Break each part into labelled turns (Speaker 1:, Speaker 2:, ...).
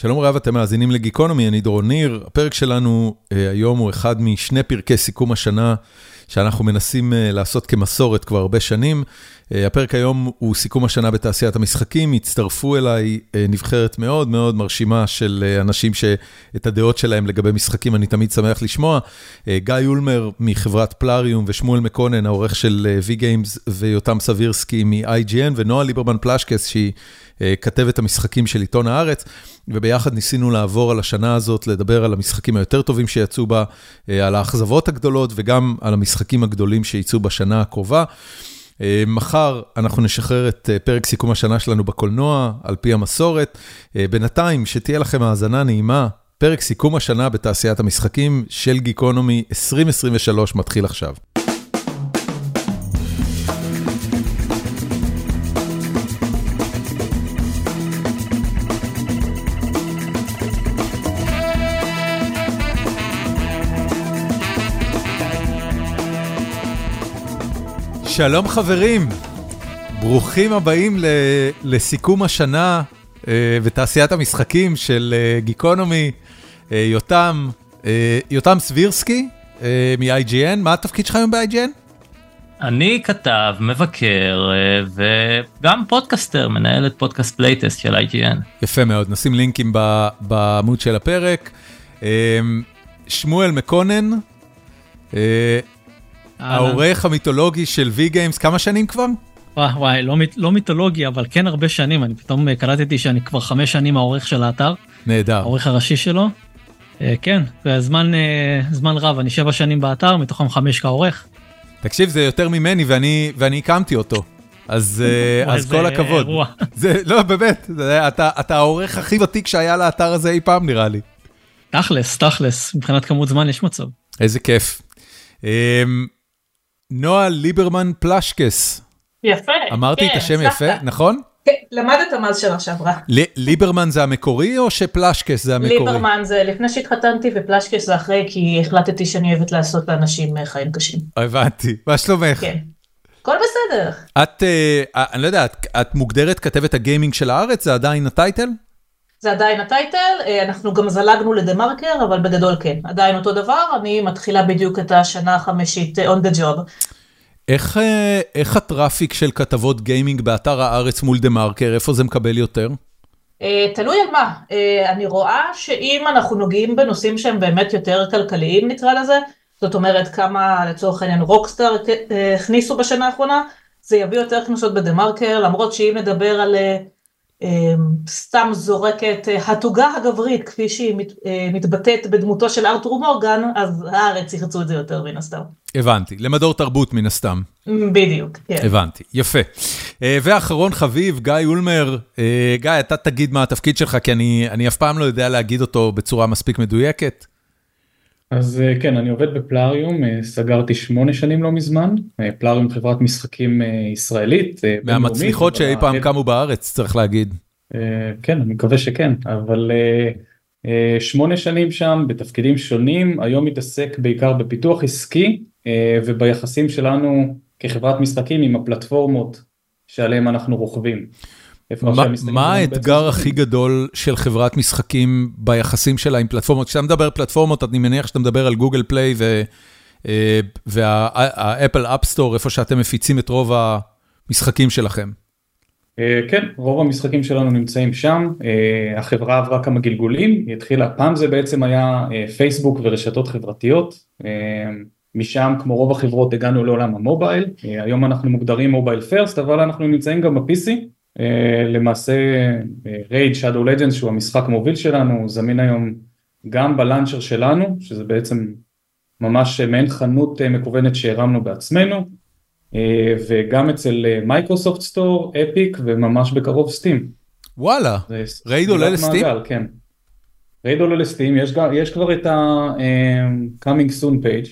Speaker 1: שלום רב, אתם מאזינים לגיקונומי, אני דורון ניר. הפרק שלנו היום הוא אחד משני פרקי סיכום השנה שאנחנו מנסים לעשות כמסורת כבר הרבה שנים. הפרק היום הוא סיכום השנה בתעשיית המשחקים. הצטרפו אליי נבחרת מאוד מאוד מרשימה של אנשים שאת הדעות שלהם לגבי משחקים אני תמיד שמח לשמוע. גיא אולמר מחברת פלאריום ושמואל מקונן, העורך של V-Games, ויותם סבירסקי מ-IGN, ונועה ליברמן פלשקס שהיא כתבת המשחקים של עיתון הארץ, וביחד ניסינו לעבור על השנה הזאת, לדבר על המשחקים היותר טובים שיצאו בה, על האכזבות הגדולות וגם על המשחקים הגדולים שיצאו בשנה הקרובה. מחר אנחנו נשחרר את פרק סיכום השנה שלנו בקולנוע, על פי המסורת. בינתיים, שתהיה לכם האזנה נעימה, פרק סיכום השנה בתעשיית המשחקים של גיקונומי 2023 מתחיל עכשיו. שלום חברים, ברוכים הבאים לסיכום השנה בתעשיית המשחקים של גיקונומי. יותם סבירסקי מ-IGN, מה התפקיד שלך היום ב-IGN?
Speaker 2: אני כתב, מבקר וגם פודקאסטר, מנהל את פודקאסט פלייטסט של IGN.
Speaker 1: יפה מאוד, נשים לינקים בעמוד של הפרק. שמואל מקונן, העורך המיתולוגי של V-Games, כמה שנים כבר?
Speaker 3: וואי, לא מיתולוגי, אבל כן הרבה שנים. אני פתאום קלטתי שאני כבר 5 שנים העורך של האתר.
Speaker 1: נהדר.
Speaker 3: העורך הראשי שלו. כן, זמן רב, אני 7 שנים באתר, מתוכם 5 כעורך.
Speaker 1: תקשיב, זה יותר ממני, ואני הקמתי אותו. אז כל הכבוד. לא, באמת, אתה העורך הכי ותיק שהיה לאתר הזה אי פעם, נראה לי.
Speaker 3: תכלס, מבחינת כמות זמן יש מצב.
Speaker 1: איזה כיף. נועה ליברמן פלשקס.
Speaker 4: יפה.
Speaker 1: אמרתי את השם יפה, נכון?
Speaker 4: כן, למדת מאז שנה שעברה.
Speaker 1: ליברמן זה המקורי או שפלשקס זה המקורי?
Speaker 4: ליברמן זה לפני שהתחתנתי ופלשקס זה אחרי, כי החלטתי שאני אוהבת לעשות לאנשים חיים קשים.
Speaker 1: הבנתי, מה שלומך?
Speaker 4: כן, הכל בסדר.
Speaker 1: אני לא יודע, את מוגדרת כתבת הגיימינג של הארץ, זה עדיין הטייטל? זה
Speaker 4: עדיין הטייטל, אנחנו גם זלגנו לדמרקר, אבל בגדול כן, עדיין אותו דבר, אני מתחילה בדיוק את השנה החמישית on the job.
Speaker 1: איך הטראפיק של כתבות גיימינג באתר הארץ מול דמרקר, איפה זה מקבל יותר?
Speaker 4: תלוי על מה, אני רואה שאם אנחנו נוגעים בנושאים שהם באמת יותר כלכליים נקרא לזה, זאת אומרת כמה לצורך העניין רוקסטאר הכניסו בשנה האחרונה, זה יביא יותר כנסות בדמרקר, למרות שאם נדבר על סתם זורקת התוגה הגברית, כפי שהיא מתבטאת בדמותו של ארתור מורגן, אז הארץ יחצו את זה יותר מן הסתם.
Speaker 1: הבנתי, למדור תרבות מן הסתם.
Speaker 4: בדיוק, כן.
Speaker 1: הבנתי, יפה. ואחרון חביב, גיא אולמר. גיא, אתה תגיד מה התפקיד שלך, כי אני אף פעם לא יודע להגיד אותו בצורה מספיק מדויקת.
Speaker 5: אז כן, אני עובד בפלאריום, סגרתי 8 שנים לא מזמן, פלאריום חברת משחקים ישראלית.
Speaker 1: מהמצליחות שאי פעם קמו בארץ, צריך להגיד.
Speaker 5: כן, אני מקווה שכן, אבל 8 שנים שם בתפקידים שונים, היום מתעסק בעיקר בפיתוח עסקי, וביחסים שלנו כחברת משחקים עם הפלטפורמות שעליהם אנחנו רוכבים.
Speaker 1: מה האתגר הכי גדול של חברת משחקים ביחסים שלה עם פלטפורמות? כשאתה מדבר פלטפורמות, אני מניח שאתה מדבר על גוגל פליי והאפל אפסטור, איפה שאתם מפיצים את רוב המשחקים שלכם.
Speaker 5: כן, רוב המשחקים שלנו נמצאים שם, החברה עברה כמה גלגולים, היא התחילה, פעם זה בעצם היה פייסבוק ורשתות חברתיות, משם כמו רוב החברות הגענו לעולם המובייל, היום אנחנו מוגדרים מובייל פרסט, אבל אנחנו נמצאים גם ב-PC, למעשה רייד Shadow Legends שהוא המשחק המוביל שלנו, הוא זמין היום גם בלנצ'ר שלנו, שזה בעצם ממש מעין חנות מקוונת שהרמנו בעצמנו, וגם אצל מייקרוסופט סטור, אפיק וממש בקרוב סטים.
Speaker 1: וואלה, רייד עולה לסטים?
Speaker 5: כן, רייד עולה לסטים, יש כבר את ה-coming soon page,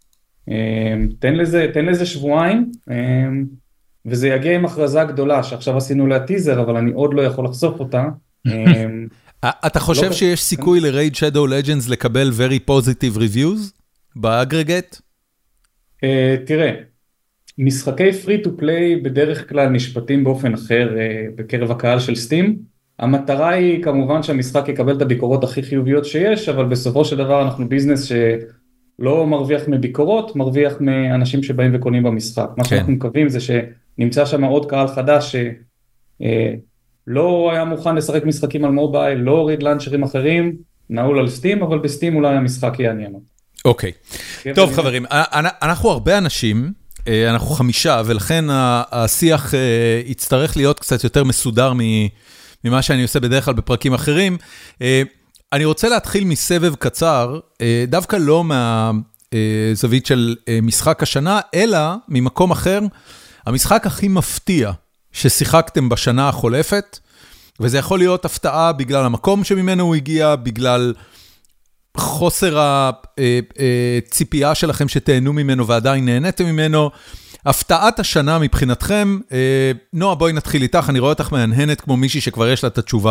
Speaker 5: תן לזה שבועיים, וזה יגיע עם הכרזה גדולה, שעכשיו עשינו לה טיזר, אבל אני עוד לא יכול לחשוף אותה.
Speaker 1: אתה חושב שיש סיכוי ל-Raid Shadow Legends לקבל very positive reviews באגרגט?
Speaker 5: תראה, משחקי free to play בדרך כלל נשפטים באופן אחר בקרב הקהל של סטים, המטרה היא כמובן שהמשחק יקבל את הביקורות הכי חיוביות שיש, אבל בסופו של דבר אנחנו ביזנס שלא מרוויח מביקורות, מרוויח מאנשים שבאים וקונים במשחק. מה שאנחנו מקווים זה שנמצא שם עוד קהל חדש שלא היה מוכן לשחק משחקים על מובייל, לא הוריד לאנצ'רים אחרים, נעול על סטים, אבל בסטים אולי המשחק יעניין.
Speaker 1: אוקיי. טוב חברים, אנחנו הרבה אנשים, אנחנו 5, ולכן השיח יצטרך להיות קצת יותר מסודר ממה שאני עושה בדרך כלל בפרקים אחרים. אני רוצה להתחיל מסבב קצר, דווקא לא מהזווית של משחק השנה, אלא ממקום אחר, המשחק הכי מפתיע ששיחקתם בשנה החולפת, וזה יכול להיות הפתעה בגלל המקום שממנו הוא הגיע, בגלל חוסר הציפייה שלכם שתהנו ממנו ועדיין נהניתם ממנו. הפתעת השנה מבחינתכם, נועה בואי נתחיל איתך, אני רואה אותך מהנהנת כמו מישהי שכבר יש לה את התשובה.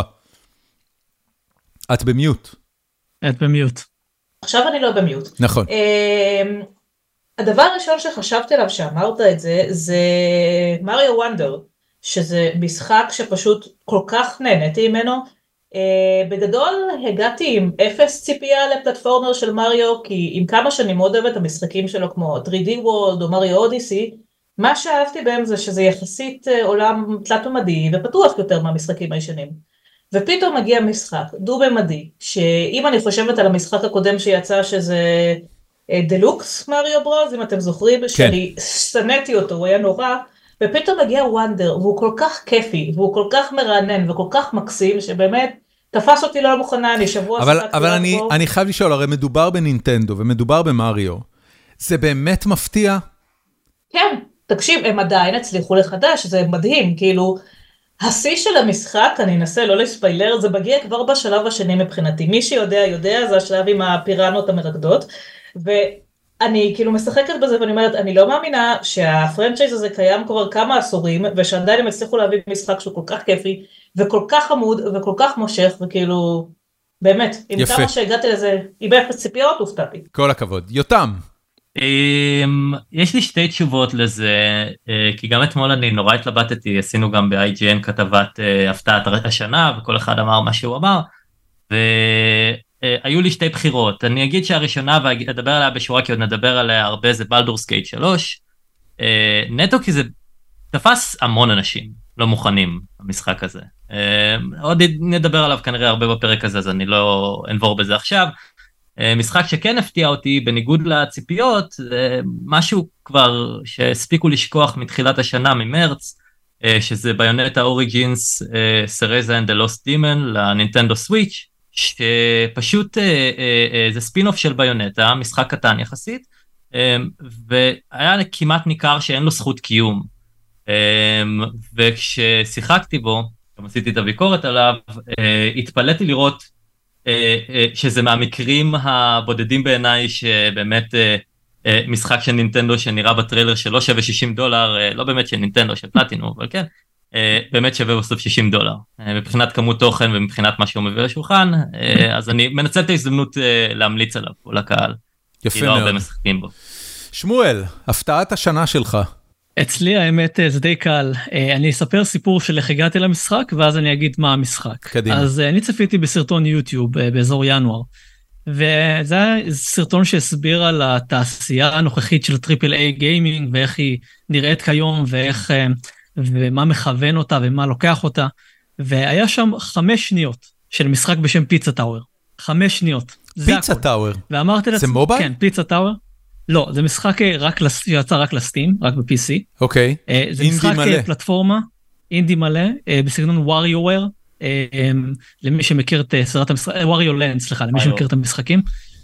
Speaker 1: את במיוט.
Speaker 3: את במיוט.
Speaker 4: עכשיו אני לא במיוט.
Speaker 1: נכון.
Speaker 4: הדבר הראשון שחשבתי עליו שאמרת את זה, זה מריו וונדר, שזה משחק שפשוט כל כך נהניתי ממנו. בגדול הגעתי עם 0 ציפייה לפלטפורמר של מריו, כי עם כמה שאני מאוד אוהבת המשחקים שלו כמו 3D World או מריו אודיסי, מה שאהבתי בהם זה שזה יחסית עולם תלת-ממדי ופתוח יותר מהמשחקים הישנים. ופתאום מגיע משחק דו-ממדי, שאם אני חושבת על המשחק הקודם שיצא שזה דלוקס מריו ברוז, אם אתם זוכרים, כן. שאני שנאתי אותו, הוא היה נורא, ופתאום מגיע וונדר, והוא כל כך כיפי, והוא כל כך מרענן וכל כך מקסים, שבאמת תפס אותי לא מוכנה, אני שבוע...
Speaker 1: אבל אני חייב לשאול, הרי מדובר בנינטנדו ומדובר במריו, זה באמת מפתיע?
Speaker 4: כן, תקשיב, הם עדיין הצליחו לחדש, זה מדהים, כאילו, השיא של המשחק, אני אנסה לא לספיילר, זה מגיע כבר בשלב השני מבחינתי, מי שיודע, זה השלב עם הפיראנות המרקדות, ואני כאילו משחקת בזה ואני אומרת, אני לא מאמינה שהפרנצ'ייז הזה קיים כבר כמה עשורים, ושעדיין הם הצליחו להביא משחק שהוא כל כך כיפי, וכל כך עמוד, וכל כך מושך, וכאילו, באמת, עם כמה שהגעתי לזה, עם אפס ציפיות, הופתעתי.
Speaker 1: כל הכבוד. יותם.
Speaker 2: יש לי 2 תשובות לזה, כי גם אתמול אני נורא התלבטתי, עשינו גם ב-IGN כתבת הפתעת השנה, וכל אחד אמר מה שהוא אמר, והיו לי 2 בחירות. אני אגיד שהראשונה, ואדבר עליה בשורה, כי עוד נדבר עליה הרבה, זה בלדורס גייט 3, נטו כי זה תפס המון אנשים לא מוכנים המשחק הזה. עוד נדבר עליו כנראה הרבה בפרק הזה, אז אני לא אנבור בזה עכשיו. משחק שכן הפתיע אותי, בניגוד לציפיות, זה משהו כבר שהספיקו לשכוח מתחילת השנה, ממרץ, שזה ביונטה אוריג'ינס, סרזה and the Lost Demon, לנינטנדו סוויץ', שפשוט זה ספין-אוף של ביונטה, משחק קטן יחסית, והיה כמעט ניכר שאין לו זכות קיום. וכששיחקתי בו, גם עשיתי את הביקורת עליו, התפלאתי לראות שזה מהמקרים הבודדים בעיניי שבאמת משחק של נינטנדו שנראה בטריילר שלא שווה $60, לא באמת של נינטנדו, של פלטינו, אבל כן, באמת שווה בסוף $60, מבחינת כמות תוכן ומבחינת מה שהוא מביא לשולחן, אז אני מנצל את ההזדמנות להמליץ עליו לקהל.
Speaker 1: יפה
Speaker 2: מאוד. כי לא הרבה משחקים בו.
Speaker 1: שמואל, הפתעת השנה שלך.
Speaker 3: אצלי האמת זה די קל, אני אספר סיפור של איך הגעתי למשחק ואז אני אגיד מה המשחק.
Speaker 1: קדימה.
Speaker 3: אז אני צפיתי בסרטון יוטיוב באזור ינואר, וזה היה סרטון שהסביר על התעשייה הנוכחית של טריפל איי גיימינג, ואיך היא נראית כיום, ומה מכוון אותה ומה לוקח אותה, והיה שם 5 שניות של משחק בשם פיצה טאוור. 5 שניות.
Speaker 1: פיצה טאוור?
Speaker 3: זה
Speaker 1: מובייל?
Speaker 3: כן, פיצה טאוור. לא, זה משחק שיצא רק לסטים, רק ב-PC.
Speaker 1: אוקיי.
Speaker 3: זה משחק פלטפורמה, אינדי מלא, בסגנון WarioWare, למי שמכיר את סדרת המשחק, WarioLand, סליחה, למי שמכיר את המשחקים.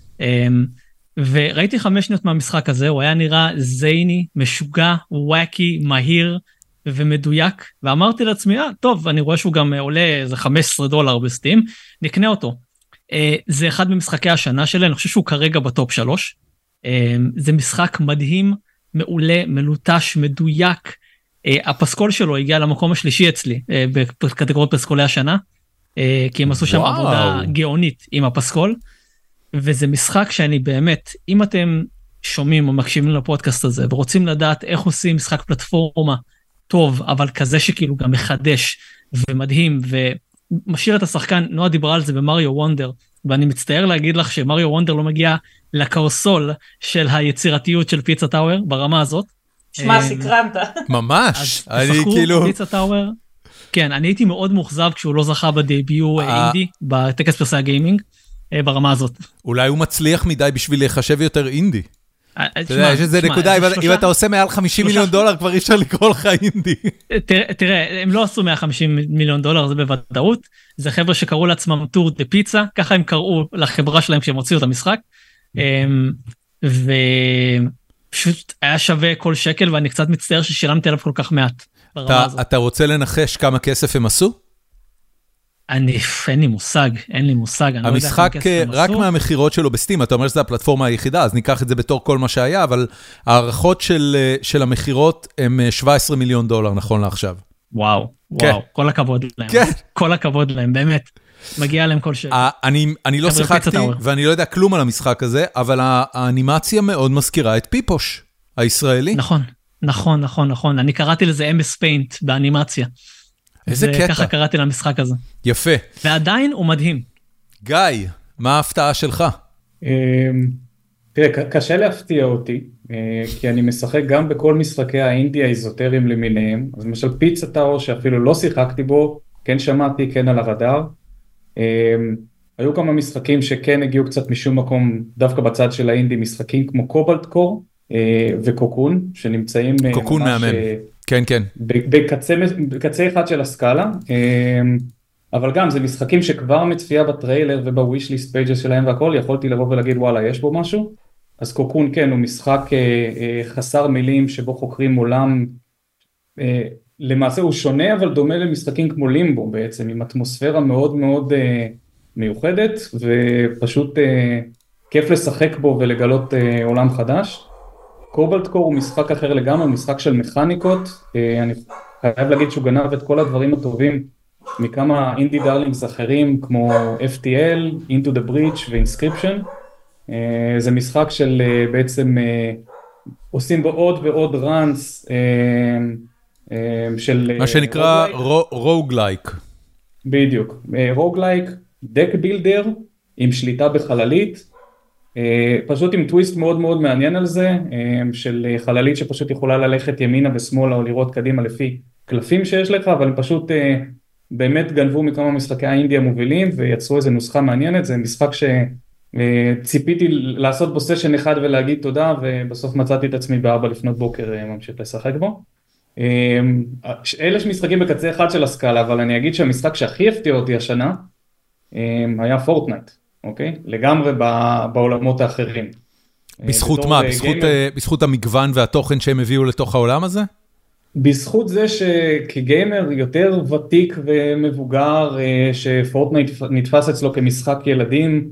Speaker 3: וראיתי 5 שניות מהמשחק הזה, הוא היה נראה זייני, משוגע, וואקי, מהיר ומדויק, ואמרתי לעצמי, טוב, אני רואה שהוא גם עולה איזה $15 בסטים, נקנה אותו. זה אחד ממשחקי השנה שלי, אני חושב שהוא כרגע בטופ 3, זה משחק מדהים, מעולה, מלוטש, מדויק, הפסקול שלו הגיע למקום השלישי אצלי, בקטגוריית פסקולי השנה, כי הם עשו שם עבודה גאונית עם הפסקול, וזה משחק שאני באמת, אם אתם שומעים או מקשיבים לפודקאסט הזה, ורוצים לדעת איך עושים משחק פלטפורמה טוב, אבל כזה שכאילו גם מחדש ומדהים, משאיר את השחקן, נועה דיברה על זה במריו וונדר, ואני מצטער להגיד לך שמריו וונדר לא מגיע לקרסול של היצירתיות של פיצה טאוור ברמה הזאת.
Speaker 4: שמע, סקרנת.
Speaker 1: ממש,
Speaker 3: אז תשחקו פיצה טאוור. כן, אני הייתי מאוד מוכזב כשהוא לא זכה בדייביו אינדי, בטקס פרסי הגיימינג, ברמה הזאת.
Speaker 1: אולי הוא מצליח מדי בשביל להיחשב יותר אינדי. אתה יודע, יש איזה נקודה, אם אתה עושה מעל $50 מיליון, כבר אי אפשר לקרוא לך אינדי.
Speaker 3: תראה, הם לא עשו $150 מיליון, זה בוודאות, זה חבר'ה שקראו לעצמם טור דה פיצה, ככה הם קראו לחברה שלהם כשהם הוציאו את המשחק, ופשוט היה שווה כל שקל, ואני קצת מצטער ששילמתי עליו כל כך מעט.
Speaker 1: אתה רוצה לנחש כמה כסף הם עשו?
Speaker 3: אין לי מושג.
Speaker 1: המשחק רק מהמחירות שלו בסטים, אתה אומר שזה הפלטפורמה היחידה, אז ניקח את זה בתור כל מה שהיה, אבל הערכות של המחירות הם $17 מיליון, נכון לעכשיו.
Speaker 3: וואו, כל הכבוד להם. כל הכבוד להם, באמת. מגיע להם כל שקל.
Speaker 1: אני לא שיחקתי, ואני לא יודע כלום על המשחק הזה, אבל האנימציה מאוד מזכירה את פיפוש, הישראלי.
Speaker 3: נכון. אני קראתי לזה MS Paint באנימציה.
Speaker 1: איזה קטע.
Speaker 3: ככה קראתי למשחק הזה.
Speaker 1: יפה.
Speaker 3: ועדיין הוא מדהים.
Speaker 1: גיא, מה ההפתעה שלך?
Speaker 5: תראה, קשה להפתיע אותי, כי אני משחק גם בכל משחקי האינדי האיזוטריים למיניהם, אז למשל פיצה טאוור שאפילו לא שיחקתי בו, כן שמעתי, כן על הרדאר. היו כמה משחקים שכן הגיעו קצת משום מקום, דווקא בצד של האינדי, משחקים כמו קובלט קור וקוקון, שנמצאים
Speaker 1: קוקון מהמם. כן.
Speaker 5: בקצה אחד של הסקאלה, אבל גם זה משחקים שכבר מצפייה בטריילר ובוויש-ליסט פייג'ס שלהם והכל, יכולתי לבוא ולהגיד וואלה יש בו משהו, אז קוקון כן הוא משחק חסר מילים שבו חוקרים עולם, למעשה הוא שונה אבל דומה למשחקים כמו לימבו בעצם, עם אטמוספירה מאוד מאוד מיוחדת, ופשוט כיף לשחק בו ולגלות עולם חדש. קובלט קור הוא משחק אחר לגמרי, משחק של מכניקות, אני חייב להגיד שהוא גנב את כל הדברים הטובים מכמה אינדי דרלינגס אחרים כמו FTL, Into the Breach ו-Inscription, זה משחק של בעצם עושים בו עוד ועוד ראנס של
Speaker 1: מה שנקרא רוגלייק.
Speaker 5: בדיוק, רוגלייק, דק בילדר עם שליטה בחללית, פשוט עם טוויסט מאוד מאוד מעניין על זה, של חללית שפשוט יכולה ללכת ימינה ושמאלה או לראות קדימה לפי קלפים שיש לך, אבל הם פשוט באמת גנבו מכמה משחקי האינדי המובילים ויצרו איזו נוסחה מעניינת, זה משחק שציפיתי לעשות בו סשן אחד ולהגיד תודה, ובסוף מצאתי את עצמי ב4 לפנות בוקר ממשיך לשחק בו. אלה שמשחקים בקצה אחד של הסקאלה, אבל אני אגיד שהמשחק שהכי הפתיע אותי השנה, היה פורטנייט. אוקיי? לגמרי בעולמות האחרים.
Speaker 1: בזכות מה? בזכות המגוון והתוכן שהם הביאו לתוך העולם הזה?
Speaker 5: בזכות זה שכגיימר יותר ותיק ומבוגר, שפורטנייט נתפס אצלו כמשחק ילדים,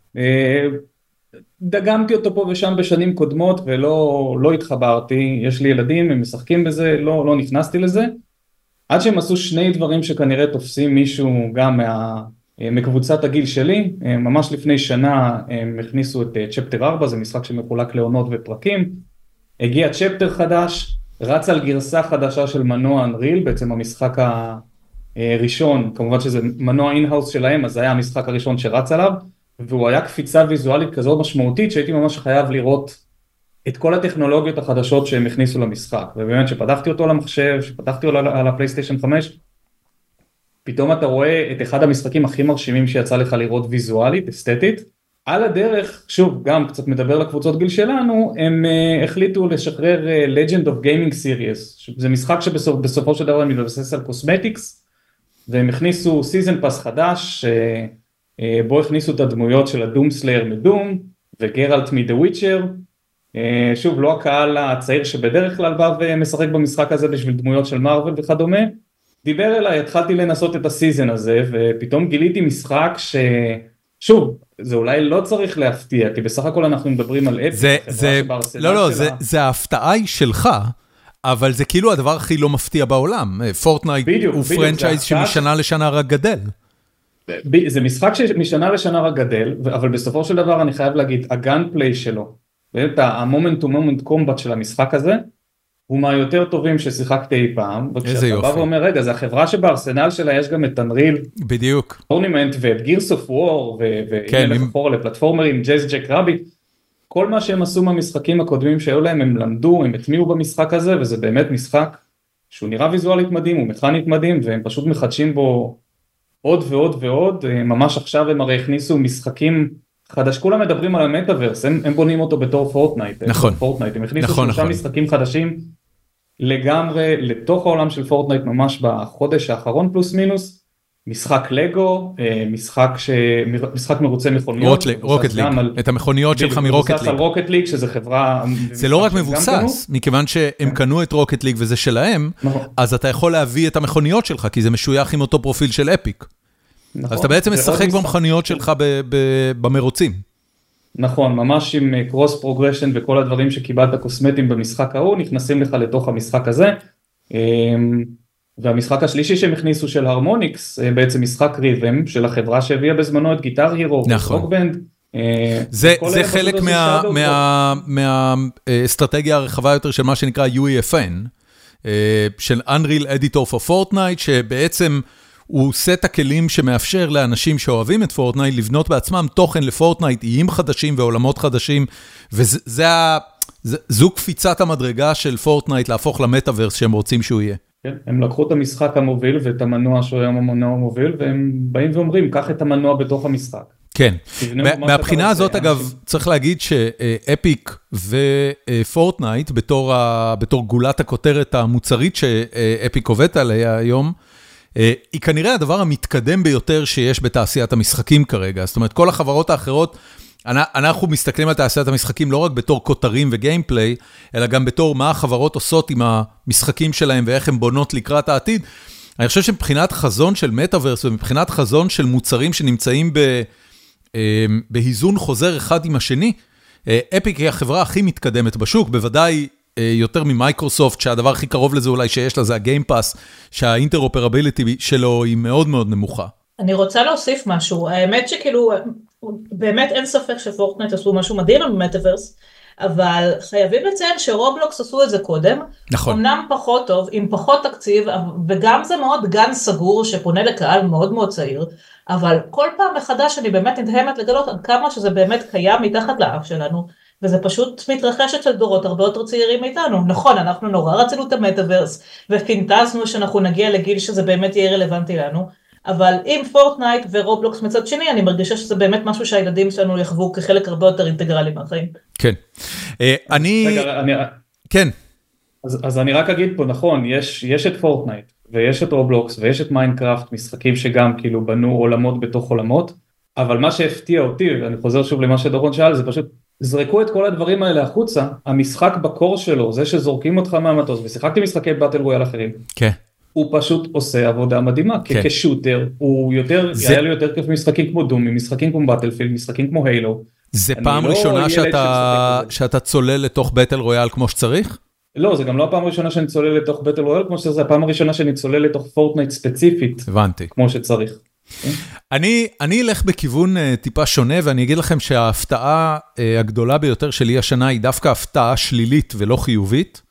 Speaker 5: דגמתי אותו פה ושם בשנים קודמות ולא התחברתי, יש לי ילדים, הם משחקים בזה, לא נכנסתי לזה, עד שהם עשו שני דברים שכנראה תופסים מישהו גם מקבוצת הגיל שלי, ממש לפני שנה הם הכניסו את צ'פטר 4, זה משחק שמחולק לעונות ופרקים, הגיע צ'פטר חדש, רץ על גרסה חדשה של מנוע אנריל, בעצם המשחק הראשון, כמובן שזה מנוע אין-האוס שלהם, אז זה היה המשחק הראשון שרץ עליו, והוא היה קפיצה ויזואלית כזאת משמעותית, שהייתי ממש חייב לראות את כל הטכנולוגיות החדשות שהם הכניסו למשחק, ובאמת שפתחתי אותו למחשב, שפתחתי אותו על הפלייסטיישן 5, פתאום אתה רואה את אחד המשחקים הכי מרשימים שיצא לך לראות ויזואלית, אסתטית, על הדרך, שוב, גם קצת מדבר לקבוצות גיל שלנו, הם החליטו לשחרר Legend of Gaming Series, זה משחק שבסופו של דבר מתבסס על קוסמטיקס, והם הכניסו סיזן פאס חדש, בו הכניסו את הדמויות של הדומסלייר מדום, וגרלט מדה וויצ'ר, שוב, לא הקהל הצעיר שבדרך כלל בא ומשחק במשחק הזה בשביל דמויות של מארוול וכדומה, דיבר אליי, התחלתי לנסות את הסיזן הזה, ופתאום גיליתי משחק שוב, זה אולי לא צריך להפתיע, כי בסך הכל אנחנו מדברים על אפס,
Speaker 1: לא, זה ההפתעה היא שלך, אבל זה כאילו הדבר הכי לא מפתיע בעולם, פורטנייט הוא פרנצ'ייז שמשנה לשנה רק גדל.
Speaker 5: זה משחק שמשנה לשנה רק גדל, אבל בסופו של דבר אני חייב להגיד, הגן פליי שלו, המומנט טו מומנט קומבט של המשחק הזה, הוא מהיותר טובים ששיחקתי אי פעם, וכשאתה בא ואומר, רגע, זה החברה שבארסנל שלה יש גם את אנריל,
Speaker 1: בדיוק,
Speaker 5: טורנימנט ואת גירס אוף וור, והנה לחפור לפלטפורמרים, ג'ייז ג'ק רביט, כל מה שהם עשו מהמשחקים הקודמים שהיו להם, הם למדו, הם התמיעו במשחק הזה, וזה באמת משחק שהוא נראה ויזואלית מדהים, הוא מכנית מדהים, והם פשוט מחדשים בו עוד ועוד ועוד, ממש עכשיו הם הרי הכניסו משחקים חדש, כולם מדברים על המטאברס, הם בונים אותו בתור פורטנייט,
Speaker 1: נכון,
Speaker 5: הם הכניסו שלושה משחקים חדשים לגמרי לתוך העולם של פורטנייט ממש בחודש האחרון פלוס מינוס, משחק לגו, משחק מרוצי מכוניות,
Speaker 1: רוקט ליג, את המכוניות שלך מרוקט ליג.
Speaker 5: מבוסס על רוקט ליג, שזה חברה...
Speaker 1: זה לא רק מבוסס, מכיוון שהם קנו את רוקט ליג וזה שלהם, אז אתה יכול להביא את המכוניות שלך, כי זה משוייך עם אותו פרופיל של אפיק. אז אתה בעצם משחק במכוניות שלך במרוצים.
Speaker 5: נכון, ממש עם קרוס פרוגרשן וכל הדברים שקיבלת קוסמטים במשחק ההוא, נכנסים לך לתוך המשחק הזה. והמשחק השלישי שהם הכניסו של הרמוניקס, בעצם משחק ריתם של החברה שהביאה בזמנו את גיטר הירו, רוקבנד.
Speaker 1: זה חלק מהאסטרטגיה הרחבה יותר של מה שנקרא UEFN, של Unreal Editor for Fortnite, שבעצם הוא עושה את הכלים שמאפשר לאנשים שאוהבים את פורטנייט לבנות בעצמם תוכן לפורטנייט, איים חדשים ועולמות חדשים, וזו קפיצת המדרגה של פורטנייט להפוך למטאברס שהם רוצים שהוא יהיה.
Speaker 5: כן, הם לקחו את המשחק המוביל ואת המנוע שהוא היום המנוע המוביל, והם באים ואומרים, קח את המנוע בתוך המשחק.
Speaker 1: כן, מהבחינה הזאת אגב, צריך להגיד שאפיק ופורטנייט, בתור גולת הכותרת המוצרית שאפיק עובדת עליה היום, היא כנראה הדבר המתקדם ביותר שיש בתעשיית המשחקים כרגע. זאת אומרת, כל החברות האחרות, אנחנו מסתכלים על תעשיית המשחקים לא רק בתור כותרים וגיימפליי, אלא גם בתור מה החברות עושות עם המשחקים שלהם ואיך הן בונות לקראת העתיד. אני חושב שמבחינת חזון של מטאברס ומבחינת חזון של מוצרים שנמצאים בהיזון חוזר אחד עם השני, אפיק היא החברה הכי מתקדמת בשוק, בוודאי יותר ממייקרוסופט, שהדבר הכי קרוב לזה אולי שיש לה זה הגיימפאס, שהאינטרופרביליטי שלו היא מאוד מאוד נמוכה.
Speaker 4: אני רוצה להוסיף משהו, האמת שכאילו, באמת אין ספק שפורטנייט עשו משהו מדהים במטאברס, אבל חייבים לציין שרובלוקס עשו את זה קודם,
Speaker 1: נכון.
Speaker 4: אמנם פחות טוב, עם פחות תקציב, וגם זה מאוד גן סגור שפונה לקהל מאוד מאוד צעיר, אבל כל פעם מחדש אני באמת נדהמת לגלות עד כמה שזה באמת קיים מתחת לאף שלנו, וזה פשוט מתרחש אצל דורות הרבה יותר צעירים מאיתנו. נכון, אנחנו נורא רצינו את המטאברס, ופינטזנו שאנחנו נגיע לגיל שזה באמת יהיה רלוונטי לנו, אבל עם פורטנייט ורובלוקס מצד שני, אני מרגישה שזה באמת משהו שהילדים שלנו יחוו כחלק הרבה יותר אינטגרלי מהחיים.
Speaker 1: כן. כן.
Speaker 5: אז אני רק אגיד פה, נכון, יש את פורטנייט, ויש את רובלוקס, ויש את מיינקראפט, משחקים שגם כאילו בנו עולמות בתוך עולמות, אבל מה שהפתיע אותי, ואני חוזר שוב למה שדורון שאל, זה פשוט, זרקו את כל הדברים האלה החוצה, המשחק בקור שלו, זה שזורקים אותך מהמטוס, ושיחקתי משחקי באטל רויאל אחרים,
Speaker 1: כן.
Speaker 5: הוא פשוט עושה עבודה מדהימה, כשוטר, הוא יותר, היה לי יותר כיף משחקים כמו דום, משחקים כמו באטלפילד, משחקים כמו הילו.
Speaker 1: זה פעם ראשונה שאתה צולל לתוך באטל רויאל כמו שצריך?
Speaker 5: לא, זה גם לא הפעם הראשונה שאני צולל לתוך באטל רויאל, כמו שזה הפעם הראשונה שאני צולל לתוך פורטנייט ספציפית.
Speaker 1: הבנתי.
Speaker 5: כמו שצריך.
Speaker 1: אני אלך בכיוון טיפה שונה, ואני אגיד לכם שההפתעה הגדולה ביותר שלי השנה היא דווקא הפתעה שלילית ולא חיובית,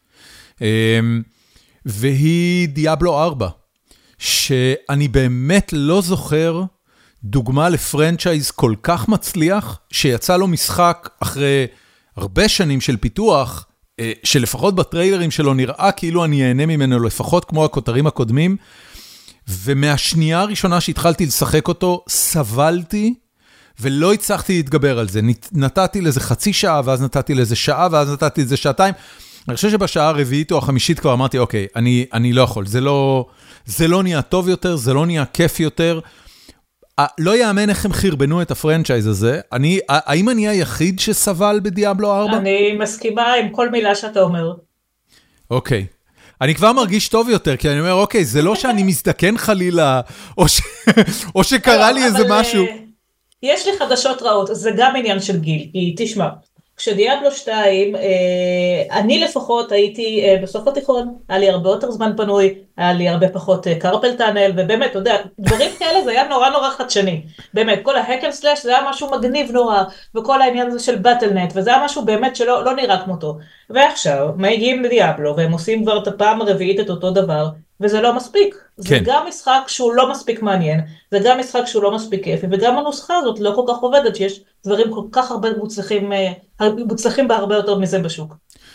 Speaker 1: והיא דיאבלו 4, שאני באמת לא זוכר דוגמה לפרנצ'ייז כל כך מצליח, שיצא לו משחק אחרי הרבה שנים של פיתוח, שלפחות בטריילרים שלו נראה כאילו אני אהנה ממנו לפחות כמו הכותרים הקודמים, ומהשנייה הראשונה שהתחלתי לשחק אותו, סבלתי, ולא הצלחתי להתגבר על זה. נתתי לזה חצי שעה, ואז נתתי לזה שעה, ואז נתתי לזה שעתיים. אני חושב שבשעה הרביעית או החמישית כבר אמרתי, אוקיי, אני לא יכול. זה לא נהיה טוב יותר, זה לא נהיה כיף יותר. לא יאמן איך הם חרבנו את הפרנצ'ייז הזה. האם אני היחיד שסבל בדיאבלו 4?
Speaker 4: אני מסכימה עם כל מילה שאתה אומר.
Speaker 1: אוקיי. אני כבר מרגיש טוב יותר, כי אני אומר, אוקיי, זה לא שאני מזדקן חלילה, או שקרה לי איזה משהו.
Speaker 4: יש לי חדשות רעות, זה גם עניין של גיל, כי תשמע, כשדיאבלו 2, אני לפחות הייתי בסוף התיכון, היה לי הרבה יותר זמן פנוי, היה לי הרבה פחות קרפל טאנל, ובאמת, אתה יודע, דברים כאלה זה היה נורא נורא חדשני. באמת, כל ההק אנד סלאש זה היה משהו מגניב נורא, וכל העניין הזה של בטלנט, וזה היה משהו באמת שלא נראה כמותו. ועכשיו, מגיעים לדיאבלו, והם עושים כבר את הפעם הרביעית את אותו דבר, וזה לא מספיק. זה
Speaker 1: כן.
Speaker 4: גם משחק שהוא לא מספיק מעניין, זה גם משחק שהוא לא מספיק כיפי, וגם הנוסחה הזאת לא כל כך עובדת, שיש דברים כל כך הרבה מוצלחים בהרבה יותר מזה בשוק.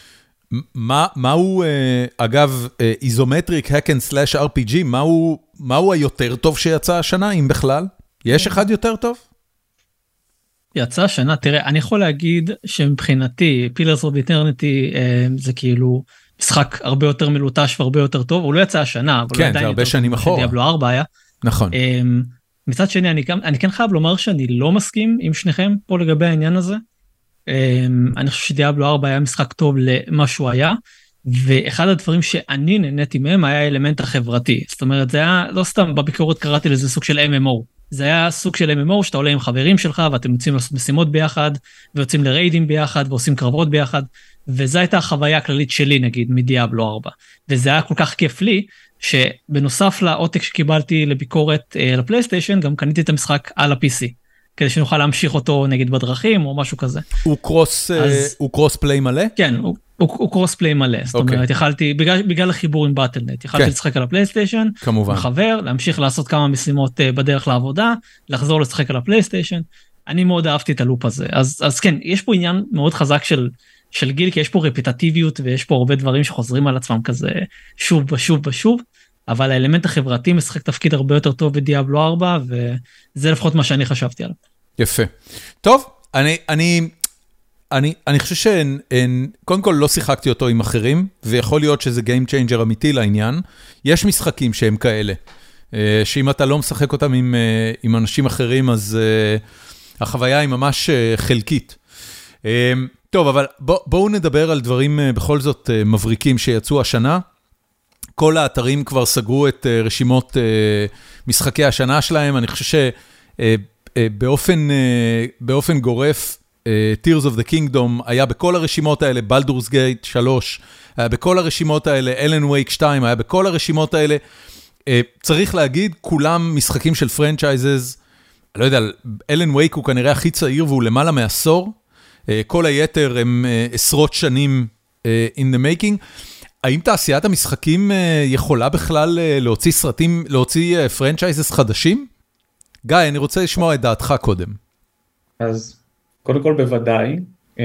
Speaker 1: מהו, אגב, איזומטריק, hack and slash RPG, מהו היותר טוב שיצא השנה, אם בכלל? יש אחד יותר טוב?
Speaker 3: יצא השנה, תראה, אני יכול להגיד שמבחינתי, Pillars of Eternity זה כאילו משחק הרבה יותר מלוטש והרבה יותר טוב, הוא לא יצא השנה, אבל
Speaker 1: כן, זה הרבה שנים אחורה.
Speaker 3: דיאבלו 4 היה.
Speaker 1: נכון.
Speaker 3: מצד שני, אני כן חייב לומר שאני לא מסכים עם שניכם פה לגבי העניין הזה. אני חושב שדיאבלו 4 היה משחק טוב למה שהוא היה, ואחד הדברים שאני נהניתי מהם היה האלמנט החברתי. זאת אומרת, זה היה, לא סתם בביקורת קראתי לזה סוג של MMO. זה היה סוג של MMO שאתה עולה עם חברים שלך, ואתם יוצאים לעשות משימות ביחד, ויוצאים לריידים ביחד, ועושים קרבות ביחד, וזו הייתה החוויה הכללית שלי, נגיד, מדיאבלו 4. וזה היה כל כך כיף לי, שבנוסף לעותק שקיבלתי לביקורת לפלייסטיישן, גם קניתי את המשחק על ה-PC, כדי שנוכל להמשיך אותו נגיד בדרכים או משהו כזה.
Speaker 1: הוא קרוס פליי מלא?
Speaker 3: כן, הוא קרוס פליי מלא. זאת אומרת, יכלתי, בגלל החיבור עם בטלנט, יכלתי לשחק על הפלייסטיישן, עם חבר, להמשיך לעשות כמה משימות בדרך לעבודה, לחזור לשחק על הפלייסטיישן. אני מאוד אהבתי את הלופ הזה. אז כן, יש פה עניין מאוד חזק של גיל, כי יש פה רפיטטיביות, ויש פה הרבה דברים שחוזרים על עצמם כזה שוב ושוב ושוב, אבל האלמנט החברתי משחק תפקיד הרבה יותר טוב בדיאבלו 4, וזה לפחות מה שאני חשבתי עליו.
Speaker 1: יפה. טוב, אני חושב קודם כל לא שיחקתי אותו עם אחרים, ויכול להיות שזה Game Changer אמיתי לעניין. יש משחקים שהם כאלה, שאם אתה לא משחק אותם עם אנשים אחרים, אז החוויה היא ממש חלקית. טוב, אבל בואו נדבר על דברים בכל זאת מבריקים שיצאו השנה. כל האתרים כבר סגרו את רשימות משחקי השנה שלהם. אני חושב שבאופן גורף, Tears of the Kingdom היה בכל הרשימות האלה, Baldur's Gate 3 היה בכל הרשימות האלה, Alan Wake 2 היה בכל הרשימות האלה. צריך להגיד, כולם משחקים של פרנצ'ייזז. לא יודע, Alan Wake הוא כנראה הכי צעיר והוא למעלה מעשור. כל היתר הם עשרות שנים in the making. האם תעשיית המשחקים יכולה בכלל להוציא סרטים, להוציא פרנצ'ייזס חדשים? גיא, אני רוצה לשמוע את דעתך קודם. אז
Speaker 5: קודם כל בוודאי.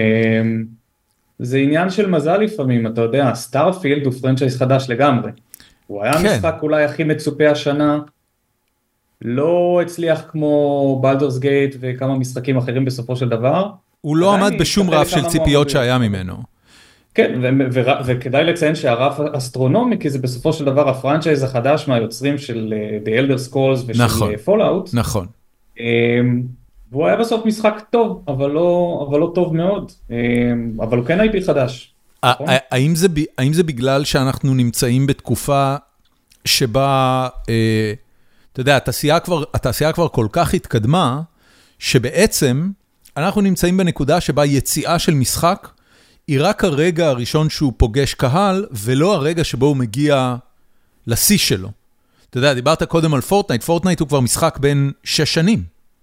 Speaker 5: זה עניין של מזל לפעמים, אתה יודע, סטארפילד הוא פרנצ'ייז חדש לגמרי. הוא היה משחק אולי הכי מצופה השנה, לא הצליח כמו בלדורס גייט וכמה משחקים אחרים בסופו של דבר.
Speaker 1: הוא לא עמד בשום רף של ציפיות שהיה ממנו.
Speaker 5: כן, וכדאי לציין שהרף אסטרונומי, כי זה בסופו של דבר הפרנצ'ייז החדש מהיוצרים של The Elder Scrolls ושל Fallout.
Speaker 1: נכון.
Speaker 5: והוא היה בסוף משחק טוב, אבל לא טוב מאוד. אבל הוא כן IP חדש.
Speaker 1: האם זה בגלל שאנחנו נמצאים בתקופה שבה, אתה יודע, התעשייה כבר כל כך התקדמה, שבעצם אנחנו נמצאים בנקודה שבה יציאה של משחק, היא רק הרגע הראשון שהוא פוגש קהל, ולא הרגע שבו הוא מגיע לשיא שלו. אתה יודע, דיברת קודם על פורטנייט, פורטנייט הוא כבר משחק בין 6 שנים,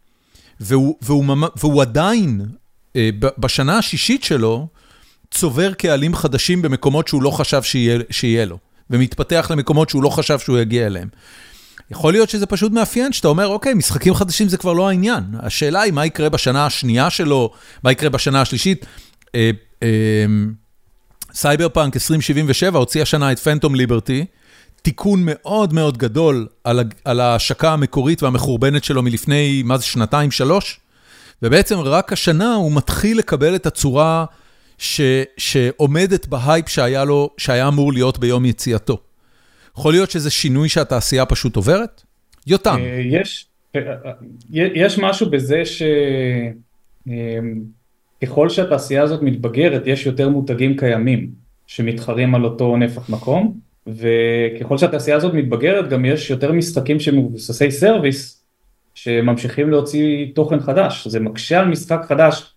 Speaker 1: והוא עדיין, בשנה השישית שלו, צובר קהלים חדשים במקומות שהוא לא חשב שיהיה לו, ומתפתח למקומות שהוא לא חשב שהוא יגיע אליהם. יכול להיות שזה פשוט מאפיין, שאתה אומר, אוקיי, משחקים חדשים זה כבר לא העניין. השאלה היא מה יקרה בשנה השנייה שלו, מה יקרה בשנה השלישית. סייברפאנק 2077 הוציא השנה את פנטום ליברטי, תיקון מאוד מאוד גדול על ההשקה המקורית והמחורבנת שלו מלפני, מה זה, 2-3, ובעצם רק השנה הוא מתחיל לקבל את הצורה שעומדת בהייפ שהיה אמור להיות ביום יציאתו. יכול להיות שזה שינוי שהתעשייה פשוט עוברת? יותם.
Speaker 5: יש משהו בזה ככל שהתעשייה הזאת מתבגרת, יש יותר מותגים קיימים שמתחרים על אותו נפח מקום, וככל שהתעשייה הזאת מתבגרת, גם יש יותר משחקים שמבוססי סרוויס, שממשיכים להוציא תוכן חדש. זה מקשה על משחק חדש,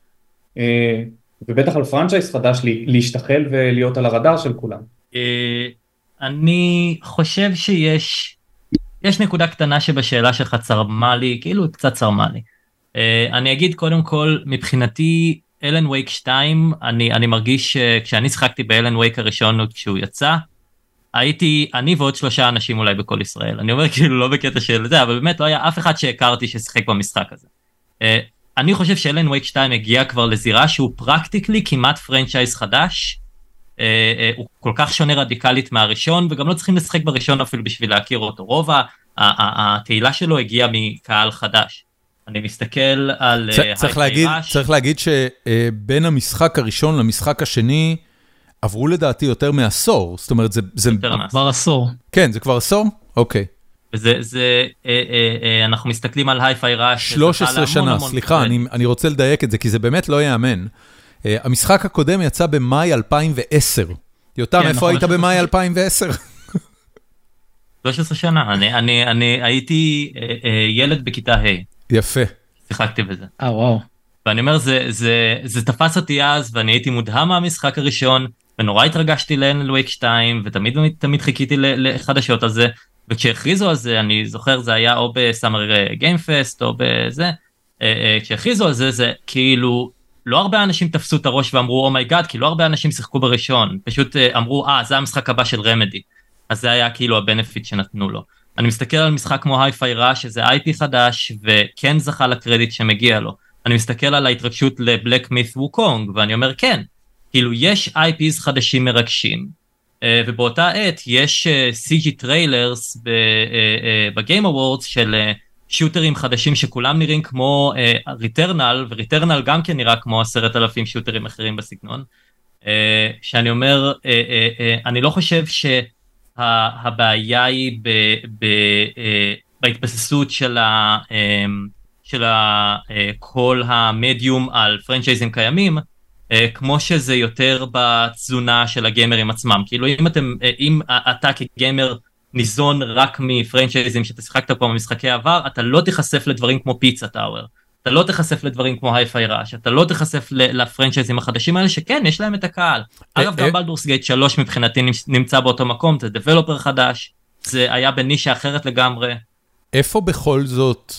Speaker 5: ובטח על פרנצ'ייז חדש, להשתחל ולהיות על הרדאר של כולם.
Speaker 2: אני חושב שיש נקודה קטנה שבשאלה שלך צרמה לי, כאילו קצת צרמה לי. אני אגיד קודם כל, מבחינתי, אלן וייק 2, אני מרגיש שכשאני שחקתי באלן וייק הראשון כשהוא יצא, הייתי, אני ועוד 3 אנשים אולי בכל ישראל. אני אומר כאילו לא בקטע של זה, אבל באמת לא היה אף אחד שהכרתי ששיחק במשחק הזה. אני חושב שאלן וייק 2 הגיע כבר לזירה שהוא פרקטיקלי כמעט פרנצ'ייז חדש, הוא כל כך שונה רדיקלית מהראשון, וגם לא צריכים לשחק בראשון אפילו בשביל להכיר אותו. רוב התהילה שלו הגיעה מקהל חדש. אני מסתכל על...
Speaker 1: צריך להגיד שבין המשחק הראשון למשחק השני, עברו לדעתי יותר מעשור, זאת אומרת זה...
Speaker 3: כבר עשור.
Speaker 1: כן, זה כבר עשור? אוקיי.
Speaker 2: אנחנו מסתכלים על היי-פיי ראש.
Speaker 1: 13 שנה, סליחה, אני רוצה לדייק את זה, כי זה באמת לא יאמן. המשחק הקודם יצא במאי 2010. יותם, איפה היית במאי 2010?
Speaker 2: 13 שנה, אני הייתי ילד בכיתה ה'.
Speaker 1: יפה. שיחקתי
Speaker 2: בזה.
Speaker 3: וואו.
Speaker 2: ואני אומר, זה תפס אותי אז, ואני הייתי מודהם מהמשחק הראשון, ונורא התרגשתי לאלן וייק 2, ותמיד חיכיתי לחדשות על זה, וכשהכריזו על זה, אני זוכר, זה היה או בסאמר גיימפסט, או בזה, כשהכריזו על זה, זה כאילו, לא הרבה אנשים תפסו את הראש ואמרו, אומייגאד, כי לא הרבה אנשים שיחקו בראשון, פשוט אמרו, זה המשחק הבא של רמדי, אז זה היה כאילו הבנפיט שנתנו לו. אני מסתכל על משחק כמו היי-פיי ראש, שזה IP חדש, וכן זכה לקרדיט שמגיע לו. אני מסתכל על ההתרגשות לבלק מית' ווקונג, ואני אומר, כן, כאילו יש IPs חדשים מרגשים, ובאותה עת יש CG טריילרס בגיים אוורדס של שוטרים חדשים שכולם נראים כמו ריטרנל, וריטרנל גם כן נראה כמו 10,000 שוטרים אחרים בסגנון, שאני אומר, אני לא חושב שהבעיה היא בהתבססות של כל המדיום על פרנצ'ייזים קיימים, כמו שזה יותר בתזונה של הגיימרים עצמם. כאילו אם אתה כגיימר ניזון רק מפרנצ'ייזים שאתה שיחקת פה במשחקי עבר, אתה לא תיחשף לדברים כמו פיצה טאוור, אתה לא תיחשף לדברים כמו היי-פיי ראש, אתה לא תיחשף לפרנצ'ייזים החדשים האלה שכן, יש להם את הקהל. אגב, גם בלדורס גייט 3 מבחינתי נמצא באותו מקום, זה דבלופר חדש, זה היה בנישה אחרת לגמרי.
Speaker 1: איפה בכל זאת,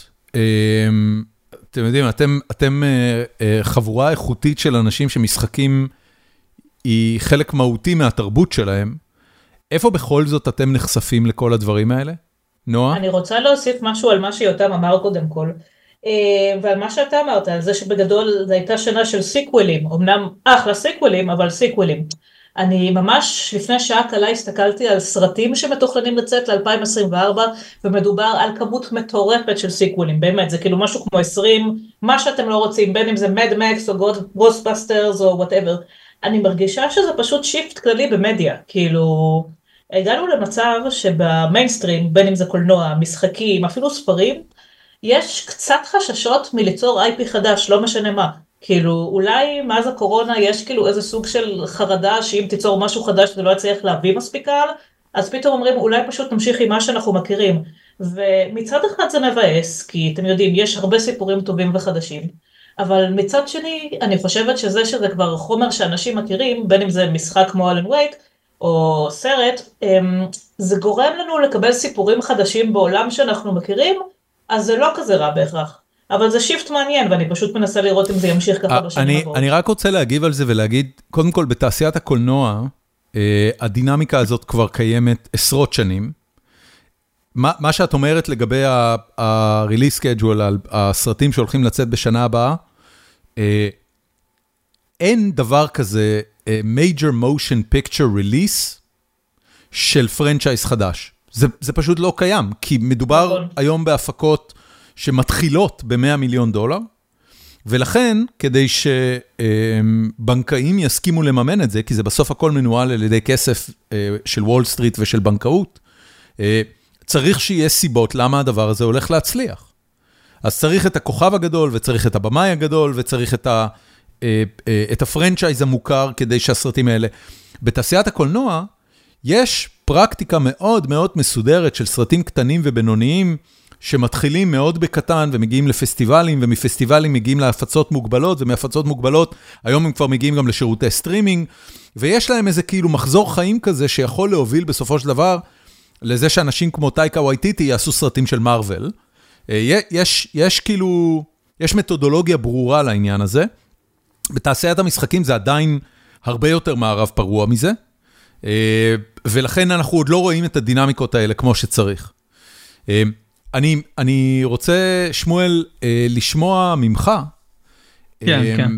Speaker 1: אתם יודעים, אתם חבורה איכותית של אנשים שמשחקים היא חלק מהותי מהתרבות שלהם, איפה בכל זאת אתם נחשפים לכל הדברים האלה? נועה?
Speaker 4: אני רוצה להוסיף משהו על מה שיותם אמר קודם כל, ועל מה שאתה אמרת, על זה שבגדול זו הייתה שנה של סיקווילים, אמנם אחלה סיקווילים, אבל סיקווילים. אני ממש לפני שעה קלה הסתכלתי על סרטים שמתוכננים לצאת ל-2024, ומדובר על כמות מטורפת של סיקווילים, באמת, זה כאילו משהו כמו 20, מה שאתם לא רוצים, בין אם זה Mad Max או Ghostbusters או whatever. אני מרגישה שזה פשוט שיפט כללי במדיה, כאילו, הגענו למצב שבמיינסטרים, בין אם זה קולנוע, משחקים, אפילו ספרים, יש קצת חששות מליצור IP חדש, לא משנה מה. כאילו, אולי מאז הקורונה יש כאילו איזה סוג של חרדה, שאם תיצור משהו חדש זה לא יצליח להביא מספיק קהל, אז פתאום אומרים, אולי פשוט נמשיך עם מה שאנחנו מכירים. ומצד אחד זה מבאס, כי אתם יודעים, יש הרבה סיפורים טובים וחדשים, אבל מצד שני, אני חושבת שזה כבר חומר שאנשים מכירים, בין אם זה משחק כמו אלן וייק, או סרט, זה גורם לנו לקבל סיפורים חדשים בעולם שאנחנו מכירים, אז זה לא כזה רע בהכרח. אבל זה שיפט מעניין, ואני פשוט מנסה לראות אם זה ימשיך ככה בשנים הבאות.
Speaker 1: אני רק רוצה להגיב על זה ולהגיד, קודם כל, בתעשיית הקולנוע, הדינמיקה הזאת כבר קיימת עשרות שנים. מה שאת אומרת לגבי ה-release schedule, על הסרטים שהולכים לצאת בשנה הבאה, אין דבר כזה major motion picture release של פרנצ'ייז חדש. זה פשוט לא קיים, כי מדובר היום בהפקות שמתחילות ב$100 מיליון, ולכן, כדי שבנקאים יסכימו לממן את זה, כי זה בסוף הכל מנוהל על ידי כסף של וול סטריט ושל בנקאות, צריך שיהיה סיבות למה הדבר הזה הולך להצליח. אז צריך את הכוכב הגדול, וצריך את הבמאי הגדול, וצריך את הפרנצ'ייז המוכר, כדי שהסרטים האלה... בתעשיית הקולנוע, יש פרקטיקה מאוד מאוד מסודרת של סרטים קטנים ובינוניים, שמתחילים מאוד בקטן ומגיעים לפסטיבלים, ומפסטיבלים מגיעים להפצות מוגבלות, ומהפצות מוגבלות, היום הם כבר מגיעים גם לשירותי סטרימינג, ויש להם איזה כאילו מחזור חיים כזה, שיכול להוביל בסופו של דבר, לזה שאנשים כמו טייקה וייטיטי יעשו סרטים של מארוול. יש כאילו, יש מתודולוגיה ברורה לעניין הזה. בתעשיית המשחקים זה עדיין הרבה יותר מערב פרוע מזה, ולכן אנחנו עוד לא רואים את הדינמיקות האלה כמו שצריך. אני רוצה, שמואל, לשמוע ממך.
Speaker 3: כן, כן.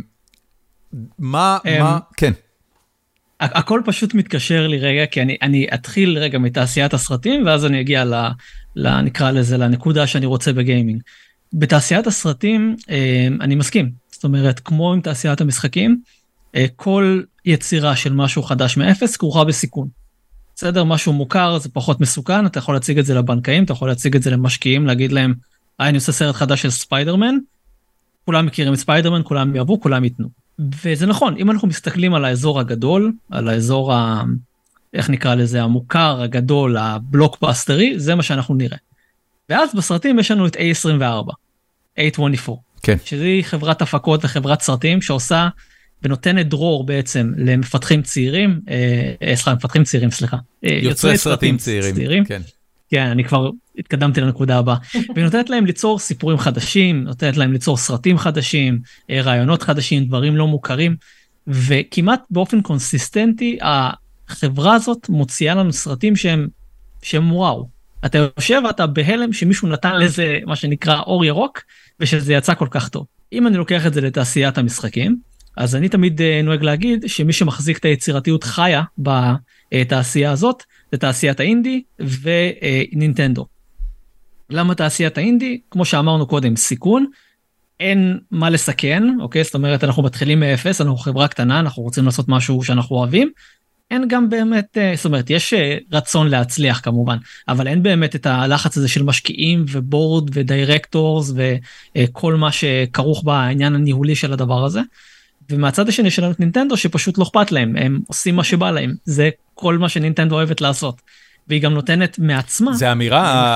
Speaker 1: כן.
Speaker 3: הכל פשוט מתקשר לי רגע, כי אני אתחיל רגע מתעשיית הסרטים, ואז אני אגיע נקרא לזה, לנקודה שאני רוצה בגיימינג. בתעשיית הסרטים, אני מסכים. זאת אומרת, כמו עם תעשיית המשחקים, כל יצירה של משהו חדש מאפס כרוכה בסיכון. בסדר, משהו מוכר, זה פחות מסוכן, אתה יכול להציג את זה לבנקאים, אתה יכול להציג את זה למשקיעים, להגיד להם, אני עושה סרט חדש של ספיידרמן, כולם מכירים את ספיידרמן, כולם יאהבו, כולם ייתנו. וזה נכון, אם אנחנו מסתכלים על האזור הגדול, על האזור, איך נקרא לזה, המוכר, הגדול, הבלוקבאסטרי, זה מה שאנחנו נראה. ואז בסרטים יש לנו את A24, A24,
Speaker 1: כן.
Speaker 3: שהיא חברת הפקות וחברת סרטים שעושה ונותנת דרור בעצם למפתחים צעירים, מפתחים צעירים, סליחה.
Speaker 1: יוצרי סרטים צעירים. כן.
Speaker 3: כן, אני כבר התקדמתי לנקודה הבאה. והיא נותנת להם ליצור סיפורים חדשים, נותנת להם ליצור סרטים חדשים, רעיונות חדשים, דברים לא מוכרים, וכמעט באופן קונסיסטנטי, החברה הזאת מוציאה לנו סרטים שהם וואו. אתה יושב ואתה בהלם שמישהו נתן לזה מה שנקרא אור ירוק, ושזה יצא כל כך טוב. אם אני לוקח את זה לתעשיית המשחקים, אז אני תמיד נוהג להגיד שמי שמחזיק את היצירתיות חיה בתעשייה הזאת, זה תעשיית האינדי ונינטנדו. למה תעשיית האינדי? כמו שאמרנו קודם, סיכון, אין מה לסכן, אוקיי? זאת אומרת, אנחנו מתחילים מאפס, אנחנו חברה קטנה, אנחנו רוצים לעשות משהו שאנחנו אוהבים, אין גם באמת, זאת אומרת, יש רצון להצליח כמובן, אבל אין באמת את הלחץ הזה של משקיעים ובורד ודירקטורס וכל מה שכרוך בעניין הניהולי של הדבר הזה. ומהצד השני שלנו את נינטנדו שפשוט לא אכפת להם, הם עושים מה שבא להם, זה כל מה שנינטנדו אוהבת לעשות. והיא גם נותנת מעצמה.
Speaker 1: זה אמירה,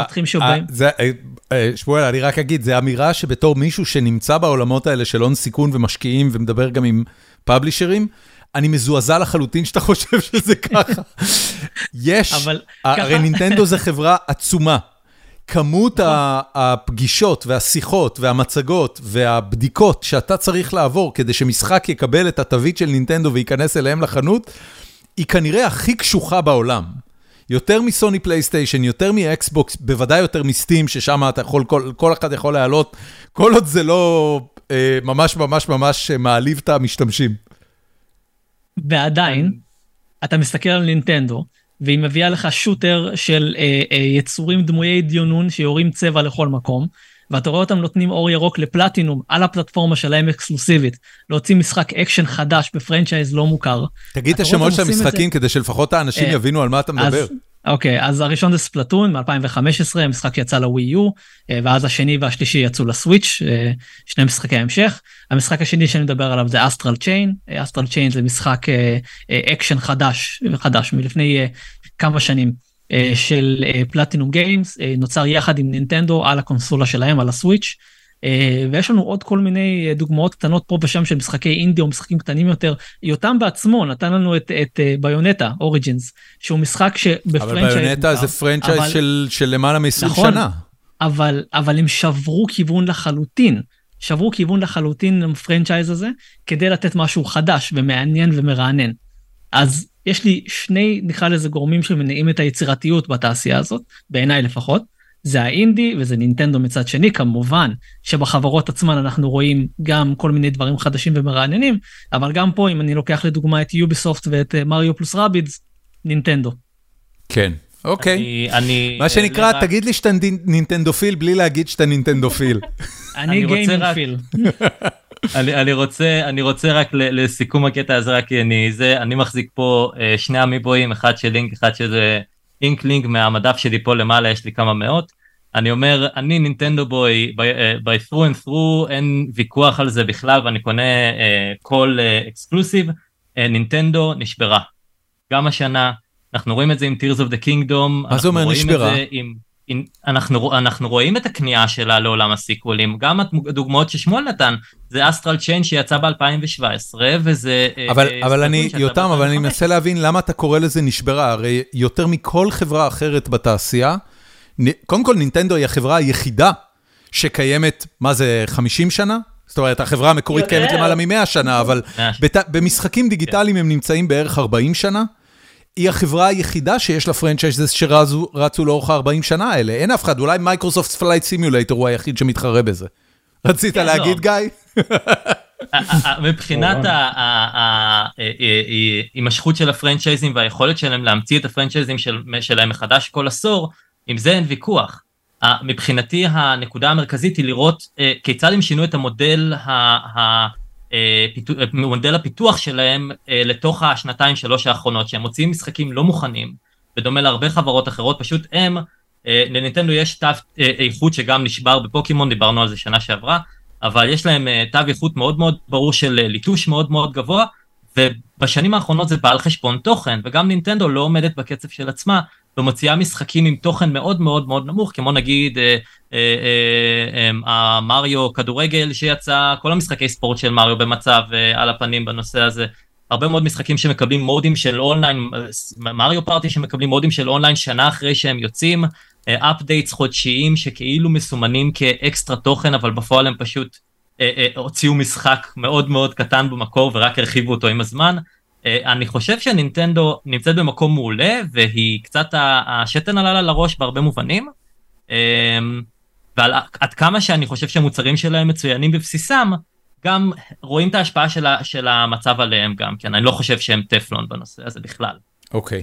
Speaker 1: שמואל, אני רק אגיד, זה אמירה שבתור מישהו שנמצא בעולמות האלה של הון סיכון ומשקיעים ומדבר גם עם פאבלישרים, אני מזועזע לחלוטין שאתה חושב שזה ככה. יש, הרי נינטנדו זה חברה עצומה. כמות הפגישות והשיחות והמצגות והבדיקות שאתה צריך לעבור כדי שמשחק יקבל את התווית של נינטנדו וייכנס אליהם לחנות, היא כנראה הכי קשוחה בעולם. יותר מסוני פלייסטיישן, יותר מאקסבוקס, בוודאי יותר מסטים, ששם אתה יכול, כל אחד יכול להעלות, כל עוד זה לא ממש ממש ממש מעליב את המשתמשים.
Speaker 3: ועדיין, אתה מסתכל על נינטנדו, והיא מביאה לך שוטר של יצורים דמויי דיונון שיורים צבע לכל מקום, ואתה רואה אותם נותנים אור ירוק לפלטינום על הפלטפורמה שלהם אקסקלוסיבית, להוציא משחק אקשן חדש בפרנצ'ייז לא מוכר.
Speaker 1: תגיד את השמות של המשחקים כדי שלפחות האנשים יבינו על מה אתה מדבר.
Speaker 3: אוקיי, אז הראשון זה ספלטון מ-2015, המשחק יצא לווי יו, ואז השני והשלישי יצאו לסוויץ', שני משחקי המשך. המשחק השני שאני מדבר עליו זה אסטרל צ'יין, אסטרל צ'יין זה משחק אקשן חדש מלפני כמה שנים, של פלטינום גיימס, נוצר יחד עם נינטנדו על הקונסולה שלהם, על הסוויץ', ויש לנו עוד כל מיני דוגמאות קטנות פה ושם של משחקי אינדי או משחקים קטנים יותר. יותם בעצמו נתן לנו את ביונטה, אוריג'ינס, שהוא משחק שבפרנצ'ייז...
Speaker 1: אבל ביונטה זה פרנצ'ייז של למעלה מ-20 שנה.
Speaker 3: אבל הם שברו כיוון לחלוטין לפרנצ'ייז הזה, כדי לתת משהו חדש ומעניין ומרענן. אז יש לי שני, נקרא לזה גורמים שמניעים את היצירתיות בתעשייה הזאת, בעיניי לפחות, זה האינדי וזה נינטנדו מצד שני, כמובן שבחברות עצמן אנחנו רואים גם כל מיני דברים חדשים ומרעננים, אבל גם פה אם אני לוקח לדוגמה את יוביסופט ואת מריו פלוס רבידס, נינטנדו.
Speaker 1: כן, אוקיי. מה שנקרא, תגיד לי שאתה נינטנדופיל בלי להגיד שאתה נינטנדופיל.
Speaker 3: אני גיימינגפיל.
Speaker 2: אני רוצה רק לסיכום הקטע הזה, רק אני מחזיק פה שני אמיבואים, אחד של לינק, אחד של אינקלינג, מהמדף שלי פה למעלה יש לי כמה מאות. אני אומר, אני נינטנדו בוי, by through and through, אין ויכוח על זה בכלל, ואני קונה כל אקסקלוסיב, נינטנדו נשברה. גם השנה, אנחנו רואים את זה עם Tears of the Kingdom.
Speaker 1: מה זה אומר נשברה?
Speaker 2: אנחנו רואים את הקנייה שלה לעולם הסיקוולים, גם הדוגמאות ששמואל נתן, זה אסטרל צ'יין שיצא ב-2017, וזה...
Speaker 1: אבל אני, יותם, אבל אני מנסה להבין למה אתה קורא לזה נשברה, הרי יותר מכל חברה אחרת בתעשייה, קודם כל נינטנדו היא החברה היחידה שקיימת, מה זה, 50 שנה? זאת אומרת, החברה המקורית קיימת למעלה מ-100 שנה, אבל במשחקים דיגיטליים הם נמצאים בערך 40 שנה, היא החברה היחידה שיש לה פרנצ'ייזס שרצו לאורך 40 שנה האלה. אין אף אחד, אולי מייקרוסופט פלייט סימולטור הוא היחיד שמתחרה בזה. רצית להגיד, גיא?
Speaker 2: מבחינת ההימשכות של הפרנצ'ייזים והיכולת שלהם להמציא את הפרנצ'ייזים שלהם מחדש כל עסור, עם זה אין ויכוח. מבחינתי הנקודה המרכזית היא לראות כיצד הם שינו את מודל הפיתוח שלהם לתוך השנתיים שלוש האחרונות, שהם מוציאים משחקים לא מוכנים, בדומה להרבה חברות אחרות, פשוט לנינטנדו יש תו איכות שגם נשבר בפוקימון, דיברנו על זה שנה שעברה, אבל יש להם תו איכות מאוד מאוד ברור של ליטוש מאוד מאוד גבוה, ובשנים האחרונות זה בא על חשבון תוכן, וגם נינטנדו לא עומדת בקצב של עצמה, ומוציאה משחקים עם תוכן מאוד מאוד מאוד נמוך, כמו נגיד המריו כדורגל שיצא, כל המשחקי ספורט של מריו במצב על הפנים בנושא הזה, הרבה מאוד משחקים שמקבלים מודים של אונליין, מריו פארטי שמקבלים מודים של אונליין שנה אחרי שהם יוצאים, אפדייטס חודשיים שכאילו מסומנים כאקסטרה תוכן, אבל בפועל הם פשוט הוציאו משחק מאוד מאוד קטן במקור ורק הרחיבו אותו עם הזמן. אני חושב שנינטנדו נמצאת במקום מעולה, והיא קצת השתן עלה לה לראש בהרבה מובנים, ועל עד כמה שאני חושב שהמוצרים שלהם מצוינים בבסיסם, גם רואים את ההשפעה של המצב עליהם גם, כן, אני לא חושב שהם טפלון בנושא הזה בכלל.
Speaker 1: אוקיי.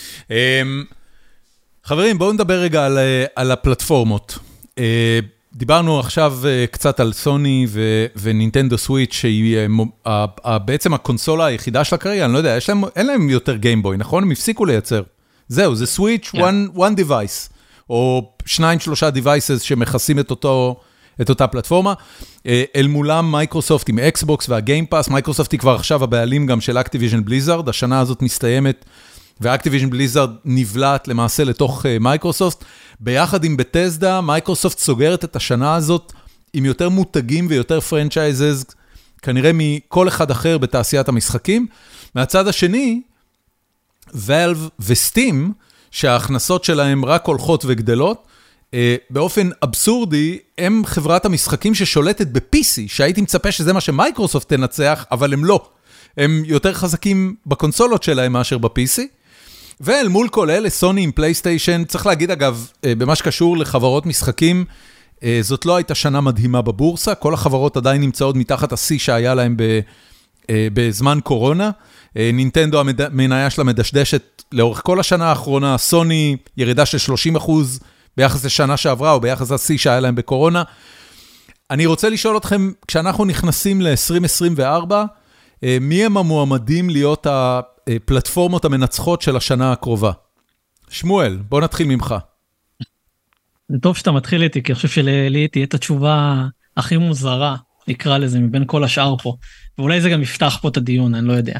Speaker 1: חברים, בואו נדבר רגע על הפלטפורמות. דיברנו עכשיו קצת על סוני ונינטנדו סוויץ' שהיא בעצם הקונסולה היחידה שלה כרגע, אני לא יודע, אין להם יותר גיימבוי, נכון? הם הפסיקו לייצר. זהו, זה סוויץ', one device, או 2-3 devices שמכסים את אותה פלטפורמה. אל מולם מייקרוסופט עם אקסבוקס והגיימפאס, מייקרוסופט היא כבר עכשיו הבעלים גם של אקטיביז'ן בליזארד, השנה הזאת מסתיימת, ואקטיביז'ן בליזארד נבלעת למעשה לתוך מייקרוסופט, ביחד עם בטסדה, מייקרוסופט סוגרת את השנה הזאת עם יותר מותגים ויותר פרנצ'ייזס, כנראה מכל אחד אחר בתעשיית המשחקים. מהצד השני, ואלב וסטים, שההכנסות שלהם רק הולכות וגדלות, באופן אבסורדי, הם חברת המשחקים ששולטת ב-PC, שהייתי מצפה שזה מה שמייקרוסופט תנצח, אבל הם לא. הם יותר חזקים בקונסולות שלהם מאשר ב-PC. ואל מול כל אלה, סוני עם פלייסטיישן, צריך להגיד אגב, במה שקשור לחברות משחקים, זאת לא הייתה שנה מדהימה בבורסה, כל החברות עדיין נמצאות מתחת השיא שהיה להם בזמן קורונה, נינטנדו המניה שלה מדשדשת לאורך כל השנה האחרונה, סוני ירידה של 30% ביחס לשנה שעברה, או ביחס לשיא שהיה להם בקורונה. אני רוצה לשאול אתכם, כשאנחנו נכנסים ל-2024, מי הם המועמדים להיות הפלטפורמות המנצחות של השנה הקרובה? שמואל, בוא נתחיל ממך.
Speaker 3: זה טוב שאתה מתחיל איתי, כי אני חושב שלי תהיה את התשובה הכי מוזרה, נקרא לזה, מבין כל השאר פה. ואולי זה גם יפתח פה את הדיון, אני לא יודע.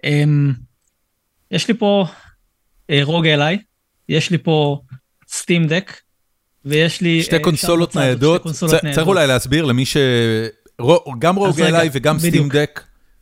Speaker 3: יש לי פה רוג אליי, יש לי פה סטים דק, ויש לי...
Speaker 1: שתי קונסולות ניידות, צריך אולי להסביר למי ש... גם רוג אליי וגם סטים דק.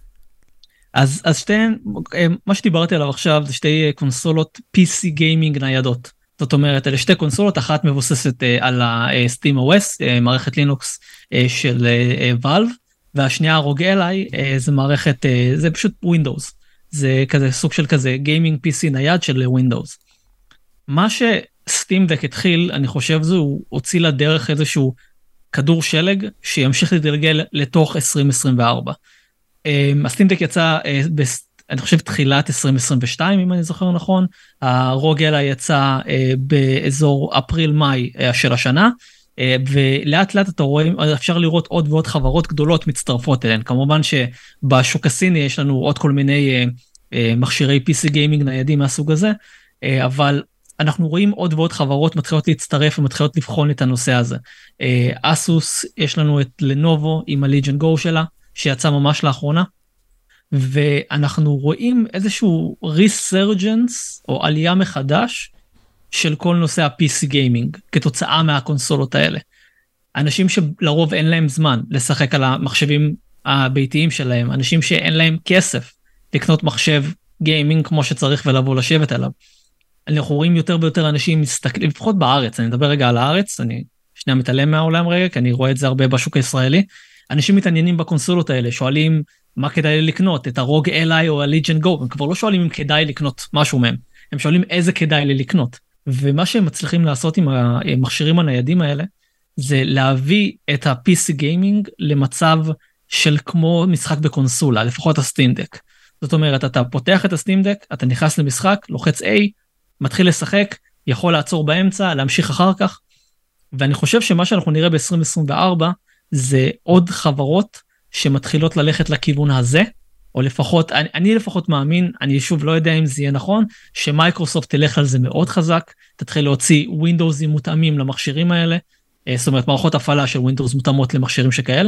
Speaker 3: אז שתיהן, מה שדיברתי עליו עכשיו, זה שתי קונסולות PC גיימינג ניידות. זאת אומרת, אלה שתי קונסולות, אחת מבוססת על ה-Steam OS, מערכת לינוקס של Valve, והשנייה רוג אליי, זה מערכת, זה פשוט Windows. זה כזה סוג של כזה גיימינג PC נייד של Windows. מה שסטים דק התחיל, אני חושב זה, הוא הוציא לדרך איזשהו כדור שלג, שימשיך להתגלגל לתוך 2024. הסטים דק יצא, אני חושב, תחילת 2022, אם אני זוכר נכון, הרוג אליי יצא באזור אפריל-מאי של השנה, ולאט לאט אתה רואה, אפשר לראות עוד ועוד חברות גדולות מצטרפות אליהן. כמובן שבשוק הסיני יש לנו עוד כל מיני מכשירי PC גיימינג ניידים מהסוג הזה, אבל אנחנו רואים עוד ועוד חברות מתחילות להצטרף ומתחילות לבחון את הנושא הזה. אסוס, יש לנו את לנובו עם הליג'ן גו שלה, שיצא ממש לאחרונה, ואנחנו רואים איזשהו ריסרג'נס, או עלייה מחדש, של כל נושא ה-PC גיימינג, כתוצאה מהקונסולות האלה. אנשים שלרוב אין להם זמן לשחק על המחשבים הביתיים שלהם, אנשים שאין להם כסף לקנות מחשב גיימינג כמו שצריך ולבוא לשבת עליו. אנחנו רואים יותר ויותר אנשים מסתכלים, לפחות בארץ, אני מדבר רגע על הארץ, אני שנייה מתעלם מהעולם רגע, כי אני רואה את זה הרבה בשוק הישראלי, אנשים מתעניינים בקונסולות האלה, שואלים מה כדאי לקנות, את הרוג אליי או הליג'ן גו, הם כבר לא שואלים אם כדאי לקנות משהו מהם, הם שואלים איזה כדאי לי לקנות, ומה שהם מצליחים לעשות עם המכשירים הניידים האלה, זה להביא את ה-PC גיימינג למצב של כמו משחק בקונסולה, לפחות הסטימדק. זאת אומרת, אתה פותח את הסטימדק, אתה נכנס למשחק, לוחץ A, מתחיל לשחק, יכול לעצור באמצע, להמשיך אחר כך, ואני חושב שמה שאנחנו נראה ב-2024, זה עוד חברות שמתחילות ללכת לכיוון הזה, או לפחות, אני לפחות מאמין, אני שוב לא יודע אם זה יהיה נכון, שמייקרוסופט תלך על זה מאוד חזק, תתחיל להוציא ווינדוזים מותאמים למכשירים האלה, זאת אומרת, מערכות הפעלה של ווינדוס מותאמות למכשירים שכאלה,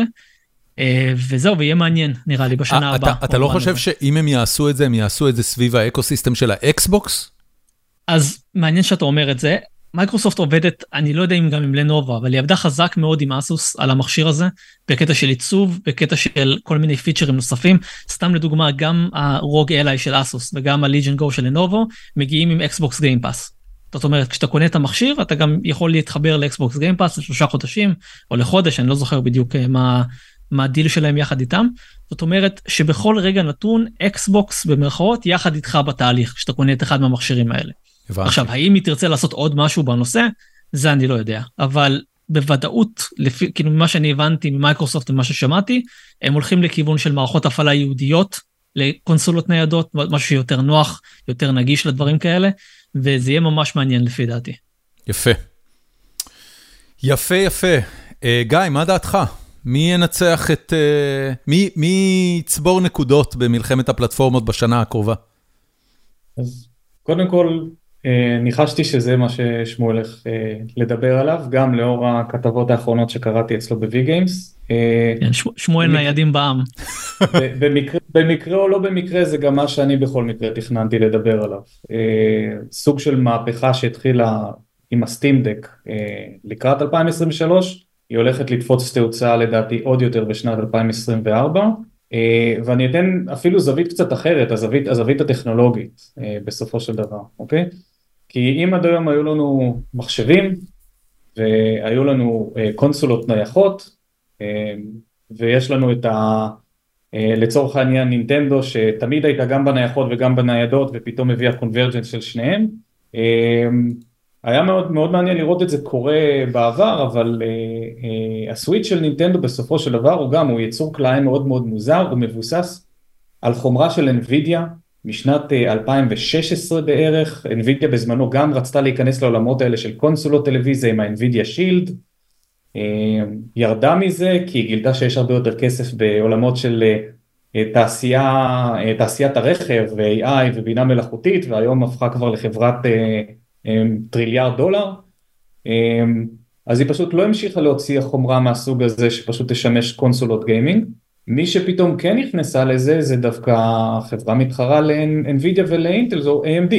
Speaker 3: וזהו, ויהיה מעניין, נראה לי, בשנה הבאה.
Speaker 1: אתה לא חושב שאם הם יעשו את זה, הם יעשו את זה סביב האקוסיסטם של האקסבוקס?
Speaker 3: אז מעניין שאתה אומר את זה, מייקרוסופט עובדת, אני לא יודע אם גם עם לנובה, אבל היא עבדה חזק מאוד עם אסוס על המכשיר הזה, בקטע של עיצוב, בקטע של כל מיני פיצ'רים נוספים, סתם לדוגמה, גם הרוג אליי של אסוס, וגם הליג'ן גו של לנובו, מגיעים עם אקסבוקס גיים פאס. זאת אומרת, כשאתה קונה את המכשיר, אתה גם יכול להתחבר לאקסבוקס גיים פאס ל3 חודשים, או לחודש, אני לא זוכר בדיוק מה הדיל שלהם יחד איתם. זאת אומרת, שבכל רגע נתון, אקסבוקס במרכאות, יחד איתך בתהליך, כשאתה קונה את אחד מהמכשירים האלה. עכשיו, האם היא תרצה לעשות עוד משהו בנושא? זה אני לא יודע. אבל בוודאות, לפי, כאילו ממה שאני הבנתי ממייקרוסופט ומה ששמעתי, הם הולכים לכיוון של מערכות הפעלה יהודיות, לקונסולות ניידות, משהו שיותר נוח, יותר נגיש לדברים כאלה, וזה יהיה ממש מעניין לפי דעתי.
Speaker 1: יפה. יפה, יפה. גיא, מה דעתך? מי ינצח את... מי יצבור נקודות במלחמת הפלטפורמות בשנה הקרובה?
Speaker 5: אז קודם כל, ניחשתי שזה מה ששמואל הולך לדבר עליו, גם לאור הכתבות האחרונות שקראתי אצלו ב-V-Games.
Speaker 3: שמואל ניידים בעם.
Speaker 5: במקרה או לא במקרה, זה גם מה שאני בכל מקרה תכננתי לדבר עליו. סוג של מהפכה שהתחילה עם הסטים דק לקראת 2023, היא הולכת לתפוץ תאוצה לדעתי עוד יותר בשנת 2024, ואני אתן אפילו זווית קצת אחרת, הזווית הטכנולוגית בסופו של דבר, אוקיי? כי אם עד היום היו לנו מחשבים, והיו לנו קונסולות נייחות, ויש לנו את לצורך העניין נינטנדו, שתמיד הייתה גם בנייחות וגם בניידות, ופתאום הביאה קונברג'נס של שניהם, היה מאוד מאוד מעניין לראות את זה קורה בעבר, אבל הסוויץ' של נינטנדו בסופו של דבר הוא יצור כלאיים מאוד מאוד מוזר, הוא מבוסס על חומרה של NVIDIA משנת 2016 בערך, NVIDIA בזמנו גם רצתה להיכנס לעולמות האלה של קונסולות טלוויזיה עם ה-NVIDIA Shield, ירדה מזה כי היא גילתה שיש הרבה יותר כסף בעולמות של תעשיית הרכב ו-AI ובינה מלאכותית, והיום הפכה כבר לחברת $1 טריליארד, אז היא פשוט לא המשיכה להוציא החומרה מהסוג הזה שפשוט תשמש קונסולות גיימינג. מי שפתאום כן נכנסה לזה זה דווקא חברה מתחרה ל-NVIDIA ול-Intel, זו AMD.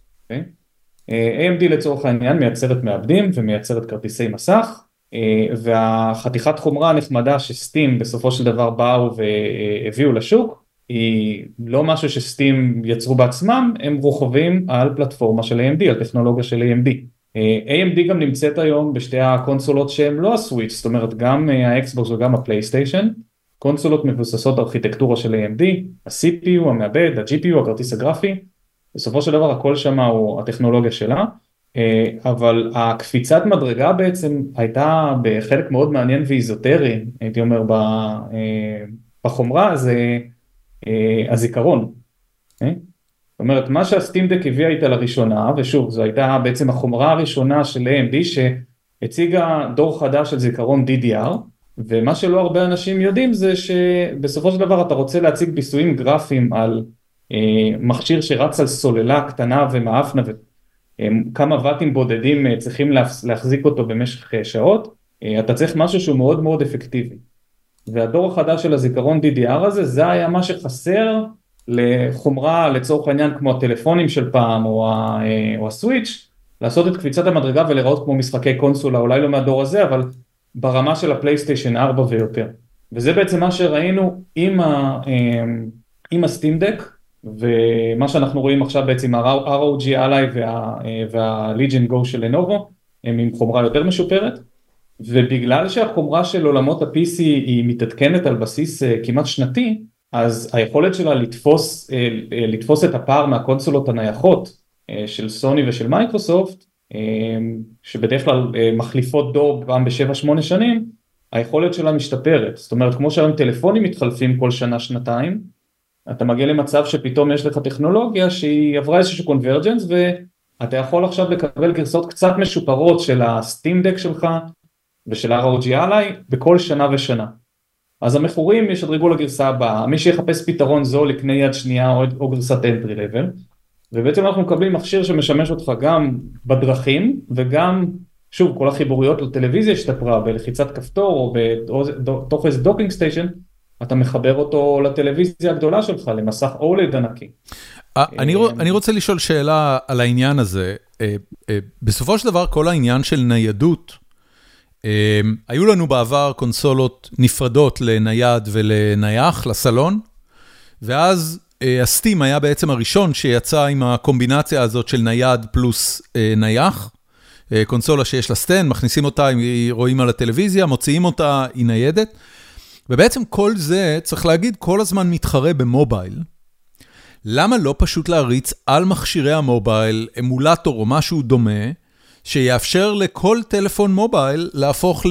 Speaker 5: AMD לצורך העניין מייצרת מעבדים ומייצרת כרטיסי מסך, והחתיכת חומרה הנחמדה שסטים בסופו של דבר באו והביאו לשוק, היא לא משהו שסטים יצרו בעצמם, הם רוכבים על פלטפורמה של AMD, על טכנולוגיה של AMD. AMD גם נמצאת היום בשתי הקונסולות שהן לא הסוויץ', זאת אומרת גם האקסבוקס וגם הפלייסטיישן, קונסולות מבוססות ארכיטקטורה של AMD, ה-CPU, המעבד, ה-GPU, הכרטיס הגרפי, בסופו של דבר הכל שם הוא הטכנולוגיה שלה, אבל הקפיצת מדרגה בעצם הייתה בחלק מאוד מעניין ואיזוטרי, הייתי אומר בחומרה, זה הזיכרון. זאת אומרת, מה שהסטים דק הביאה איתה לראשונה, ושוב, זו הייתה בעצם החומרה הראשונה של AMD, שהציגה דור חדש של זיכרון DDR, ומה שלא הרבה אנשים יודעים זה שבסופו של דבר אתה רוצה להציג ביסויים גרפיים על מכשיר שרץ על סוללה קטנה ומאפנה, וכמה וטים בודדים צריכים להחזיק אותו במשך שעות, אתה צריך משהו שהוא מאוד מאוד אפקטיבי. והדור החדש של הזיכרון DDR הזה, זה היה מה שחסר לחומרה לצורך העניין כמו הטלפונים של פעם או הסוויץ', לעשות את קפיצת המדרגה ולראות כמו משחקי קונסולה, אולי לא מהדור הזה, אבל ברמה של הפלייסטיישן 4 ויותר. וזה בעצם מה שראינו עם הסטים דק, ומה שאנחנו רואים עכשיו בעצם ROG Ally וה-Legion Go של לנובו, הם עם חומרה יותר משופרת, ובגלל שהחומרה של עולמות ה-PC היא מתעדכנת על בסיס כמעט שנתי, אז היכולת שלה לתפוס את הפער מהקונסולות הנייחות של סוני ושל מייקרוסופט, שבדרך כלל מחליפות דור פעם ב7-8 שנים, היכולת שלה משתפרת. זאת אומרת, כמו שהיום טלפונים מתחלפים כל שנה-שנתיים, אתה מגיע למצב שפתאום יש לך טכנולוגיה שהיא עברה איזשהו קונברג'נס, ואתה יכול עכשיו לקבל גרסאות קצת משופרות של הסטים דק שלך, ושל ROG Ally בכל שנה ושנה. אז המכורים ישדרגו לגרסה הבאה, מי שיחפש פתרון זול לקנה יד שנייה או גרסת entry level, ובעצם אנחנו מקבלים מכשיר שמשמש אותך גם בדרכים, וגם, שוב, כל החיבוריות לטלוויזיה השתפרה, בלחיצת כפתור או בתוך איזה דוקינג סטיישן, אתה מחבר אותו לטלוויזיה הגדולה שלך, למסך OLED ענקי.
Speaker 1: אני רוצה לשאול שאלה על העניין הזה. בסופו של דבר, כל העניין של ניידות, היו לנו בעבר קונסולות נפרדות לנייד ולנייח, לסלון, ואז הסטים היה בעצם הראשון שיצא עם הקומבינציה הזאת של נייד פלוס נייח, קונסולה שיש לה סטנד, מכניסים אותה, רואים על הטלוויזיה, מוציאים אותה, היא ניידת, ובעצם כל זה, צריך להגיד, כל הזמן מתחרה במובייל. למה לא פשוט להריץ על מכשירי המובייל, אמולטור או משהו דומה, שיאפשר לכל טלפון מובייל להפוך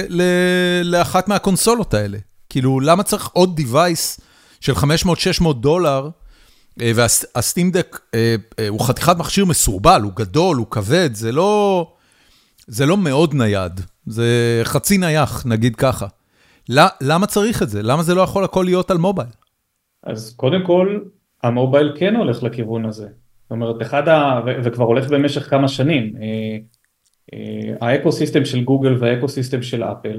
Speaker 1: לאחת מהקונסולות האלה? כאילו, למה צריך עוד דיווייס של $500-600, והסטים דק הוא חתיכת מכשיר מסורבל, הוא גדול, הוא כבד, זה לא מאוד נייד, זה חצי נייח, נגיד ככה. למה צריך את זה? למה זה לא יכול הכל להיות על מובייל?
Speaker 5: אז קודם כל, המובייל כן הולך לכיוון הזה. זאת אומרת, וכבר הולך במשך כמה שנים. האקוסיסטם של גוגל והאקוסיסטם של אפל,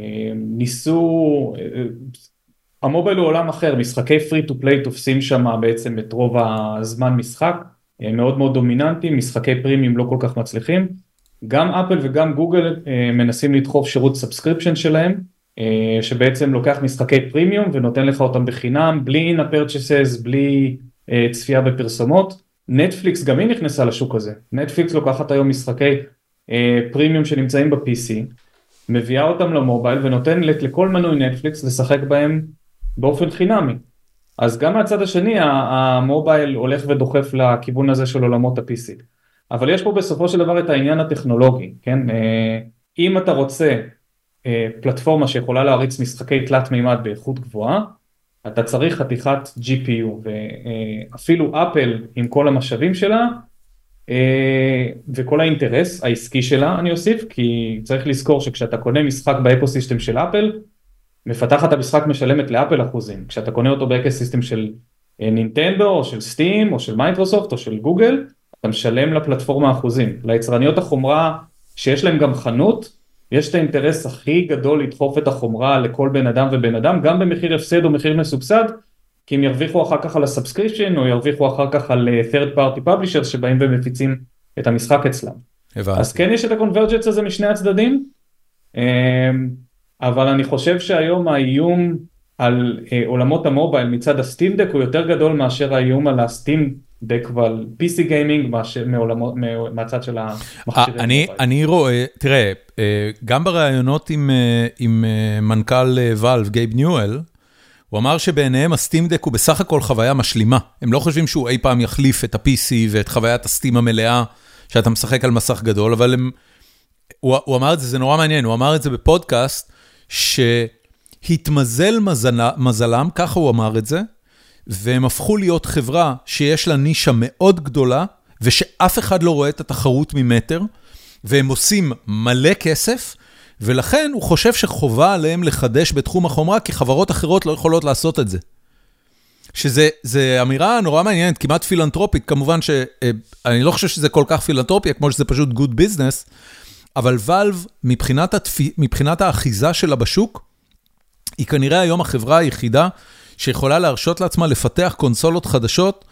Speaker 5: ניסו, המובייל הוא עולם אחר, משחקי free to play תופסים שם בעצם את רוב הזמן משחק, מאוד מאוד דומיננטיים, משחקי פרימיום לא כל כך מצליחים. גם אפל וגם גוגל מנסים לדחוף שירות סאבסקריפשן שלהם, שבעצם לוקח משחקי פרימיום ונותן לך אותם בחינם, בלי in-app purchases, בלי צפייה בפרסומות. נטפליקס גם היא נכנסה לשוק הזה. נטפליקס לוקחת היום משחקי פרימיום שנמצאים ב-PC, מביאה אותם למובייל ונותן לכל מנוי נטפליקס לשחק בהם באופן חינמי. אז גם מהצד השני המובייל הולך ודוחף לכיוון הזה של עולמות ה-PC. אבל יש פה בסופו של דבר את העניין הטכנולוגי, כן? אם אתה רוצה פלטפורמה שיכולה להריץ משחקי תלת מימד באיכות גבוהה, אתה צריך חתיכת GPU, ואפילו אפל עם כל המשאבים שלה, וכל האינטרס העסקי שלה, אני אוסיף, כי צריך לזכור שכשאתה קונה משחק באקוסיסטם של אפל, מפתחת המשחק משלמת לאפל אחוזים, כשאתה קונה אותו באקוסיסטם של נינטנדו, או של סטים, או של מייקרוסופט, או של גוגל, אתה משלם לפלטפורמה אחוזים. ליצרניות החומרה שיש להם גם חנות, יש את האינטרס הכי גדול לדחוף את החומרה לכל בן אדם ובן אדם, גם במחיר הפסד או מחיר מסובסד, כי הם ירוויחו אחר כך על הסאבסקריפשן, או ירוויחו אחר כך על third party publishers שבאים ומפיצים את המשחק אצלם. אז כן יש את הקונברג'נס הזה משני הצדדים, אבל אני חושב שהיום האיום על עולמות המובייל מצד הסטים דק הוא יותר גדול מאשר האיום על הסטים דק ועל PC גיימינג מהצד של המכשירים.
Speaker 1: אני רואה, תראה, גם בראיונות עם מנכ"ל ואלב, גייב ניואל, הוא אמר שבעיניהם הסטים דק הוא בסך הכל חוויה משלימה. הם לא חושבים שהוא אי פעם יחליף את ה-PC ואת חוויית הסטים המלאה שאתה משחק על מסך גדול, אבל הוא אמר את זה, זה נורא מעניין, הוא אמר את זה בפודקאסט, שהתמזל מזלם, ככה הוא אמר את זה, והם הפכו להיות חברה שיש לה נישה מאוד גדולה, ושאף אחד לא רואה את התחרות ממטר, והם עושים מלא כסף, ולכן הוא חושב שחובה עליהם לחדש בתחום החומרה, כי חברות אחרות לא יכולות לעשות את זה. שזה אמירה נורא מעניינת, כמעט פילנטרופית, כמובן שאני לא חושב שזה כל כך פילנטרופיה, כמו שזה פשוט good business, אבל ואלב, מבחינת האחיזה שלה בשוק, היא כנראה היום החברה היחידה, שיכולה להרשות לעצמה לפתח קונסולות חדשות,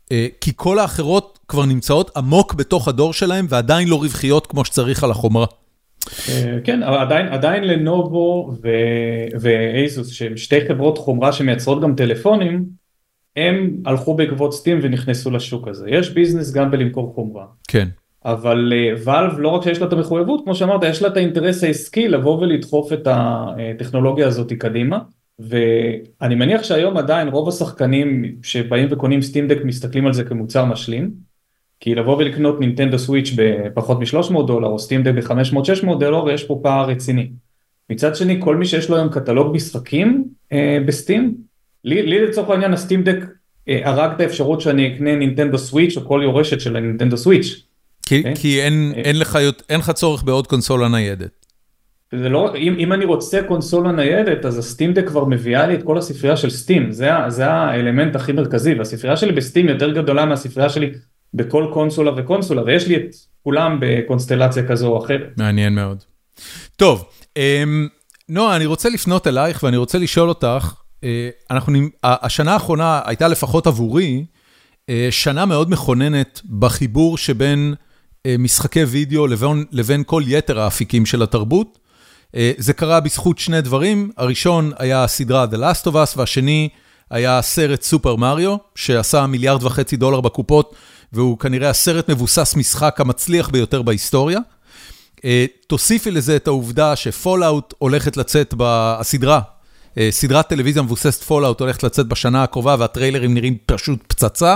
Speaker 1: כי כל האחרות כבר נמצאות עמוק בתוך הדור שלהם, ועדיין לא רווחיות כמו שצריך על החומרה.
Speaker 5: כן, אבל עדיין לנובו ואייסוס, שהם שתי חברות חומרה שמייצרות גם טלפונים, הם הלכו בעקבות סטים ונכנסו לשוק הזה. יש ביזנס גם בלמכור חומרה.
Speaker 1: כן.
Speaker 5: אבל ואלב לא רק שיש לה את המחויבות, כמו שאמרת, יש לה את האינטרס העסקי לבוא ולדחוף את הטכנולוגיה הזאת קדימה, ואני מניח שהיום עדיין רוב השחקנים שבאים וקונים סטים דק מסתכלים על זה כמוצר משלים, כי לבוא ולקנות נינטנדו סוויץ' בפחות $300 או סטים דק $500-600, יש פה פער רציני. מצד שני, כל מי שיש לו היום קטלוג משחקים בסטים, לי לצורך העניין הסטים דק הרג את האפשרות שאני אקנה נינטנדו סוויץ' או כל יורשת של הנינטנדו סוויץ'.
Speaker 1: כי אין לך צורך בעוד קונסולה ניידת.
Speaker 5: זה לא, אם אני רוצה קונסולה ניידת, אז הסטים דק כבר מביאה לי את כל הספרייה של סטים, זה האלמנט הכי מרכזי, והספרייה שלי בסטים יותר גדולה מהספרייה שלי בכל קונסולה וקונסולה, ויש לי את כולם בקונסטלציה כזו או אחרת.
Speaker 1: מעניין מאוד. טוב, נועה, אני רוצה לפנות אלייך, ואני רוצה לשאול אותך, השנה האחרונה הייתה לפחות עבורי, שנה מאוד מכוננת בחיבור שבין משחקי וידאו לבין כל יתר האפיקים של התרבות. זה קרה בזכות שני דברים, הראשון היה הסדרה The Last of Us, והשני היה סרט סופר מריו, שעשה $1.5 מיליארד בקופות, והוא כנראה הסרט מבוסס משחק המצליח ביותר בהיסטוריה. תוסיפי לזה את העובדה שפולאוט הולכת לצאת בסדרה, סדרת טלוויזיה מבוססת פולאוט הולכת לצאת בשנה הקרובה, והטריילרים נראים פשוט פצצה.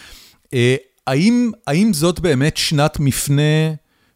Speaker 1: האם זאת באמת שנת מפנה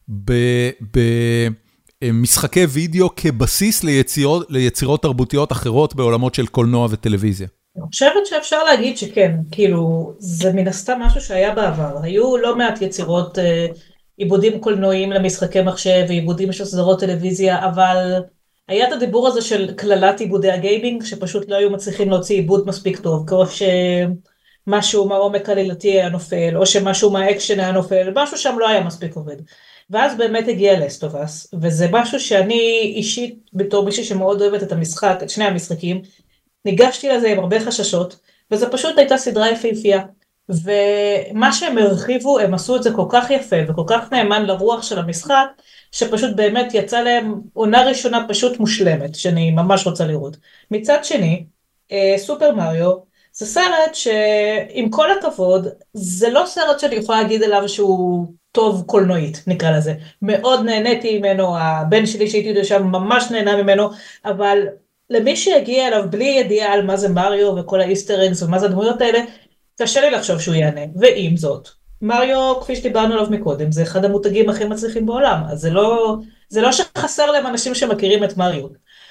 Speaker 1: במשחקי וידאו כבסיס ליצירות תרבותיות אחרות בעולמות של קולנוע וטלוויזיה?
Speaker 4: אני חושבת שאפשר להגיד שכן, כאילו זה מן הסתם משהו שהיה בעבר, היו לא מעט יצירות עיבודים קולנועיים למשחקי מחשב ועיבודים של סדרות טלוויזיה, אבל היה את הדיבור הזה של כללת עיבודי הגיימינג, שפשוט לא היו מצליחים להוציא עיבוד מספיק טוב, כמו שמשהו מהעומק העלילתי היה נופל, או שמשהו מהאקשן היה נופל, משהו שם לא היה מספיק עובד. ואז באמת הגיע Last of Us, וזה משהו שאני אישית, בתור מישהי שמאוד אוהבת את המשחק, את שני המשחקים, ניגשתי לזה עם הרבה חששות, וזה פשוט הייתה סדרה יפהפייה. ומה שהם הרחיבו, הם עשו את זה כל כך יפה, וכל כך נאמן לרוח של המשחק, שפשוט באמת יצא להם עונה ראשונה פשוט מושלמת, שאני ממש רוצה לראות. מצד שני, סופר מריו, זה סרט שעם כל הכבוד, זה לא סרט שאני יכולה להגיד עליו שהוא טוב קולנועית, נקרא לזה. מאוד נהניתי ממנו, הבן שלי שהייתי שם ממש נהנה ממנו, אבל למי שהגיע אליו בלי ידיעה על מה זה מריו וכל האיסטר אגס ומה זה הדמויות האלה, קשה לי לחשוב שהוא יענה. ועם זאת, מריו, כפי שדיברנו עליו מקודם, זה אחד המותגים הכי מצליחים בעולם, אז זה לא שחסר להם אנשים שמכירים את מריו.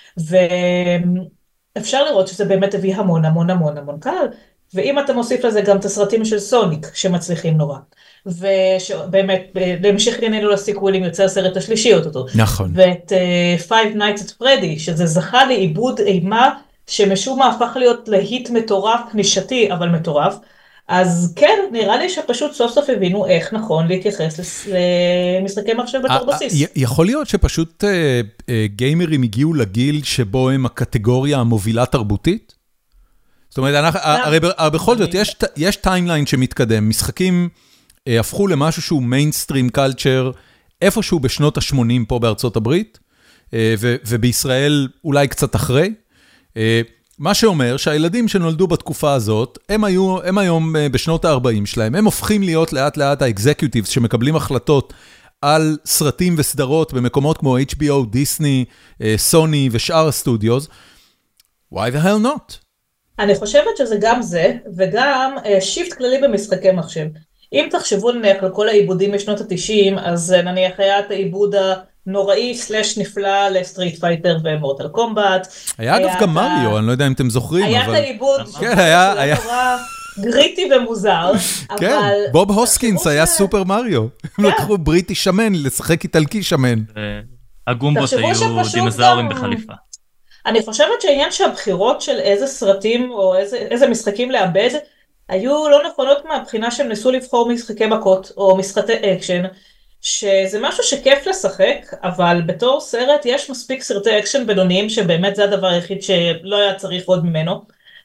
Speaker 4: ואפשר לראות שזה באמת הביא המון המון המון המון קהל, ואם אתה מוסיף לזה גם את הסרטים של סוניק שמצליחים נורא, ושבאמת להמשיך ענייננו לסיקוולים יוצא הסרט השלישי אותו,
Speaker 1: נכון.
Speaker 4: ואת Five Nights at Freddy, שזה זכה לעיבוד אימה שמשום מה הפך להיות להיט מטורף, נישתי אבל מטורף, אז כן, נראה לי שפשוט סוף סוף הבינו איך נכון להתייחס למשחקי מחשב בתור בסיס.
Speaker 1: יכול להיות שפשוט גיימרים הגיעו לגיל שבו הם הקטגוריה המובילה תרבותית? זאת אומרת, הרי בכל זאת יש טיימליין שמתקדם, משחקים הפכו למשהו שהוא מיינסטרים קלצ'ר, איפשהו בשנות ה-80 פה בארצות הברית, ובישראל אולי קצת אחרי, מה שאומר שהילדים שנולדו בתקופה הזאת, הם היום בשנות ה-40 שלהם, הם הופכים להיות לאט לאט האקזקיוטיבס שמקבלים החלטות על סרטים וסדרות במקומות כמו HBO, דיסני, סוני ושאר הסטודיוס. Why the hell not?
Speaker 4: אני חושבת שזה גם זה, וגם שיפט כללי במשחקי מחשב. אם תחשבו נניח על כל העיבודים משנות ה-90, אז נניח היה את העיבוד נוראי סלש נפלא לסטריט פייטר ומורטל קומבט.
Speaker 1: היה אגב גם מריו, אני לא יודע אם אתם זוכרים.
Speaker 4: היה את העיבוד נורא גריטי ומוזר.
Speaker 1: כן, בוב הוסקינס היה סופר מריו. הם לקחו בריטי שמן לשחק איטלקי שמן.
Speaker 2: הגומבות היו דינוזאורים בחליפה.
Speaker 4: אני חושבת שהעניין שהבחירות של איזה סרטים או איזה משחקים לאבד, היו לא נכונות מהבחינה שהם ניסו לבחור משחקי מכות או משחקי אקשן, שזה משהו שכיף לשחק, אבל בתור סרט יש מספיק סרטי אקשן בינוניים שבאמת זה הדבר היחיד שלא היה צריך עוד ממנו,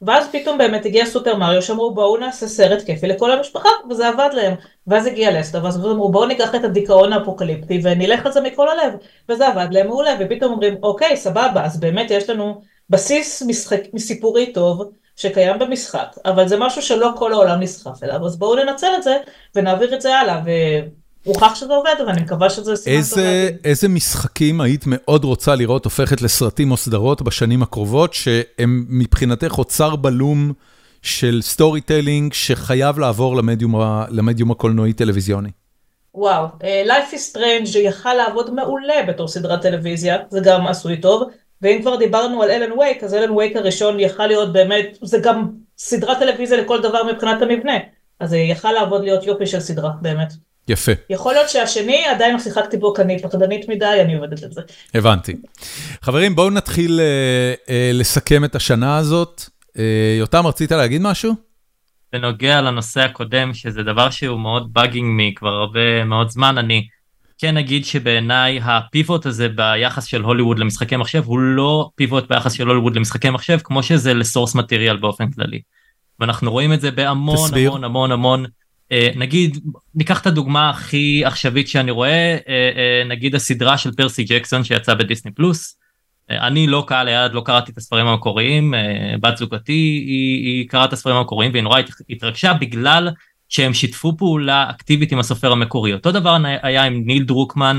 Speaker 4: ואז פתאום באמת הגיע סופר מריו, שאמרו בואו נעשה סרט כיפי לכל המשפחה, וזה עבד להם. ואז הגיע לסטר, ואז אמרו בואו ניקח את הדיכאון האפוקליפטי, ונלך על זה מכל הלב, וזה עבד להם מעולה, ופתאום אומרים אוקיי, סבבה, אז באמת יש לנו בסיס סיפורי טוב, שקיים במשחק, אבל זה משהו שלא כל העולם נסחף אליו, אז בואו ננצל את זה, ונעביר את זה הלאה, והוכח שזה עובד, ואני מקווה שזה סימן טוב.
Speaker 1: איזה משחקים היית מאוד רוצה לראות הופכת לסרטים או סדרות בשנים הקרובות, שהם מבחינתך אוצר בלום של סטורי טיילינג, שחייב לעבור למדיום הקולנועי טלוויזיוני?
Speaker 4: וואו, Life is Strange יכל לעבוד מעולה בתור סדרת טלוויזיה, זה גם עשוי טוב, ואם כבר דיברנו על אלן וייק, אז אלן וייק הראשון יכל להיות באמת, זה גם סדרת טלוויזיה לכל דבר מבחינת המבנה, אז זה יכל לעבוד להיות יופי של סדרה, באמת.
Speaker 1: יפה.
Speaker 4: יכול להיות שהשני עדיין שיחקתי בו, כי אני פחדנית מדי, אני עובדת את זה.
Speaker 1: הבנתי. חברים, בואו נתחיל לסכם את השנה הזאת. יותם, רצית להגיד משהו?
Speaker 2: בנוגע לנושא הקודם, שזה דבר שהוא מאוד באגינג מי כבר הרבה מאוד זמן, אני כן אגיד שבעיניי הפיבוט הזה ביחס של הוליווד למשחקי מחשב, הוא לא פיבוט ביחס של הוליווד למשחקי מחשב, כמו שזה לסורס מטריאל באופן כללי. ואנחנו רואים את זה בהמון המון המון המון, נגיד, ניקח את הדוגמה הכי עכשווית שאני רואה, נגיד הסדרה של פרסי ג'קסון שיצא בדיסני פלוס, אני לא קהל היעד, לא קראתי את הספרים המקוריים, בת זוגתי היא קראת את הספרים המקוריים, והיא נורא התרגשה בגלל שהם שיתפו פעולה אקטיבית עם הסופר המקורי. אותו דבר היה עם ניל דרוקמן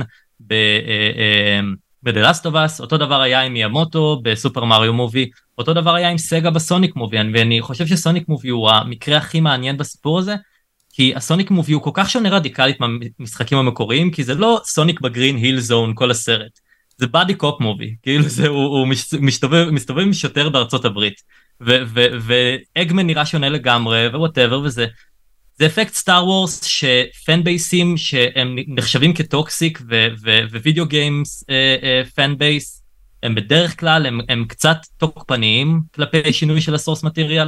Speaker 2: ב-The Last of Us, אותו דבר היה עם מיאמוטו בסופר מריו מובי, אותו דבר היה עם סגה בסוניק מובי, ואני חושב שסוניק מובי הוא המקרה הכי מעניין בסיפור הזה, כי הסוניק מובי הוא כל כך שונה רדיקלית מהמשחקים המקוריים, כי זה לא סוניק בגרין היל זון כל הסרט, זה בדי קופ מובי, כאילו הוא מסתובב עם שוטר בארצות הברית, ואגמן נראה שונה לגמרי, ווואטאבר וזה, זה אפקט סטאר וורס שפן בייסים שהם נחשבים כטוקסיק ווידאו גיימס פן בייס, הם בדרך כלל הם קצת תוקפניים כלפי שינוי של הסורס מטריאל,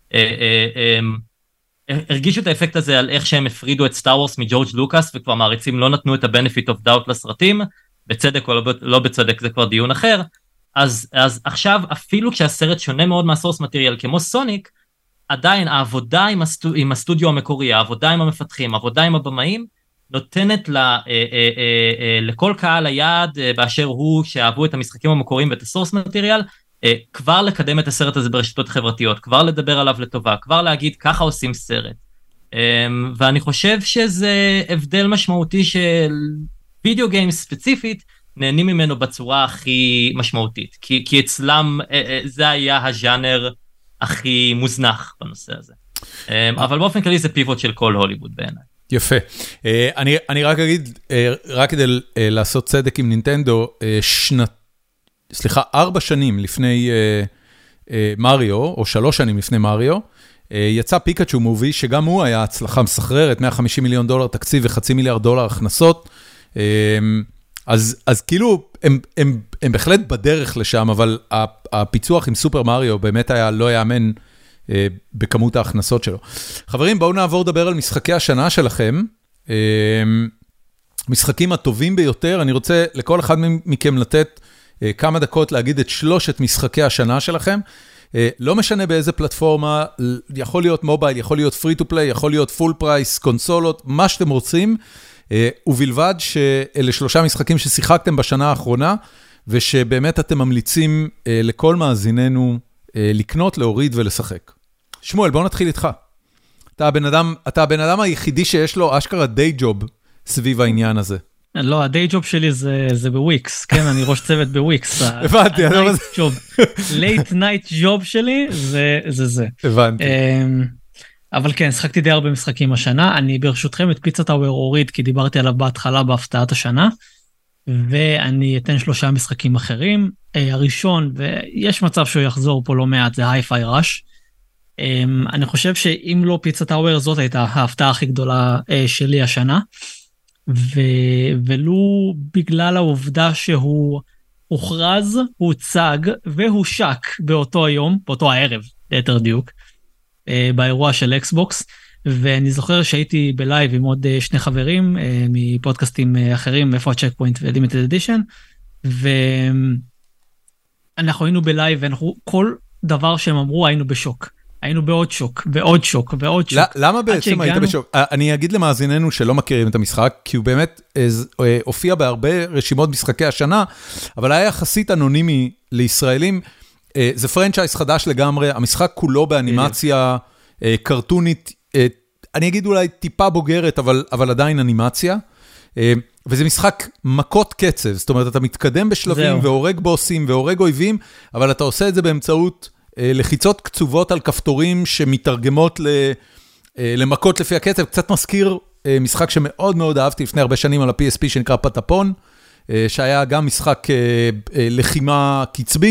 Speaker 2: הרגישו את האפקט הזה על איך שהם הפרידו את סטאר וורס מג'ורג' לוקאס, וכבר מעריצים לא נתנו את ה-benefit of doubt לסרטים, בצדק או לא בצדק זה כבר דיון אחר, אז עכשיו אפילו כשהסרט שונה מאוד מהסורס מטריאל כמו סוניק, עדיין העבודה עם הסטודיו המקורי, העבודה עם המפתחים, העבודה עם הבמאים, נותנת לכל קהל היעד באשר הוא שאהבו את המשחקים המקוריים ואת הסורס מטריאל, כבר לקדם את הסרט הזה ברשתות חברתיות, כבר לדבר עליו לטובה, כבר להגיד ככה עושים סרט. ואני חושב שזה הבדל משמעותי של וידאו גיימס ספציפית, נהנים ממנו בצורה הכי משמעותית, כי אצלם זה היה הז'אנר הכי מוזנח בנושא הזה. אבל באופן כללי זה פיבוט של כל הוליווד בעיניי.
Speaker 1: יפה. אני רק אגיד, רק כדי לעשות צדק עם נינטנדו, 4 שנים לפני מריו, או 3 שנים לפני מריו, יצא פיקאצ'ו מובי, שגם הוא היה הצלחה מסחררת, $150 מיליון תקציב ו$500 מיליון הכנסות, אז כאילו, הם בהחלט בדרך לשם, אבל הפיצוח עם סופר מריו באמת לא יאמן בכמות ההכנסות שלו. חברים, בואו נעבור לדבר על משחקי השנה שלכם. משחקים הטובים ביותר, אני רוצה לכל אחד מכם לתת כמה דקות להגיד את 3 משחקי השנה שלכם. לא משנה באיזה פלטפורמה, יכול להיות מובייל, יכול להיות פרי טו פליי, יכול להיות פול פרייס, קונסולות, מה שאתם רוצים, ובלבד שאלה 3 משחקים ששיחקתם בשנה האחרונה, ושבאמת אתם ממליצים לכל מאזיננו לקנות, להוריד ולשחק. שמואל, בוא נתחיל איתך. אתה הבן אדם היחידי שיש לו אשכרה דיי ג'וב סביב העניין הזה.
Speaker 3: לא, הדיי ג'וב שלי זה בוויקס, כן, אני ראש צוות בוויקס.
Speaker 1: הבנתי,
Speaker 3: לייט נייט ג'וב שלי זה.
Speaker 1: הבנתי.
Speaker 3: אבל כן, שחקתי די הרבה משחקים השנה, אני ברשותכם את פיצה טאוור אוריד, כי דיברתי עליו בהתחלה בהפתעת השנה, ואני אתן 3 משחקים אחרים. הראשון, ויש מצב שהוא יחזור פה לא מעט, זה היי-פיי ראש. אני חושב שאם לא פיצה טאוור, זאת הייתה ההפתעה הכי גדולה שלי השנה, ולו בגלל העובדה שהוא הוכרז, הוצג והושק באותו היום, באותו הערב, ליתר דיוק, באירוע של אקסבוקס, ואני זוכר שהייתי בלייב עם עוד 2 חברים מפודקאסטים אחרים, איפה הצ'ק פוינט ולימיטד אדישן, ואנחנו היינו בלייב, ואנחנו כל דבר שהם אמרו, היינו בשוק. היינו בעוד שוק, ועוד שוק, ועוד שוק.
Speaker 1: למה בעצם היית בשוק? אני אגיד למאזיננו שלא מכירים את המשחק, כי הוא באמת הופיע בהרבה רשימות משחקי השנה, אבל היה יחסית אנונימי לישראלים. זה פרנצ'ייז חדש לגמרי, המשחק כולו באנימציה קרטונית, אני אגיד אולי טיפה בוגרת, אבל עדיין אנימציה. וזה משחק מכות קצב, זאת אומרת, אתה מתקדם בשלבים והורג בוסים והורג אויבים, אבל אתה עושה את זה באמצעות לחיצות קצובות על כפתורים שמתרגמות למכות לפי הקצב. קצת מזכיר משחק שמאוד מאוד אהבתי לפני הרבה שנים על ה-PSP שנקרא פטאפון, שהיה גם משחק לחימה קצבי.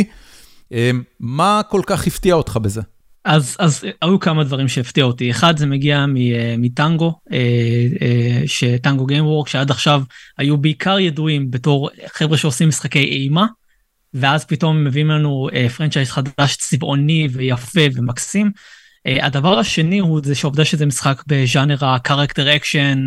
Speaker 1: מה כל כך הפתיע אותך בזה?
Speaker 3: אז היו כמה דברים שהפתיע אותי. אחד, זה מגיע מטנגו, שטנגו גיימוורק, שעד עכשיו היו בעיקר ידועים בתור חבר'ה שעושים משחקי אימה, ואז פתאום מביאים לנו פרנצ'ייז חדש צבעוני ויפה ומקסים. הדבר השני הוא זה שהעובדה שזה משחק בז'אנר הקרקטר אקשן,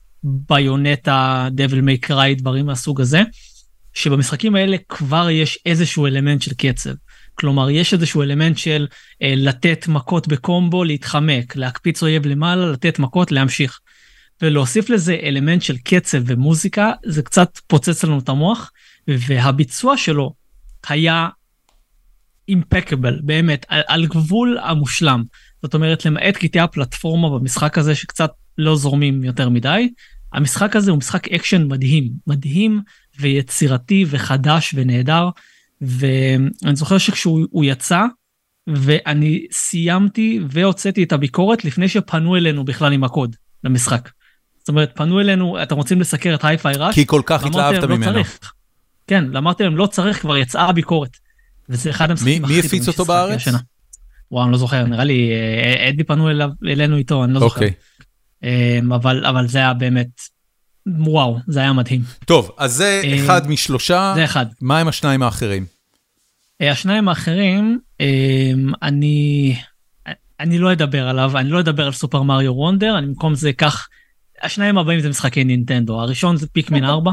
Speaker 3: ביונטה, דביל מיי קריי, דברים מהסוג הזה, שבמשחקים האלה כבר יש איזשהו אלמנט של קצב. כלומר, יש איזשהו אלמנט של לתת מכות בקומבו, להתחמק, להקפיץ אויב למעלה, לתת מכות, להמשיך. ולהוסיף לזה אלמנט של קצב ומוזיקה, זה קצת פוצץ לנו את המוח, והביצוע שלו היה אימפקבל, באמת, על גבול המושלם. זאת אומרת, למעט קטעי הפלטפורמה במשחק הזה, שקצת לא זורמים יותר מדי, המשחק הזה הוא משחק אקשן מדהים, מדהים ויצירתי וחדש ונהדר, ואני זוכר שכשהוא יצא, ואני סיימתי והוצאתי את הביקורת לפני שפנו אלינו בכלל עם הקוד למשחק. זאת אומרת, פנו אלינו, אתם רוצים לסקר את היי-פיי ראש?
Speaker 1: כי כל כך התלהבת ממנו.
Speaker 3: כן, אמרתי להם, לא צריך, כבר יצאה הביקורת. וזה אחד המשחקים
Speaker 1: מי הפיץ אותו בארץ?
Speaker 3: וואו, אני לא זוכר, נראה לי, אדי פנו אלינו איתו, אני לא זוכר. אבל זה היה באמת, וואו, זה היה מדהים.
Speaker 1: טוב, אז זה אחד משלושה.
Speaker 3: זה אחד.
Speaker 1: מה עם השניים האחרים?
Speaker 3: השניים האחרים, אני לא אדבר עליו, אני לא אדבר על סופר מריו וונדר, אני במקום זה כך, השניים הבאים זה משחקי נינטנדו, הראשון זה פיקמין 4,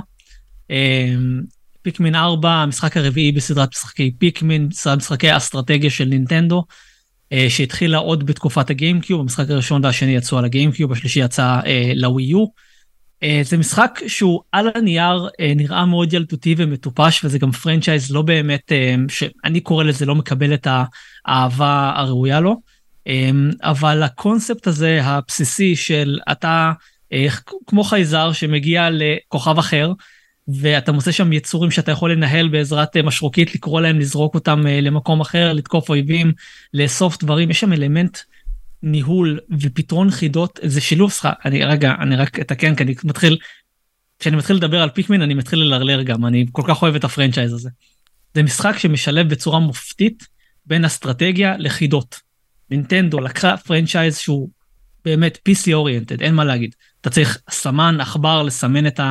Speaker 3: פיקמין 4, המשחק הרביעי בסדרת משחקי פיקמין, סדרת משחקי אסטרטגיה של נינטנדו, שהתחילה עוד בתקופת הגיימקיוב, המשחק הראשון והשני יצאו על הגיימקיוב, השלישי יצא לווי-יו. זה משחק שהוא על הנייר נראה מאוד ילדותי ומטופש, וזה גם פרנצ'ייז לא באמת, שאני קורא לזה לא מקבל את האהבה הראויה לו, אבל הקונספט הזה הבסיסי של אתה כמו חייזר שמגיע לכוכב אחר, ואתה מוצא שם יצורים שאתה יכול לנהל בעזרת משרוקית, לקרוא להם, לזרוק אותם למקום אחר, לתקוף אויבים, לאסוף דברים, יש שם אלמנט ניהול ופתרון חידות, זה שילוב שכה, אני רק אתקן, כי כשאני מתחיל לדבר על פיקמין, אני מתחיל ללרלר גם, אני כל כך אוהב את הפרנצ'ייז הזה. זה משחק שמשלב בצורה מופתית, בין אסטרטגיה לחידות. נינטנדו לקחה פרנצ'ייז שהוא באמת PC אוריינטד, אין מה להגיד. אתה צריך סמן, עכבר, לסמן את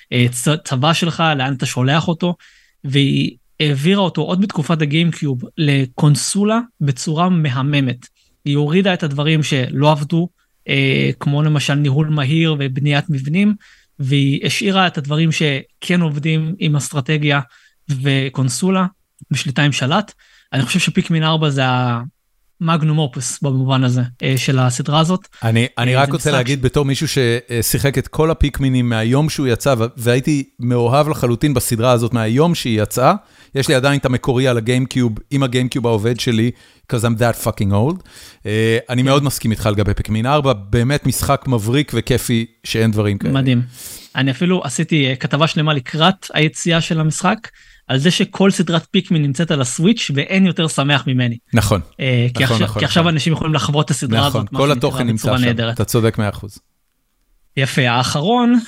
Speaker 3: הצבא שלך, לאן אתה שולח אותו, והיא העבירה אותו עוד בתקופת הגיימקיוב לקונסולה בצורה מהממת. היא הורידה את הדברים שלא עבדו, כמו למשל ניהול מהיר ובניית מבנים, והיא השאירה את הדברים שכן עובדים עם אסטרטגיה וקונסולה, בשליטה עם שלט. אני חושב שפיקמין 4 זה המגנום אופוס במובן הזה של הסדרה הזאת.
Speaker 1: אני רק רוצה להגיד בתור מישהו ששיחק את כל הפיקמינים מהיום שהוא יצא, והייתי מאוהב לחלוטין בסדרה הזאת מהיום שהיא יצאה, יש לי עדיין את המקורי על הגיימקיוב, עם הגיימקיוב העובד שלי, because I'm that fucking old. אני מאוד מסכים איתך לגבי פיקמין 4, באמת משחק מבריק וכיפי שאין דברים כאלה. מדהים.
Speaker 3: אני אפילו עשיתי כתבה שלמה לקראת היציאה של המשחק, על זה שכל סדרת פיקמין נמצאת על הסוויץ' ואין יותר שמח ממני.
Speaker 1: נכון.
Speaker 3: כי עכשיו אנשים יכולים לחוות את הסדרה הזאת.
Speaker 1: נכון, כל התוכן נמצא שם, אתה צודק 100%.
Speaker 3: יפה, האחרון,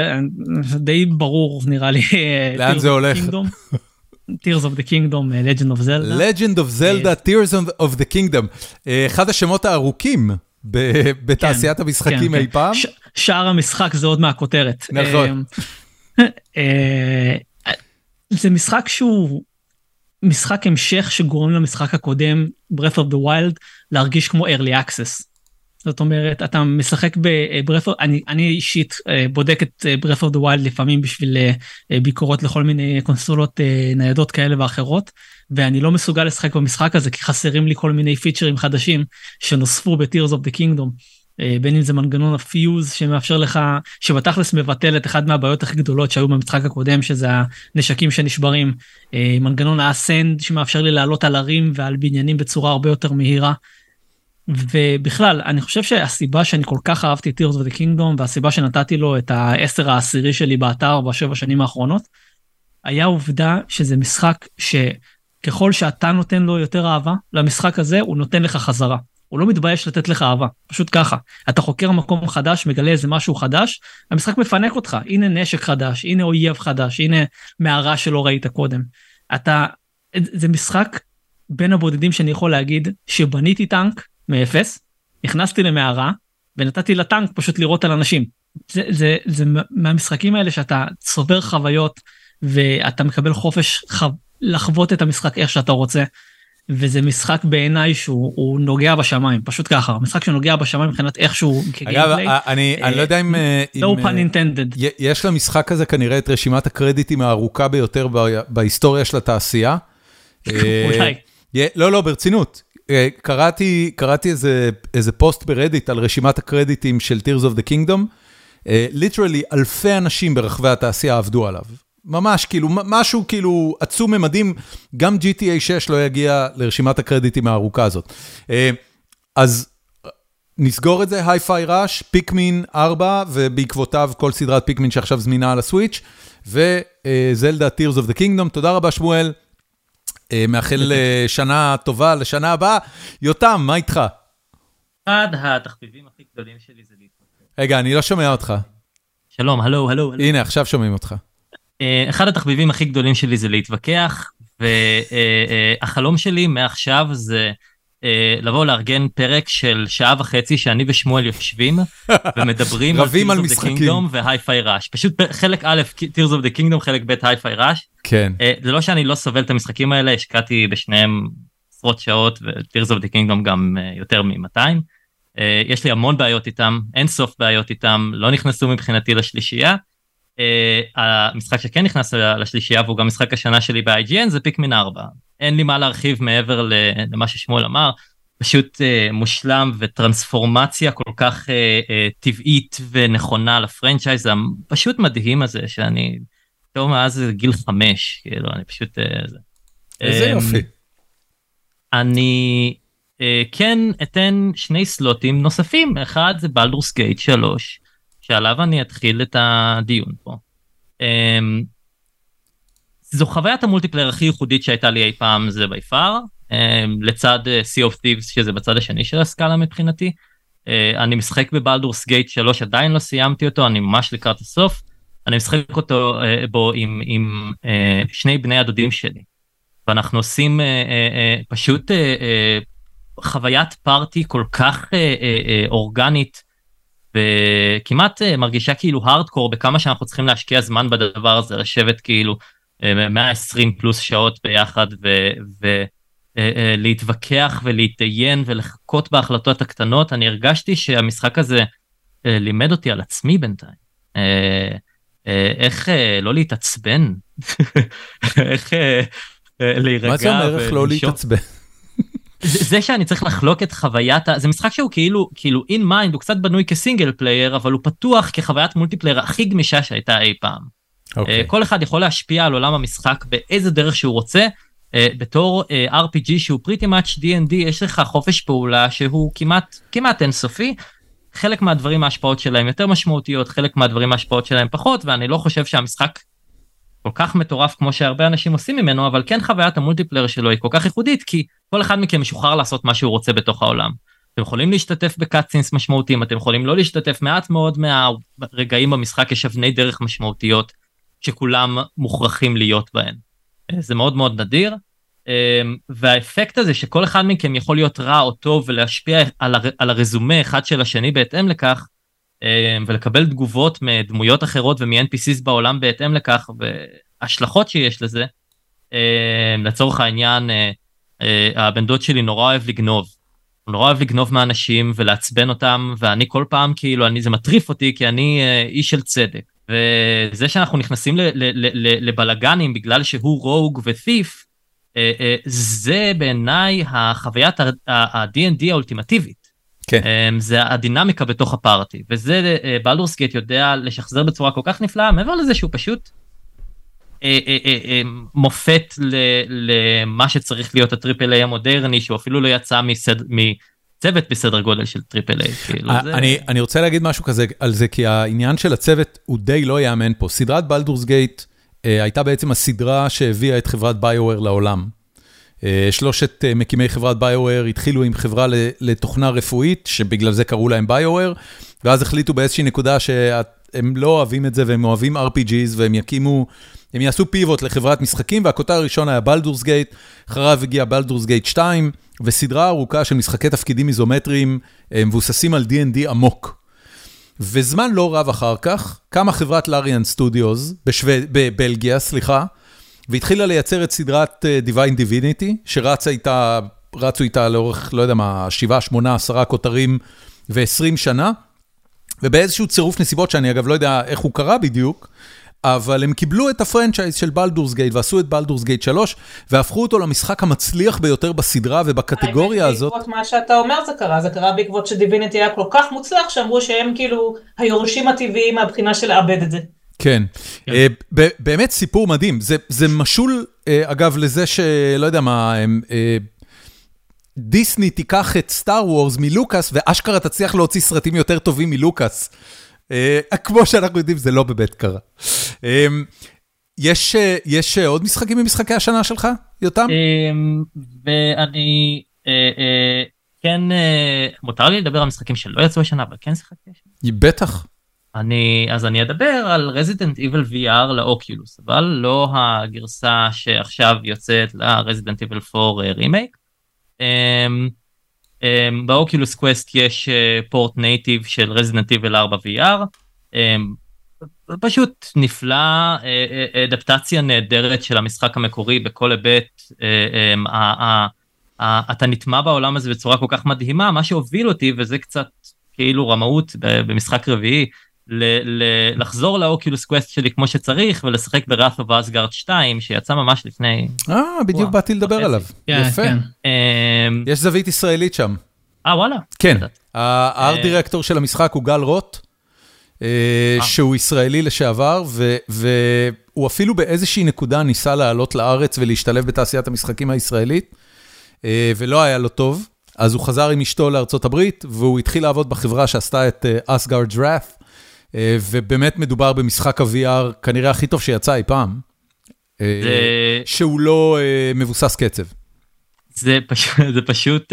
Speaker 3: שדי ברור נראה לי.
Speaker 1: לאן זה הולך?
Speaker 3: Tears of the Kingdom, Legend of Zelda.
Speaker 1: Legend of Zelda, Tears of the Kingdom. אחד השמות הארוכים בתעשיית המשחקים אי פעם.
Speaker 3: שער המשחק זה עוד מהכותרת.
Speaker 1: נכון.
Speaker 3: זה משחק שהוא משחק המשך שגורם למשחק הקודם, Breath of the Wild, להרגיש כמו early access. זאת אומרת, אתה משחק בברף, אני אישית בודק את Breath of the Wild לפעמים בשביל ביקורות לכל מיני קונסולות ניידות כאלה ואחרות, ואני לא מסוגל לשחק במשחק הזה, כי חסרים לי כל מיני פיצ'רים חדשים שנוספו ב-Tears of the Kingdom, בין אם זה מנגנון הפיוז שמאפשר לך, שבתכלס מבטל את אחד מהבעיות הכי גדולות שהיו במשחק הקודם, שזה הנשקים שנשברים, מנגנון האסנד שמאפשר לי לעלות על ערים ועל בניינים בצורה הרבה יותר מהירה, ובכלל, אני חושב שהסיבה שאני כל כך אהבתי Tears of the Kingdom, והסיבה שנתתי לו את ה10 העשירי שלי באתר ב7 שנים האחרונות, היה עובדה שזה משחק שככל שאתה נותן לו יותר אהבה, למשחק הזה הוא נותן לך חזרה. הוא לא מתבייש לתת לך אהבה, פשוט ככה. אתה חוקר מקום חדש, מגלה איזה משהו חדש, המשחק מפנק אותך. הנה נשק חדש, הנה אויב חדש, הנה מערה שלא ראית קודם. זה משחק בין הבודדים שאני יכול להגיד, שבניתי טנק מאפס, נכנסתי למערה, ונתתי לטנק פשוט לראות על אנשים. זה מהמשחקים האלה שאתה צובר חוויות, ואתה מקבל חופש לחוות את המשחק איך שאתה רוצה, וזה משחק בעיניי שהוא נוגע בשמיים, פשוט ככה, משחק שנוגע בשמיים מבחינת איכשהו
Speaker 1: כגיימפליי. אגב, אני לא יודע אם...
Speaker 3: No pun intended.
Speaker 1: יש למשחק הזה כנראה את רשימת הקרדיטים הארוכה ביותר בהיסטוריה של התעשייה.
Speaker 3: אולי.
Speaker 1: לא, ברצינות. קראתי איזה פוסט ברדיט על רשימת הקרדיטים של Tears of the Kingdom. ליטרלי אלפי אנשים ברחבי התעשייה עבדו עליו. ממש כאילו, משהו כאילו עצום ממדים, גם GTA 6 לא יגיע לרשימת הקרדיטים הארוכה הזאת. אז נסגור את זה, Hi-Fi Rush, פיקמין 4, ובעקבותיו כל סדרת פיקמין שעכשיו זמינה על הסוויץ', וזלדה Tears of the Kingdom. תודה רבה שמואל, מאחל שנה טובה לשנה הבאה. יותם, מה איתך?
Speaker 2: אחד התחביבים הכי גדולים שלי זה להתווכח.
Speaker 1: רגע, אני לא שומע אותך.
Speaker 2: שלום, הלו.
Speaker 1: הנה, עכשיו שומעים אותך.
Speaker 2: אחד התחביבים הכי גדולים שלי זה להתווכח, והחלום שלי מעכשיו זה לבוא לארגן פרק של שעה וחצי שאני ושמואל יושבים ומדברים
Speaker 1: רבים על
Speaker 2: Tears of the
Speaker 1: משחקים.
Speaker 2: Kingdom ו-Hi-Fi Rush. פשוט חלק א', Tears of the Kingdom, חלק ב', Hi-Fi Rush.
Speaker 1: כן.
Speaker 2: זה לא שאני לא סובל את המשחקים האלה, השקעתי בשניהם עשרות שעות, ו-Tears of the Kingdom גם יותר מ-200. יש לי המון בעיות איתם, אין סוף בעיות איתם, לא נכנסו מבחינתי לשלישייה. המשחק שכן נכנס לשלישייה, והוא גם משחק השנה שלי ב-IGN, זה פיקמין 4. אין לי מה להרחיב מעבר למה ששמואל אמר, פשוט מושלם וטרנספורמציה כל כך טבעית ונכונה לפרנצ'ייז, זה פשוט מדהים הזה, שאני טוב מאז גיל 5, כאילו, אני פשוט...
Speaker 1: איזה יופי.
Speaker 2: אני כן אתן שני סלוטים נוספים, אחד זה בלדורס גייט 3, שעליו אני אתחיל את הדיון פה. זו חוויית המולטיפלייר הכי ייחודית שהייתה לי אי פעם, זה by far, לצד Sea of Thieves, שזה בצד השני של הסקאלה מבחינתי. אני משחק בבלדורס גייט 3, עדיין לא סיימתי אותו, אני ממש לקראת הסוף. אני משחק אותו בו עם שני בני הדודים שלי. ואנחנו עושים פשוט חוויית פארטי כל כך אורגנית, וכמעט מרגישה כאילו הארדקור בכמה שאנחנו צריכים להשקיע זמן בדבר הזה, לשבת כאילו 120 פלוס שעות ביחד ולהתווכח ולהתדיין ולחכות בהחלטות הקטנות. אני הרגשתי שהמשחק הזה לימד אותי על עצמי בינתיים. איך לא להתעצבן, איך להירגע.
Speaker 1: מה זה אומר איך לא להתעצבן?
Speaker 2: זה שאני צריך לחלוק את חוויית, זה משחק שהוא כאילו in mind, הוא קצת בנוי כסינגל פלייר, אבל הוא פתוח כחוויית מולטיפלייר הכי גמישה שהייתה אי פעם. כל אחד יכול להשפיע על עולם המשחק באיזה דרך שהוא רוצה, בתור RPG שהוא pretty much D&D, יש לך חופש פעולה שהוא כמעט אינסופי, חלק מהדברים ההשפעות שלהם יותר משמעותיות, חלק מהדברים ההשפעות שלהם פחות, ואני לא חושב שהמשחק כל כך מטורף כמו שהרבה אנשים עושים ממנו, אבל כן חוויית המולטיפלייר שלו היא כל כך ייחודית, כי כל אחד מכם משוחרר לעשות מה שהוא רוצה בתוך העולם. אתם יכולים להשתתף בקאטסינס משמעותיים, אתם יכולים לא להשתתף, מעט מאוד מהרגעים במשחק יש אבני דרך משמעותיות, שכולם מוכרחים להיות בהן. זה מאוד מאוד נדיר, והאפקט הזה שכל אחד מכם יכול להיות רע או טוב, ולהשפיע על הרזומה אחד של השני בהתאם לכך, ולקבל תגובות מדמויות אחרות ומ-NPCs בעולם בהתאם לכך, והשלכות שיש לזה, לצורך העניין, הבן דוד שלי נורא אוהב לגנוב, נורא אוהב לגנוב מהאנשים ולעצבן אותם, ואני כל פעם כאילו, זה מטריף אותי, כי אני איש של צדק. וזה שאנחנו נכנסים לבלגנים בגלל שהוא רוג ותיף, זה בעיניי החוויית ה-D&D האולטימטיבית. כן. זה הדינמיקה בתוך הפארטי, וזה בלדורס גייט יודע לשחזר בצורה כל כך נפלאה, מעבר לזה שהוא פשוט מופת למה שצריך להיות הטריפל איי המודרני, שהוא אפילו לא יצא מצוות בסדר גודל של טריפל איי.
Speaker 1: אני רוצה להגיד משהו כזה על זה, כי העניין של הצוות הוא די לא יאמן פה. סדרת בלדורס גייט הייתה בעצם הסדרה שהביאה את חברת ביואר לעולם. שלושת מקימי חברת ביואר התחילו עם חברה לתוכנה רפואית, שבגלל זה קראו להם ביואר, ואז החליטו באיזושהי נקודה שהם לא אוהבים את זה, והם אוהבים RPGs, והם יעשו פיבוט לחברת משחקים, והכותר הראשון היה בלדורס גייט, אחריו הגיע בלדורס גייט 2, וסדרה ארוכה של משחקי תפקידים איזומטריים, מבוססים על D&D עמוק. וזמן לא רב אחר כך, קמה חברת לאריאן סטודיוס, בבלגיה, סליחה, והתחילה לייצר את סדרת Divine Divinity, רצו איתה לאורך, לא יודע מה, 7, 8, 10 כותרים ו20 שנה, ובאיזשהו צירוף נסיבות, שאני אגב לא יודע איך הוא קרה בדיוק, אבל הם קיבלו את הפרנצ'ייז של בלדורס גייט, ועשו את בלדורס גייט 3, והפכו אותו למשחק המצליח ביותר בסדרה ובקטגוריה הזאת.
Speaker 4: בעקבות מה שאתה אומר זה קרה בעקבות שדיביניטי היה כל כך מוצלח, שאמרו שהם כאילו היורשים הטבעיים מהבחינה של לאבד את זה.
Speaker 1: כן, באמת סיפור מדהים, זה משול אגב לזה שלא יודע מה, דיסני תיקח את סטאר וורס מלוקאס, ואשכרה תצליח להוציא סרטים יותר טובים מלוקאס, כמו שאנחנו יודעים זה לא באמת קרה. יש עוד משחקים ממשחקי השנה שלך, יותם?
Speaker 2: ואני, כן, מותר לי לדבר על משחקים שלא יצאו השנה, אבל כן שיחקתי השנה?
Speaker 1: בטח.
Speaker 2: אז אני אדבר על Resident Evil VR לאוקיולוס, אבל לא הגרסה שעכשיו יוצאת ל-Resident Evil 4 רימייק. באוקיולוס קווסט יש פורט נייטיב של Resident Evil 4 VR, פשוט נפלא, אדפטציה נהדרת של המשחק המקורי בכל היבט, אתה נטמע בעולם הזה בצורה כל כך מדהימה, מה שהוביל אותי, וזה קצת כאילו רמאות במשחק רביעי, לחזור לאוקילוס קווסט שלי כמו שצריך, ולשחק ב-Wrath of Asgard 2, שיצא ממש לפני...
Speaker 1: בדיוק באתי לדבר עליו. יפה. יש זווית ישראלית שם.
Speaker 2: וואלה.
Speaker 1: כן. הארט דירקטור של המשחק הוא גל רוט, שהוא ישראלי לשעבר, והוא אפילו באיזושהי נקודה ניסה לעלות לארץ ולהשתלב בתעשיית המשחקים הישראלית, ולא היה לו טוב. אז הוא חזר עם אשתו לארצות הברית, והוא התחיל לעבוד בחברה שעשתה את Asgard's Wrath, ובאמת מדובר במשחק ה-VR כנראה הכי טוב שיצא אי פעם, שהוא לא מבוסס קצב.
Speaker 2: זה פשוט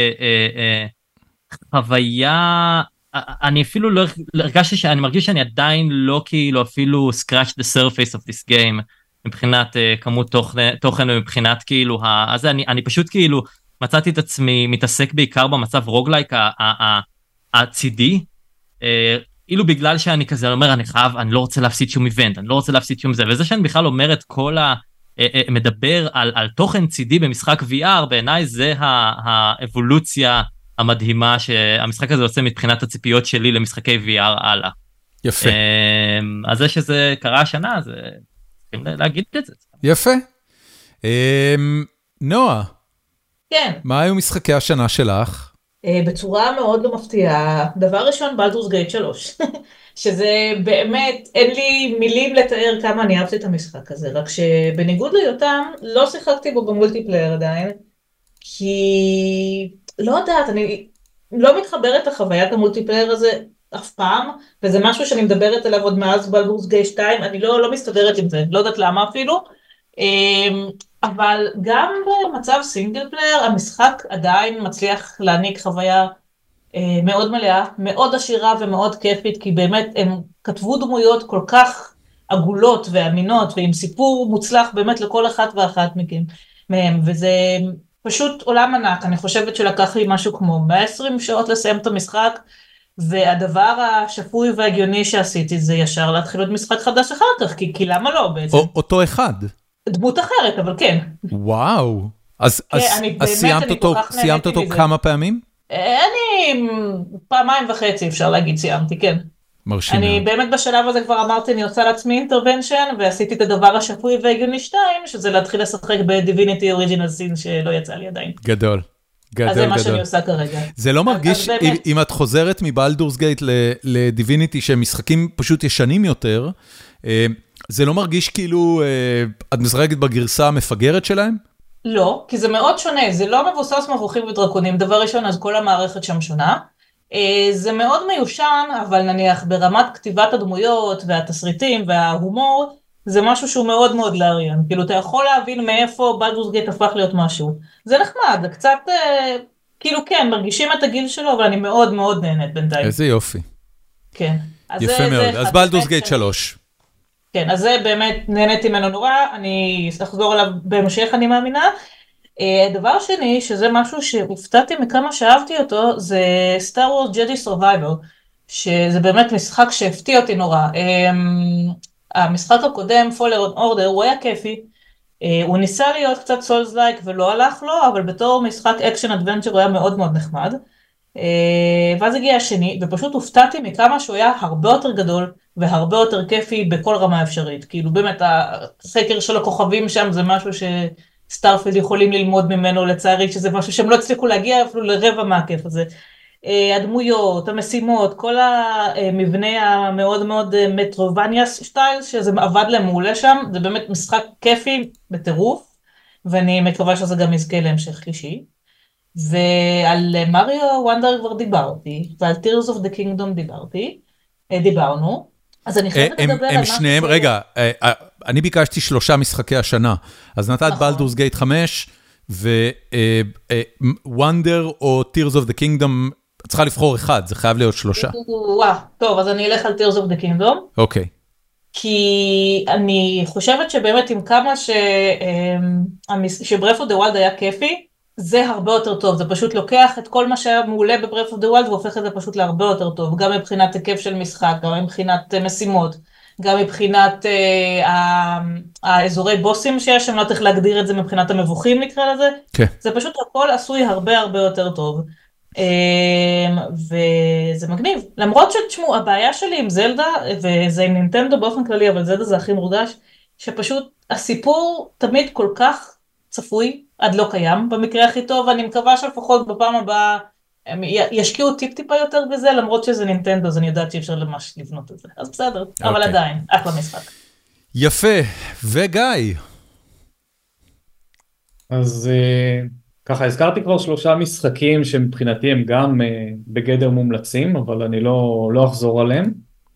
Speaker 2: חוויה, אני אפילו לא הרגשתי, אני מרגיש שאני עדיין לא כאילו אפילו scratch the surface of this game, מבחינת כמות תוכן ומבחינת כאילו, אז אני פשוט כאילו, מצאתי את עצמי מתעסק בעיקר במצב רוגלייק הצידי, אילו בגלל שאני כזה אומר, אני לא רוצה להפסיד שום איבנט, אני לא רוצה להפסיד שום זה, וזה שאני בכלל אומר את כל מדבר על תוכן צידי במשחק VR, בעיניי זה האבולוציה המדהימה שהמשחק הזה עושה מבחינת הציפיות שלי למשחקי VR הלאה.
Speaker 1: יפה.
Speaker 2: אז זה שזה קרה השנה, זה צריכים להגיד את זה.
Speaker 1: יפה. נועה.
Speaker 4: כן.
Speaker 1: מה היו משחקי השנה שלך?
Speaker 4: בצורה מאוד לא מפתיעה. דבר ראשון, בלדורס גייט 3. שזה באמת, אין לי מילים לתאר כמה אני אהבתי את המשחק הזה, רק שבניגוד ליותם, לא שיחקתי בו במולטיפלייר עדיין, כי לא יודעת, אני לא מתחברת לחוויית המולטיפלייר הזה אף פעם, וזה משהו שאני מדברת עליו עוד מאז בלדורס גייט 2, אני לא מסתדרת עם זה, לא יודעת למה אפילו, אבל גם במצב סינגל פלייר, המשחק עדיין מצליח להעניק חוויה מאוד מלאה, מאוד עשירה ומאוד כיפית, כי באמת הם כתבו דמויות כל כך עגולות ואמינות, ועם סיפור מוצלח באמת לכל אחת ואחת מהם, וזה פשוט עולם ענק. אני חושבת שלקח לי משהו כמו 120 שעות לסיים את המשחק, והדבר השפוי והגיוני שעשיתי זה ישר להתחיל עוד משחק חדש אחר כך, כי למה לא בעצם?
Speaker 1: אותו אחד.
Speaker 4: דמות אחרת, אבל כן.
Speaker 1: וואו. אז סיימת אותו כמה פעמים?
Speaker 4: אני 2.5 אפשר להגיד סיימתי, כן.
Speaker 1: מרשים
Speaker 4: אני
Speaker 1: מאוד.
Speaker 4: באמת בשלב הזה כבר אמרתי, אני עושה לעצמי אינטרוונשן, ועשיתי את הדבר השפוי והגיוני 2, שזה להתחיל לשחק ב-Divinity Original Sin שלא יצא לי עדיין.
Speaker 1: גדול.
Speaker 4: אז זה מה שאני עושה כרגע.
Speaker 1: זה לא מרגיש, אם את חוזרת מבלדורס גייט לדיביניטי, שהם משחקים פשוט ישנים יותר, זה לא מרגיש כאילו את משחקת בגרסה המפגרת שלהם?
Speaker 4: לא, כי זה מאוד שונה, זה לא מבוסס מבוכים ודרקונים, דבר ראשון, אז כל המערכת שם שונה. זה מאוד מיושן, אבל נניח ברמת כתיבת הדמויות והתסריטים וההומור, זה משהו שהוא מאוד מאוד לאריאן, כאילו אתה יכול להבין מאיפה בלדורס גייט הפך להיות משהו. זה נחמד, זה קצת, כאילו כן, מרגישים את הגיל שלו, אבל אני מאוד מאוד נהנית בינתיים.
Speaker 1: איזה יופי.
Speaker 4: כן.
Speaker 1: יפה מאוד, אז בלדורס גייט 3.
Speaker 4: כן, אז זה באמת נהניתי ממנו נורא, אני אחזור עליו בהמשך אני מאמינה. דבר שני, שזה משהו שהופתעתי מכמה שאהבתי אותו, זה Star Wars Jedi Survivor, שזה באמת משחק שהפתיע אותי נורא. המשחק הקודם, Fallen Order, הוא היה כיפי, הוא ניסה להיות קצת סולס-לייק ולא הלך לו, אבל בתור משחק אקשן אדוונצ'ר הוא היה מאוד מאוד נחמד. ואז הגיע השני, ופשוט הופתעתי מכמה שהוא היה הרבה יותר גדול, והרבה יותר כיפי בכל רמה אפשרית. כאילו באמת הסקר של הכוכבים שם זה משהו שסטארפילד יכולים ללמוד ממנו, לצערי שזה משהו שהם לא הצליחו להגיע אפילו לרבע מהכיף הזה. הדמויות, המשימות, כל המבנה המאוד מאוד מטרובניה סטייל, שזה עבד להם מעולה שם, זה באמת משחק כיפי בטירוף, ואני מקווה שזה גם יזכה להמשך שלישי. ועל מריו וונדר כבר דיברתי, ועל Tears of the Kingdom דיברנו, אז אני חייבת לדבר על
Speaker 1: הם שניהם, רגע, אני ביקשתי 3 משחקי השנה, אז נתת בלדורס גייט 5, ווונדר או Tears of the Kingdom, צריכה לבחור אחד, זה חייב להיות 3.
Speaker 4: וואו, טוב, אז אני אלך על Tears of the Kingdom.
Speaker 1: אוקיי.
Speaker 4: כי אני חושבת שבאמת עם כמה שברף אוף דה וולד היה כיפי, זה הרבה יותר טוב, זה פשוט לוקח את כל מה שהיה מעולה בברף אוף דה וולד, והופך את זה פשוט להרבה יותר טוב, גם מבחינת היקף של משחק, גם מבחינת משימות, גם מבחינת האזורי בוסים שיש, שאני לא צריך להגדיר את זה מבחינת המבוכים נקרא לזה, זה פשוט הכל עשוי הרבה הרבה יותר טוב. וזה מגניב, למרות שתשמעו, הבעיה שלי עם זלדה, וזה עם נינטנדו באופן כללי, אבל זלדה זה הכי מורגש, שפשוט הסיפור תמיד כל כך צפוי, עד לא קיים במקרה הכי טוב, ואני מקווה שלפחות בפעם הבאה הם ישקיעו טיפ-טיפה יותר בזה, למרות שזה נינטנדו, אז אני יודעת שאי אפשר למש לבנות את זה, אז בסדר, אבל עדיין, אחלה משחק.
Speaker 1: יפה, וגיא?
Speaker 5: אז ככה, הזכרתי כבר 3 משחקים שמבחינתי הם גם בגדר מומלצים, אבל אני לא אחזור עליהם.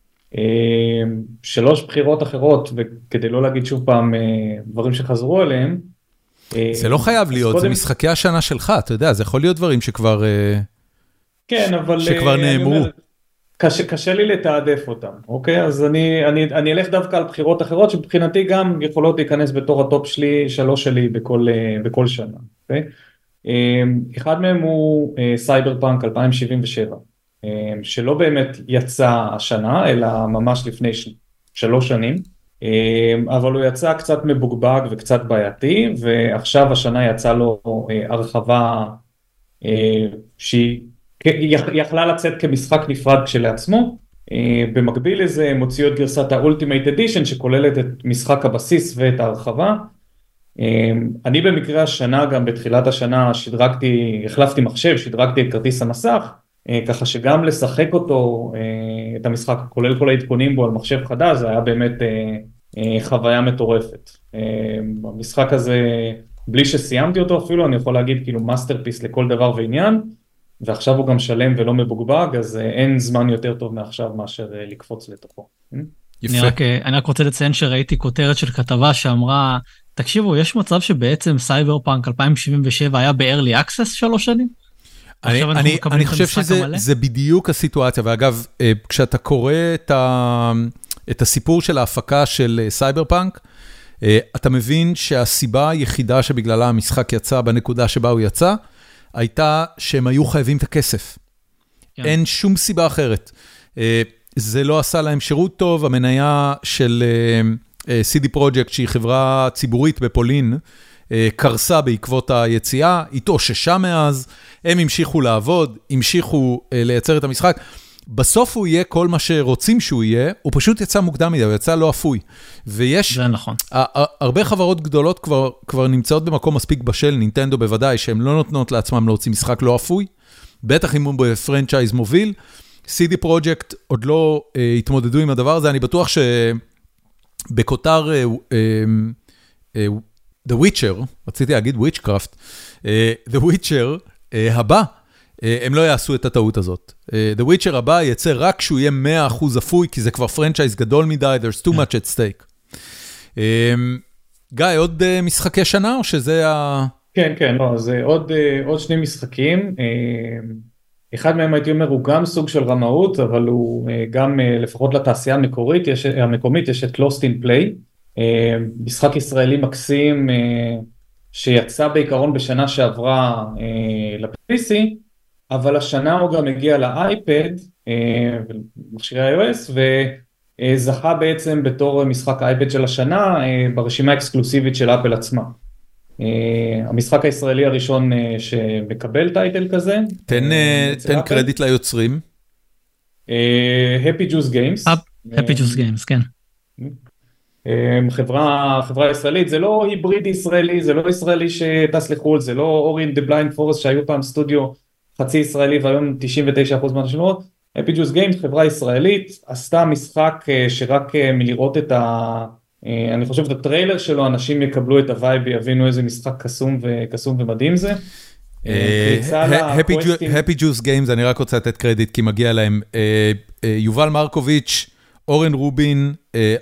Speaker 5: 3 בחירות אחרות, וכדי לא להגיד שוב פעם דברים שחזרו עליהם.
Speaker 1: זה לא חייב להיות, זה משחקי השנה שלך, אתה יודע, זה יכול להיות דברים שכבר
Speaker 5: כן, אבל
Speaker 1: שכבר נאמרו.
Speaker 5: קשה לי לתעדף אותם, אוקיי? אז אני אלך דווקא על בחירות אחרות, שבבחינתי גם יכולות להיכנס בתור הטופ 3 שלי בכל שנה, אוקיי? אחד מהם הוא סייבר פאנק 2077, שלא באמת יצא השנה, אלא ממש לפני 3 שנים, אבל הוא יצא קצת מבוגבג וקצת בעייתי, ועכשיו השנה יצא לו הרחבה שהיא יכלה לצאת כמשחק נפרד כשלעצמו, במקביל לזה הם הוציאו את גרסת ה-Ultimate Edition שכוללת את משחק הבסיס ואת ההרחבה. אני במקרה השנה, גם בתחילת השנה, החלפתי מחשב, שדרגתי את כרטיס המסך, ככה שגם לשחק אותו, את המשחק, כולל כל העדכונים בו על מחשב חדש, זה היה באמת חוויה מטורפת. המשחק הזה, בלי שסיימתי אותו אפילו, אני יכול להגיד כאילו מאסטרפיס לכל דבר ועניין, ועכשיו הוא גם שלם ולא מבוגבג, אז אין זמן יותר טוב מעכשיו מאשר לקפוץ לתוכו.
Speaker 3: אני רק רוצה לציין שראיתי כותרת של כתבה שאמרה, תקשיבו, יש מצב שבעצם סייבר פאנק 2077 היה ב-early access 3 שנים?
Speaker 1: אני חושב שזה בדיוק הסיטואציה, ואגב, כשאתה קורא את הסיפור של ההפקה של סייבר פאנק, אתה מבין שהסיבה היחידה שבגללה המשחק יצא בנקודה שבה הוא יצא, הייתה שהם היו חייבים את הכסף. אין שום סיבה אחרת. זה לא עשה להם שירות טוב, המניה של CD Projekt, שהיא חברה ציבורית בפולין, קרסה בעקבות היציאה, התאוששה מאז, הם המשיכו לעבוד, המשיכו לייצר את המשחק, בסוף הוא יהיה כל מה שרוצים שהוא יהיה, הוא פשוט יצא מוקדם מדי, הוא יצא לא אפוי. ויש...
Speaker 3: זה נכון.
Speaker 1: הרבה חברות גדולות כבר נמצאות במקום מספיק בשל, נינטנדו בוודאי, שהן לא נותנות לעצמם להוציא משחק לא אפוי, בטח אם הוא בפרנצ'ייז מוביל, CD Projekt עוד לא התמודדו עם הדבר הזה, אני בטוח שבכותר The Witcher, רציתי להגיד Witchcraft, The Witcher הבא, הם לא יעשו את הטעות הזאת. The Witcher הבא יצא רק כשהוא יהיה 100% אפוי, כי זה כבר פרנצ'ייז גדול מדי, there's too much at stake. גיא, עוד משחקי שנה, או שזה ה...
Speaker 5: כן, כן, לא, זה עוד שני משחקים. אחד מהם הייתי אומר, הוא גם סוג של רמאות, אבל הוא גם, לפחות לתעשייה המקומית, יש את Lost in Play, משחק ישראלי מקסים, שיצא בעיקרון בשנה שעברה ל-PC, אבל השנה הוא גם הגיע לאייפד, מכשירי iOS, וזכה בעצם בתור משחק האייפד של השנה, ברשימה האקסקלוסיבית של אפל עצמה. המשחק הישראלי הראשון שמקבל טייטל כזה.
Speaker 1: תן קרדיט ליוצרים.
Speaker 5: Happy Juice Games.
Speaker 3: Happy Juice Games, כן.
Speaker 5: חברה ישראלית, זה לא היבריד ישראלי, זה לא ישראלי שטס לחול, זה לא אורי and the Blind Forest שהיו פעם סטודיו חצי ישראלי והיום 99% מהאנשים לא. Happy Juice Games, חברה ישראלית, עשתה משחק שרק מלראות את אני חושב את הטריילר שלו, אנשים יקבלו את הווייב, יבינו איזה משחק קסום ומדהים זה.
Speaker 1: Happy Juice Games, אני רק רוצה לתת קרדיט כי מגיע להם, יובל מרקוביץ', אורן רובין,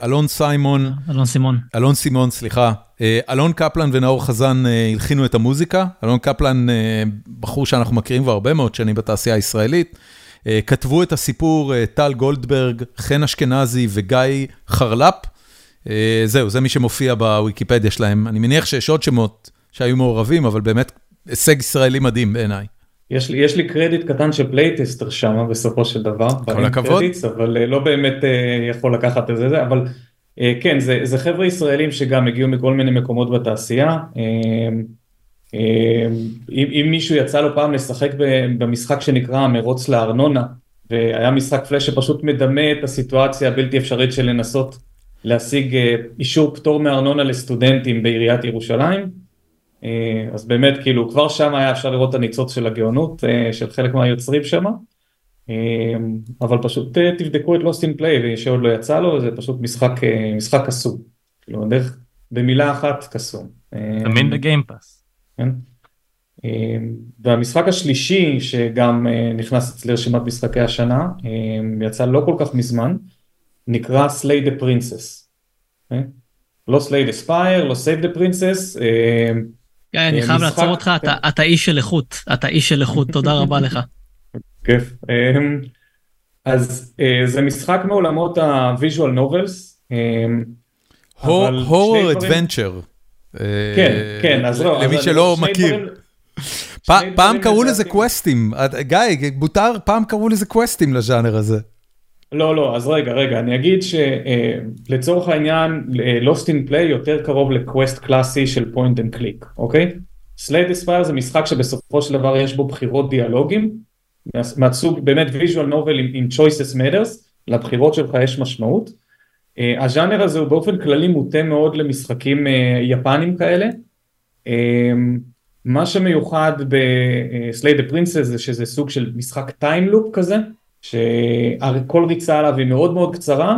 Speaker 1: אלון סימון, סליחה, אלון קפלן ונאור חזן הלחינו את המוזיקה, אלון קפלן בחור שאנחנו מכירים כבר הרבה מאוד שנים בתעשייה הישראלית, כתבו את הסיפור טל גולדברג, חן אשכנזי וגיא חרלפ, זהו, זה מי שמופיע בוויקיפדיה שלהם, אני מניח שיש עוד שמות שהיו מעורבים, אבל באמת הישג ישראלי מדהים בעיניי.
Speaker 5: יש לי קרדיט קטן של פלייטסטר שם בסופו של דבר.
Speaker 1: כל הכבוד.
Speaker 5: אבל לא באמת יכול לקחת את זה, אבל כן, זה חבר'ה ישראלים שגם הגיעו מכל מיני מקומות בתעשייה. אם מישהו יצא לו פעם לשחק במשחק שנקרא מרוץ לארנונה, והיה משחק פלאש שפשוט מדמה את הסיטואציה הבלתי אפשרית של לנסות להשיג אישור פטור מארנונה לסטודנטים בעיריית ירושלים, אז באמת כאילו כבר שם היה אפשר לראות את הניצוץ של הגאונות של חלק מהיוצרים שם, אבל פשוט תבדקו את Lost in Play ושעוד לא יצא לו, זה פשוט משחק קסום, כאילו דרך במילה אחת קסום.
Speaker 2: תמיד בגיימפאס.
Speaker 5: כן. והמשחק השלישי שגם נכנס אצלי רשימת משחקי השנה, יצא לא כל כך מזמן, נקרא Slay the Princess. לא Slay the Spire, לא Save the Princess.
Speaker 3: אני חייב לעצור אותך, אתה איש של איכות, תודה רבה לך.
Speaker 5: כיף. אז זה משחק מעולמות ה-Visual Novels.
Speaker 1: Horror Adventure.
Speaker 5: כן, אז לא.
Speaker 1: למי שלא מכיר. פעם קראו לזה קווסטים, גיא, בוטר, פעם קראו לזה קווסטים לז'אנר הזה.
Speaker 5: לא, אז רגע, אני אגיד שלצורך העניין, Lost in Play יותר קרוב לקווסט קלאסי של point and click, אוקיי? Slay the Spire זה משחק שבסופו של דבר יש בו בחירות דיאלוגים, מהסוג באמת visual novel עם choices matters, לבחירות שלך יש משמעות. הז'אנר הזה הוא באופן כללי מוטה מאוד למשחקים יפנים כאלה. מה שמיוחד ב-Slay the Princess זה שזה סוג של משחק time loop כזה, שכל ריצה עליו היא מאוד מאוד קצרה,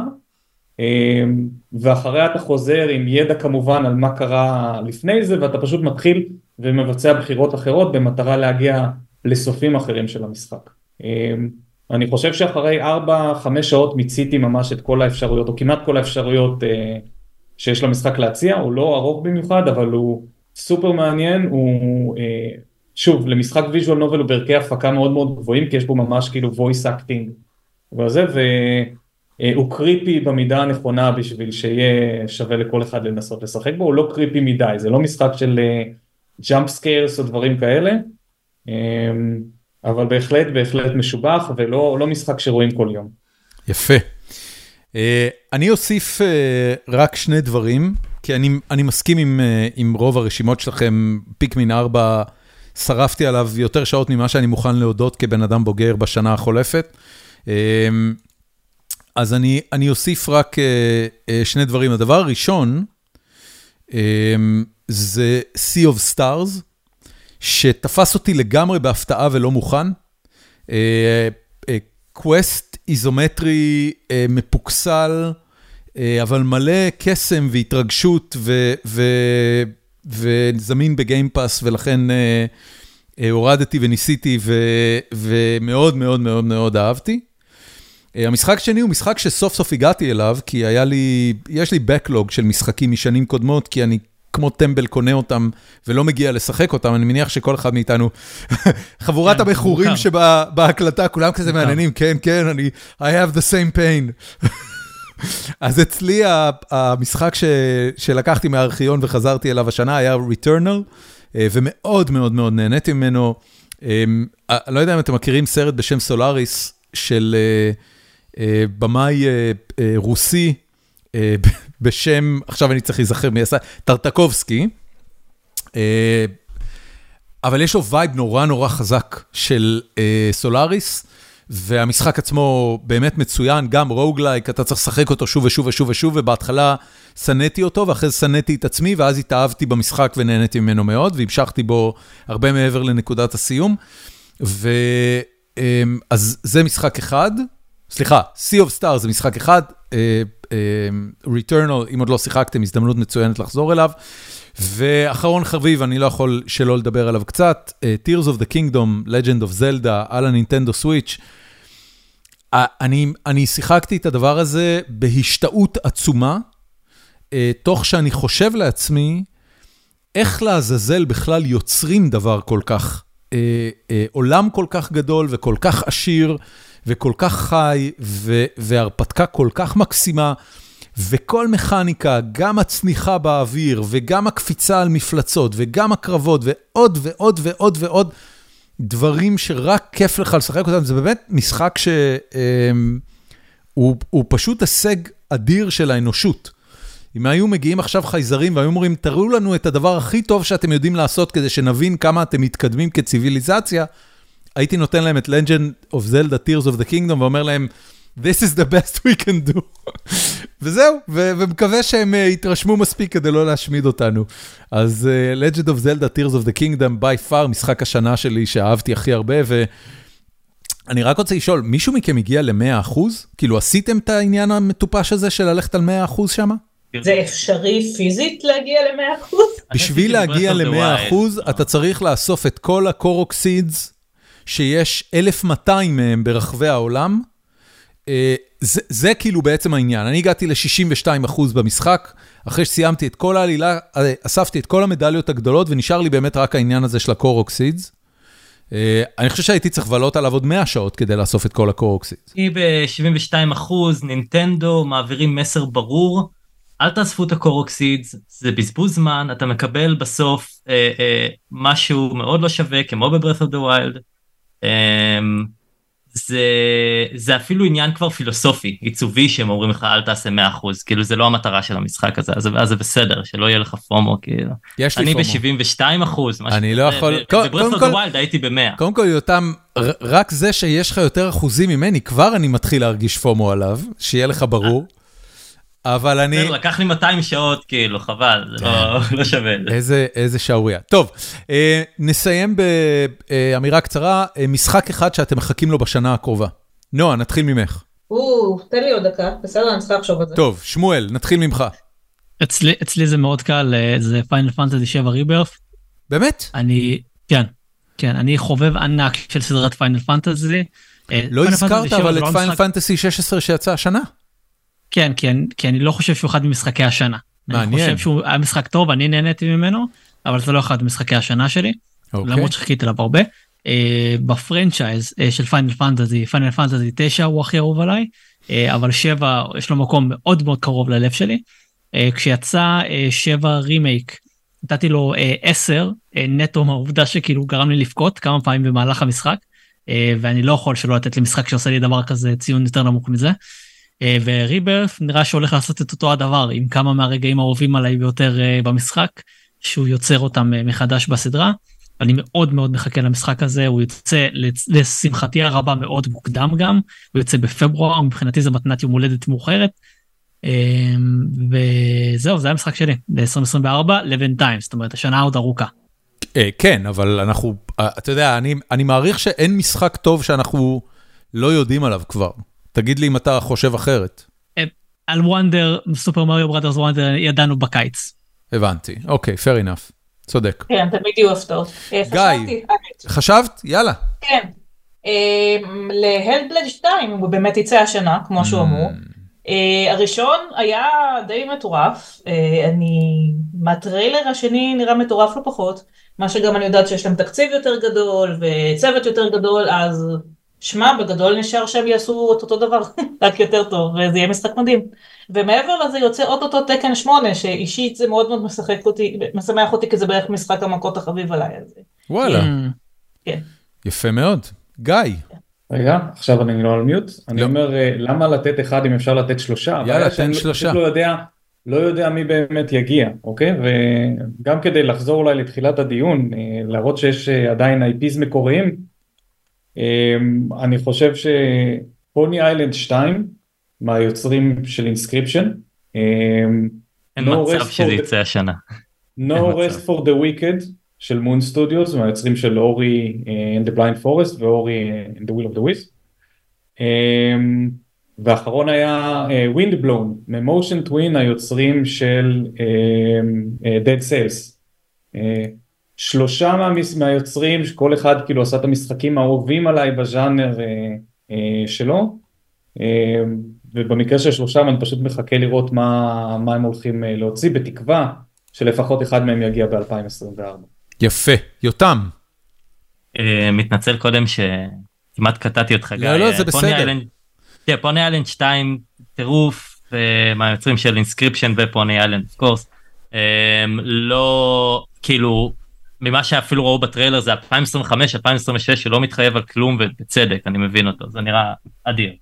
Speaker 5: ואחריה אתה חוזר עם ידע כמובן על מה קרה לפני זה, ואתה פשוט מתחיל ומבצע בחירות אחרות במטרה להגיע לסופים אחרים של המשחק. אני חושב שאחרי 4-5 שעות מיציתי ממש את כל האפשרויות, או כמעט כל האפשרויות שיש למשחק להציע, הוא לא ארוך במיוחד, אבל הוא סופר מעניין, הוא שוב, למשחק ויז'ואל נובל הוא בערכי הפקה מאוד מאוד גבוהים, כי יש בו ממש כאילו voice acting וזה, והוא קריפי במידה הנכונה בשביל שיהיה שווה לכל אחד לנסות לשחק בו, הוא לא קריפי מדי, זה לא משחק של jump scares או דברים כאלה, אבל בהחלט משובח, ולא משחק שרואים כל יום.
Speaker 1: יפה. אני אוסיף רק שני דברים. כי אני מסכים עם רוב הרשימות שלכם, פיקמין 4, שרפתי עליו יותר שעות ממה שאני מוכן להודות כבן אדם בוגר בשנה החולפת. אז אני אוסיף רק שני דברים. הדבר הראשון, זה Sea of Stars, שתפס אותי לגמרי בהפתעה ולא מוכן. קווסט איזומטרי מפוקסל, אבל מלא קסם והתרגשות וזמין בגיימפאס, ולכן הורדתי וניסיתי ומאוד מאוד מאוד מאוד אהבתי. המשחק שני הוא משחק שסוף סוף הגעתי אליו, כי יש לי בקלוג של משחקים משנים קודמות, כי אני כמו טמבל קונה אותם ולא מגיע לשחק אותם. אני מניח שכל אחד מאיתנו, חבורת הבחורים שבהקלטה, כולם כזה מעניינים, כן, כן, I have the same pain. אז אצלי המשחק שלקחתי מהארכיון וחזרתי אליו השנה היה Returnal, ומאוד מאוד מאוד נהניתי ממנו. אני לא יודע אם אתם מכירים סרט בשם סולאריס, של במאי רוסי, בשם, עכשיו אני צריך להיזכר מי עשה, טרטקובסקי, אבל יש לו וייב נורא נורא חזק של סולאריס, והמשחק עצמו באמת מצוין, גם רוגלייק, אתה צריך לשחק אותו שוב ושוב ושוב ושוב, ובהתחלה סניתי אותו, ואחרי זה סניתי את עצמי, ואז התאהבתי במשחק ונהניתי ממנו מאוד, והמשכתי בו הרבה מעבר לנקודת הסיום, אז זה משחק אחד, סליחה, Sea of Stars זה משחק אחד, Returnal, אם עוד לא שיחקתם, הזדמנות מצוינת לחזור אליו, ואחרון חביב, אני לא יכול שלא לדבר עליו קצת, Tears of the Kingdom, Legend of Zelda, על הנינטנדו סוויץ'. אני שיחקתי את הדבר הזה בהשתאות עצומה, תוך שאני חושב לעצמי, איך לעזאזל בכלל יוצרים דבר כל כך, עולם כל כך גדול וכל כך עשיר, וכל כך חי, והרפתקה כל כך מקסימה, וכל מכניקה, גם הצניחה באוויר, וגם הקפיצה על מפלצות, וגם הקרבות, ועוד ועוד ועוד ועוד, דברים שרק כיף לך לשחק אותם. זה באמת משחק שהוא פשוט הישג אדיר של האנושות. אם היו מגיעים עכשיו חייזרים, והיו אומרים, תראו לנו את הדבר הכי טוב שאתם יודעים לעשות, כדי שנבין כמה אתם מתקדמים כציביליזציה, הייתי נותן להם את Legend of Zelda, Tears of the Kingdom, ואומר להם, This is the best we can do. וזהו, ומקווה שהם יתרשמו מספיק כדי לא להשמיד אותנו. אז Legend of Zelda, Tears of the Kingdom, by far, משחק השנה שלי שאהבתי הכי הרבה, ואני רק רוצה לשאול, מישהו מכם הגיע ל-100%? כאילו, עשיתם את העניין המטופש הזה של ללכת על 100% שם?
Speaker 4: זה אפשרי פיזית להגיע ל-100%?
Speaker 1: בשביל להגיע ל-100%, אתה צריך לאסוף את כל הקורוקסידס, שיש 1,200 מהם ברחבי העולם, זה כאילו בעצם העניין. אני הגעתי ל-62% במשחק, אחרי שסיימתי את כל העלילה, אספתי את כל המדליות הגדולות, ונשאר לי באמת רק העניין הזה של הקורוקסידס. אני חושב שהייתי צריך לבלות עליו עוד 100 שעות כדי לאסוף את כל הקורוקסידס.
Speaker 2: היא ב-72%, נינטנדו מעבירים מסר ברור, אל תאספו את הקורוקסידס, זה בזבוז זמן, אתה מקבל בסוף משהו מאוד לא שווה, כמו ב-Breath of the Wild, זה אפילו עניין כבר פילוסופי, עיצובי, שהם אומרים לך אל תעשה 100%, כאילו זה לא המטרה של המשחק הזה, אז זה בסדר, שלא יהיה לך פומו, כאילו. אני ב-72%,
Speaker 1: אני לא יכול...
Speaker 2: ב-Breath of the Wild הייתי ב-100.
Speaker 1: קודם כל, יותם, רק זה שיש לך יותר אחוזים ממני, כבר אני מתחיל להרגיש פומו עליו, שיהיה לך ברור. אבל אני...
Speaker 2: לקח לי 200 שעות, כאילו, חבל, זה לא שווה.
Speaker 1: איזה שעוריה. טוב, נסיים באמירה קצרה, משחק אחד שאתם מחכים לו בשנה הקרובה. נועה, נתחיל ממך.
Speaker 4: תן לי עוד דקה, בסדר, אני צריכה לחשוב על זה.
Speaker 1: טוב, שמואל, נתחיל ממך.
Speaker 3: אצלי זה מאוד קל, זה פיינל פנטזי 7 ריברף.
Speaker 1: באמת?
Speaker 3: כן, אני חובב ענק של סדרת פיינל פנטזי.
Speaker 1: לא הזכרת אבל את פיינל פנטזי 16 שיצא השנה?
Speaker 3: כן, כי אני לא חושב שהוא אחד ממשחקי השנה.
Speaker 1: מעניין.
Speaker 3: אני חושב שהוא היה משחק טוב, אני נהניתי ממנו, אבל זה לא אחד ממשחקי השנה שלי, למרות שחיכיתי עליו הרבה. בפרנצ'ייז של פיינל פנטזי, פיינל פנטזי 9 הוא הכי אהוב עליי, אבל 7 יש לו מקום מאוד מאוד קרוב ללב שלי. כשיצא 7 רימייק, נתתי לו 10, נטו מהעובדה שכאילו גרם לי לפקוט כמה פעמים במהלך המשחק, ואני לא יכול שלא לתת לי משחק שעושה לי דבר כזה ציון יותר נמוך מזה. וריברף נראה שהולך לעשות את אותו הדבר, עם כמה מהרגעים האהובים עליי ביותר במשחק, שהוא יוצר אותם מחדש בסדרה. אני מאוד מאוד מחכה למשחק הזה, הוא יוצא לשמחתי הרבה מאוד מוקדם גם, הוא יוצא בפברואר, מבחינתי זה מתנת יום הולדת מאוחרת, וזהו, זה המשחק שלי, ל-2024, לבינתיים, זאת אומרת, השנה עוד ארוכה.
Speaker 1: כן, אבל אנחנו, אתה יודע, אני מעריך שאין משחק טוב שאנחנו לא יודעים עליו כבר. תגיד לי אם אתה חושב אחרת.
Speaker 3: על וונדר, סופר מריו בראדרס וונדר, ידענו בקיץ.
Speaker 1: הבנתי, אוקיי, fair enough. צודק.
Speaker 4: כן, תמיד יהיו הפתעות.
Speaker 1: גיא, חשבת? יאללה.
Speaker 4: כן. להלבלד 2 הוא באמת יצא השנה, כמו שהוא אמור. הראשון היה די מטורף, מהטריילר השני נראה מטורף לא פחות, מה שגם אני יודעת שיש להם תקציב יותר גדול וצוות יותר גדול, אז שמה בגדול נשאר שהם יעשו את אותו דבר, רק יותר טוב, וזה יהיה משחק מדהים. ומעבר לזה יוצא אותו תקן 8, שאישית זה מאוד מאוד משמח אותי, כי זה בערך משחק המכות החביב עליי.
Speaker 1: וואלה. כן. יפה מאוד. גיא.
Speaker 5: רגע, עכשיו אני לא על מיוט. אני אומר, למה לתת אחד אם אפשר לתת 3?
Speaker 1: יאללה, תן 3.
Speaker 5: לא יודע מי באמת יגיע, אוקיי? וגם כדי לחזור אולי לתחילת הדיון, להראות שיש עדיין IPs מקוריים, אני חושב שפוני איילנד 2, מהיוצרים של אינסקריפשן,
Speaker 2: אין מצב שזה יצא השנה.
Speaker 5: No Rest for the Wicked, של מון סטודיוס, מהיוצרים של אורי and the Blind Forest, ואורי and the Will of the Wisp. ואחרון היה Windblown, מ-Motion Twin, היוצרים של Dead Cells. 3 מהיוצרים, שכל אחד כאילו עשה את המשחקים האהובים עליי בז'אנר שלו, ובמקרה של 3 אני פשוט מחכה לראות מה הם הולכים להוציא, בתקווה שלפחות אחד מהם יגיע ב-2024.
Speaker 1: יפה, יותם.
Speaker 2: מתנצל קודם שכמעט קטעתי אותך.
Speaker 1: לא, זה בסדר.
Speaker 2: כן, פוני איילנד 2, טירוף, מהיוצרים של אינסקריפשן ופוני איילנד, of course. לא, כאילו, ממה שאפילו ראו בטריילר זה 2025, 2026, שלא מתחייב על כלום, ובצדק, אני מבין אותו, זה נראה אדיר.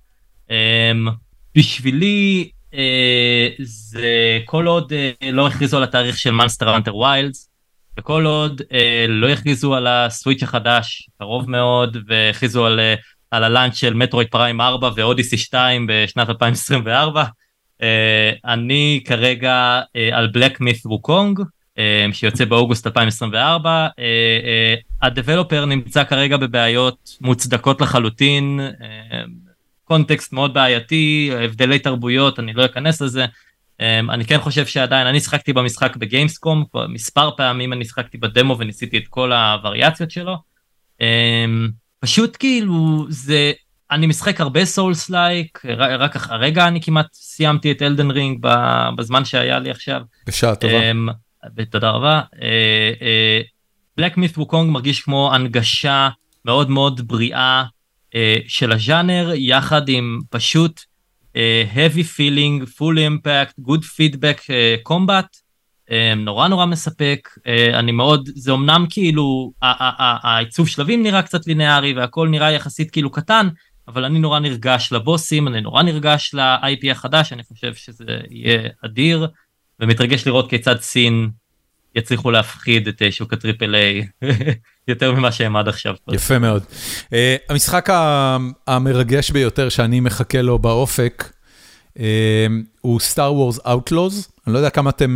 Speaker 2: בשבילי, זה כל עוד לא הכריזו על התאריך של Monster Hunter Wilds, וכל עוד לא הכריזו על הסוויץ' החדש, קרוב מאוד, והכריזו על הלאנץ' של מטרויד פריים 4 ואודיסי 2 בשנת 2024, אני כרגע על בלק מית' ווקונג, שיוצא באוגוסט 2024, הדבלופר נמצא כרגע בבעיות מוצדקות לחלוטין, קונטקסט מאוד בעייתי, הבדלי תרבויות, אני לא אכנס לזה, אני כן חושב שעדיין, אני שחקתי במשחק בגיימסקום, מספר פעמים אני שחקתי בדמו וניסיתי את כל הווריאציות שלו, פשוט כאילו זה, אני משחק הרבה סולס לייק, רק הרגע אני כמעט סיימתי את אלדן רינג בזמן שהיה לי עכשיו.
Speaker 1: בשעה טובה.
Speaker 2: תודה רבה. בלק מית' ווקונג מרגיש כמו הנגשה מאוד מאוד בריאה של הז'אנר, יחד עם פשוט heavy feeling, full impact, good feedback combat, נורא נורא מספק, אני מאוד, זה אמנם כאילו, העיצוב שלבים נראה קצת לינארי, והכל נראה יחסית כאילו קטן, אבל אני נורא נרגש לבוסים, אני נורא נרגש ל-IP החדש, אני חושב שזה יהיה אדיר, ומתרגש לראות כיצד סין יצליחו להפחיד את שוק הטריפל איי, יותר ממה שהם עד עכשיו.
Speaker 1: יפה מאוד. המשחק המרגש ביותר שאני מחכה לו באופק, הוא Star Wars Outlaws, אני לא יודע כמה אתם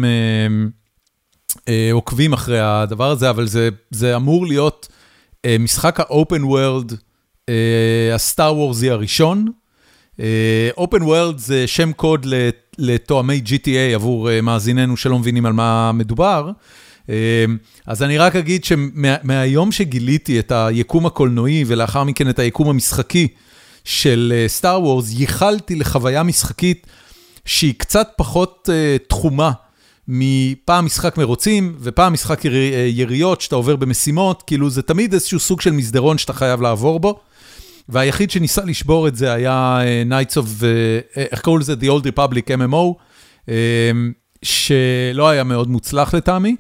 Speaker 1: עוקבים אחרי הדבר הזה, אבל זה אמור להיות משחק ה-Open World, ה-Star Warsי הראשון. Open World זה שם קוד לתואמי GTA עבור מאזיננו שלא מבינים על מה מדובר. אז אני רק אגיד שמהיום שגיליתי את היקום הקולנועי ולאחר מכן את היקום המשחקי של סטאר וורס, ייחלתי לחוויה משחקית שהיא קצת פחות תחומה מפעם משחק מרוצים ופעם משחק יריות שאתה עובר במשימות, כאילו זה תמיד איזשהו סוג של מסדרון שאתה חייב לעבור בו, והיחיד שניסה לשבור את זה היה Knights of, איך קראו לזה? The Old Republic MMO, שלא היה מאוד מוצלח לטעמי,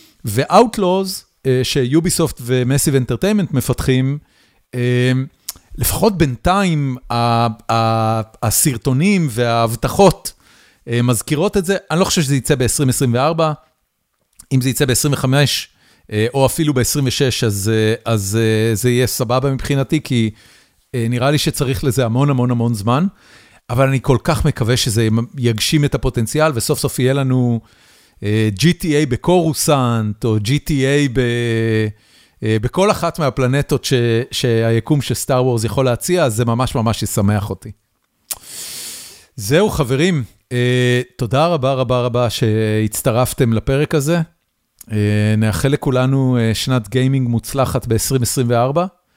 Speaker 1: ו-Outlaws, שיוביסופט ומסיב אנטרטיימנט מפתחים, לפחות בינתיים הסרטונים וההבטחות מזכירות את זה. אני לא חושב שזה יצא ב-2024, אם זה יצא ב-25 או אפילו ב-26, אז זה יהיה סבבה מבחינתי, כי נראה לי שצריך לזה המון המון המון זמן, אבל אני כל כך מקווה שזה יגשים את הפוטנציאל, וסוף סוף יהיה לנו GTA בקורוסנט, או GTA בכל אחת מהפלנטות שהיקום של סטאר וורס יכול להציע, אז זה ממש ממש ישמח אותי. זהו חברים, תודה רבה רבה רבה שהצטרפתם לפרק הזה. נאחל לכולנו שנת גיימינג מוצלחת ב-2024.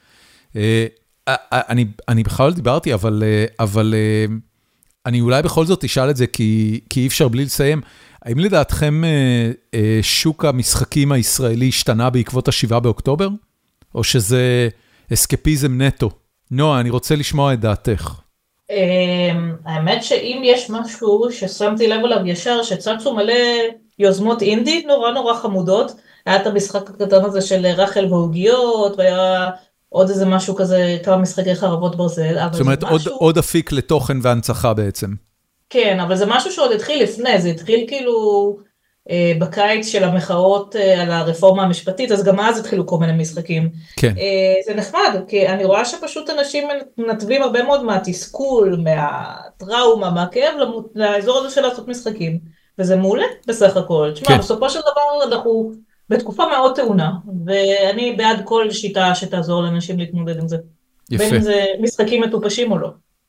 Speaker 1: אני בכלל לא דיברתי, אבל אני אולי בכל זאת אשאל את זה, כי אי אפשר בלי לסיים. האם לדעתכם שוק המשחקים הישראלי השתנה בעקבות ה7 באוקטובר? או שזה אסקפיזם נטו? נועה, אני רוצה לשמוע את דעתך.
Speaker 4: האמת שאם יש משהו ששמתי לב עליו ישר, שצצו מלא יוזמות אינדי נורא נורא חמודות, היה את המשחק הקטן הזה של רחל והוגיות, והיה עוד איזה משהו כזה, כמה משחקי חרבות ברזל.
Speaker 1: זאת אומרת, עוד אפיק לתוכן והנצחה בעצם.
Speaker 4: כן, אבל זה משהו שעוד התחיל לפני, זה התחיל כאילו בקיץ של המחאות על הרפורמה המשפטית, אז גם אז התחילו כל מיני משחקים.
Speaker 1: כן.
Speaker 4: זה נחמד, כי אני רואה שפשוט אנשים מנתבים הרבה מאוד מהתסכול, מהטראומה, מהכאב, לאזור הזה של לעשות משחקים, וזה מעולה בסך הכל. תשמע, בסופו של דבר אנחנו בתקופה מאוד טעונה, ואני בעד כל שיטה שתעזור לאנשים להתמודד עם זה. יפה. בין אם זה משחקים מטופשים או לא.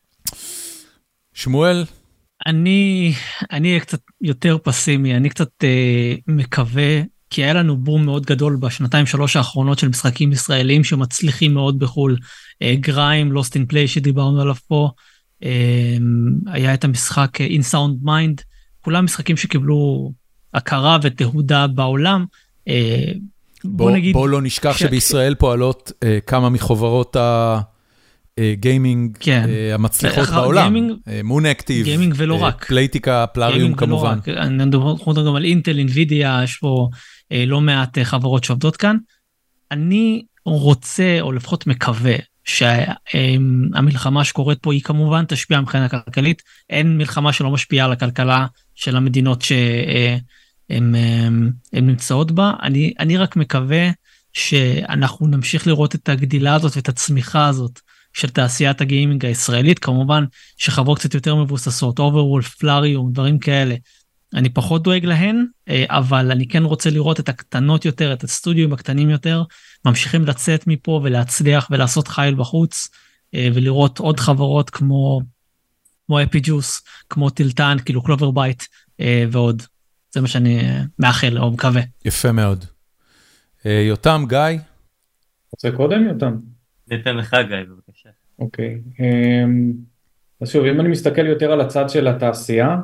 Speaker 1: שמואל?
Speaker 3: אני אהיה קצת יותר פסימי, אני קצת מקווה, כי היה לנו בום מאוד גדול בשנתיים-שלוש האחרונות של משחקים ישראלים שמצליחים מאוד בחול. גריים, Lost in Play שדיברנו עליו פה, היה את המשחק In Sound Mind, כולם משחקים שקיבלו הכרה ותהודה בעולם.
Speaker 1: בוא לא נשכח שבישראל פועלות כמה מחוברות גיימינג המצליחות בעולם, מון אקטיב,
Speaker 3: גיימינג ולא רק,
Speaker 1: פלייטיקה, פלאריום כמובן.
Speaker 3: אני מדבר גם על אינטל, אינווידיה, יש פה לא מעט חברות שעובדות כאן. אני רוצה, או לפחות מקווה, שהמלחמה שקורית פה היא כמובן תשפיע מבחינה כלכלית, אין מלחמה שלא משפיעה על הכלכלה של המדינות שהן נמצאות בה. אני רק מקווה שאנחנו נמשיך לראות את הגדילה הזאת ואת הצמיחה הזאת של תעשיית הגיימינג הישראלית, כמובן שחברות קצת יותר מבוססות, Overwolf, פלאריום, דברים כאלה, אני פחות דואג להן, אבל אני כן רוצה לראות את הקטנות יותר, את הסטודיו הקטנים יותר, ממשיכים לצאת מפה ולהצליח ולעשות חייל בחוץ, ולראות עוד חברות כמו אפיג'וס, כמו טילטן, כאילו קלובר בייט ועוד. זה מה שאני מאחל או מקווה.
Speaker 1: יפה מאוד. יותם, גיא?
Speaker 5: רוצה קודם, יותם?
Speaker 2: ניתן לך, גיא, בבקשה.
Speaker 5: אוקיי. אז שוב, אם אני מסתכל יותר על הצד של התעשייה,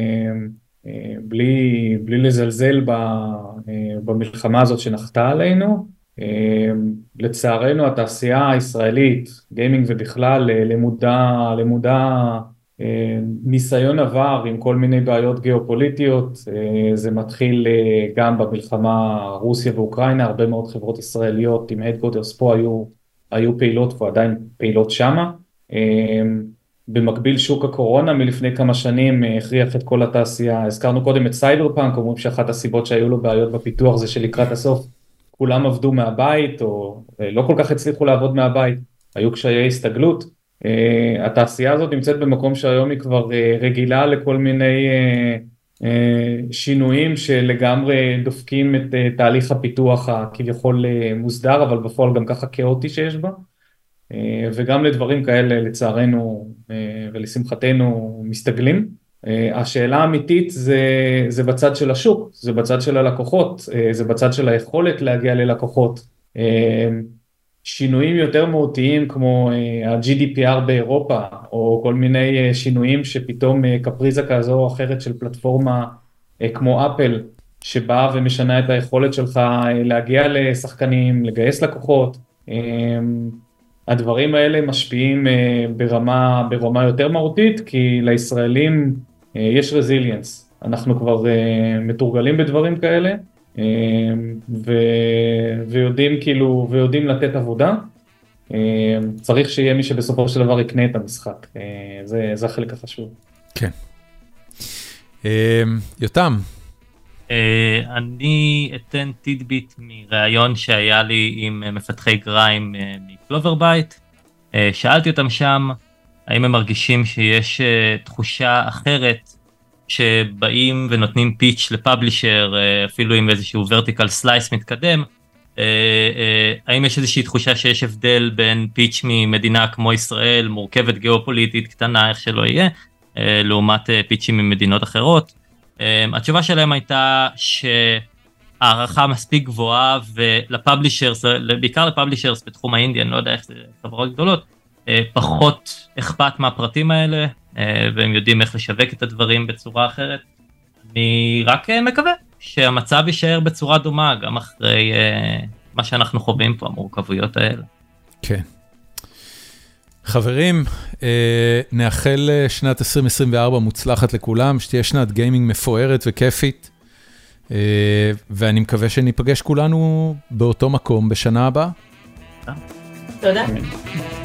Speaker 5: בלי לזלזל במלחמה הזאת שנחתה עלינו, לצערנו התעשייה הישראלית, גיימינג ובכלל, למודה ניסיון עבר עם כל מיני בעיות גיאופוליטיות, זה מתחיל גם במלחמה רוסיה ואוקראינה, הרבה מאוד חברות ישראליות עם הדקוטרס פה היו פעילות ועדיין פעילות שמה, במקביל שוק הקורונה מלפני כמה שנים הכריח את כל התעשייה, הזכרנו קודם את סייברפאנק, אומרים שאחת הסיבות שהיו לו בעיות בפיתוח זה שלקראת הסוף כולם עבדו מהבית או לא כל כך הצליחו לעבוד מהבית, היו קשיי הסתגלות, התעשייה הזאת נמצאת במקום שהיום היא כבר רגילה לכל מיני שינויים שלגמרי דופקים את תהליך הפיתוח הכביכול מוסדר, אבל בפועל גם ככה כאוטי שיש בה, וגם לדברים כאלה לצערנו ולשמחתנו מסתגלים. השאלה האמיתית זה בצד של השוק, זה בצד של הלקוחות, זה בצד של היכולת להגיע ללקוחות, שינויים יותר מהותיים כמו ה-GDPR באירופה, או כל מיני שינויים שפתאום קפריזה כזו או אחרת של פלטפורמה כמו אפל, שבאה ומשנה את היכולת שלך להגיע לשחקנים, לגייס לקוחות, הדברים האלה משפיעים ברמה יותר מהותית, כי לישראלים יש רזיליאנס, אנחנו כבר מתורגלים בדברים כאלה, ויודעים לתת עבודה, צריך שיהיה מי שבסופו של דבר יקנה את המשחק, זה החלק החשוב.
Speaker 1: כן. יותם.
Speaker 2: אני אתן טידביט מראיון שהיה לי עם מפתחי גריים מקלוברבייט. שאלתי אותם שם, האם הם מרגישים שיש תחושה אחרת שבאים ונותנים פיץ' לפאבלישר, אפילו עם איזשהו vertical slice מתקדם, האם יש איזושהי תחושה שיש הבדל בין פיץ' ממדינה כמו ישראל, מורכבת גיאופוליטית, קטנה, איך שלא יהיה, לעומת פיצ'ים ממדינות אחרות? התשובה שלהם הייתה שהערכה מספיק גבוהה, ולפאבלישרס, בעיקר לפאבלישרס בתחום האינדי, אני לא יודע איך זה חברות גדולות, פחות אכפת מהפרטים האלה, והם יודעים איך לשווק את הדברים בצורה אחרת. אני רק מקווה שהמצב יישאר בצורה דומה, גם אחרי מה שאנחנו חווים פה, המורכבויות האלה.
Speaker 1: כן. חברים, נאחל שנת 2024 מוצלחת לכולם, שתהיה שנת גיימינג מפוארת וכיפית, ואני מקווה שניפגש כולנו באותו מקום בשנה הבאה.
Speaker 4: תודה.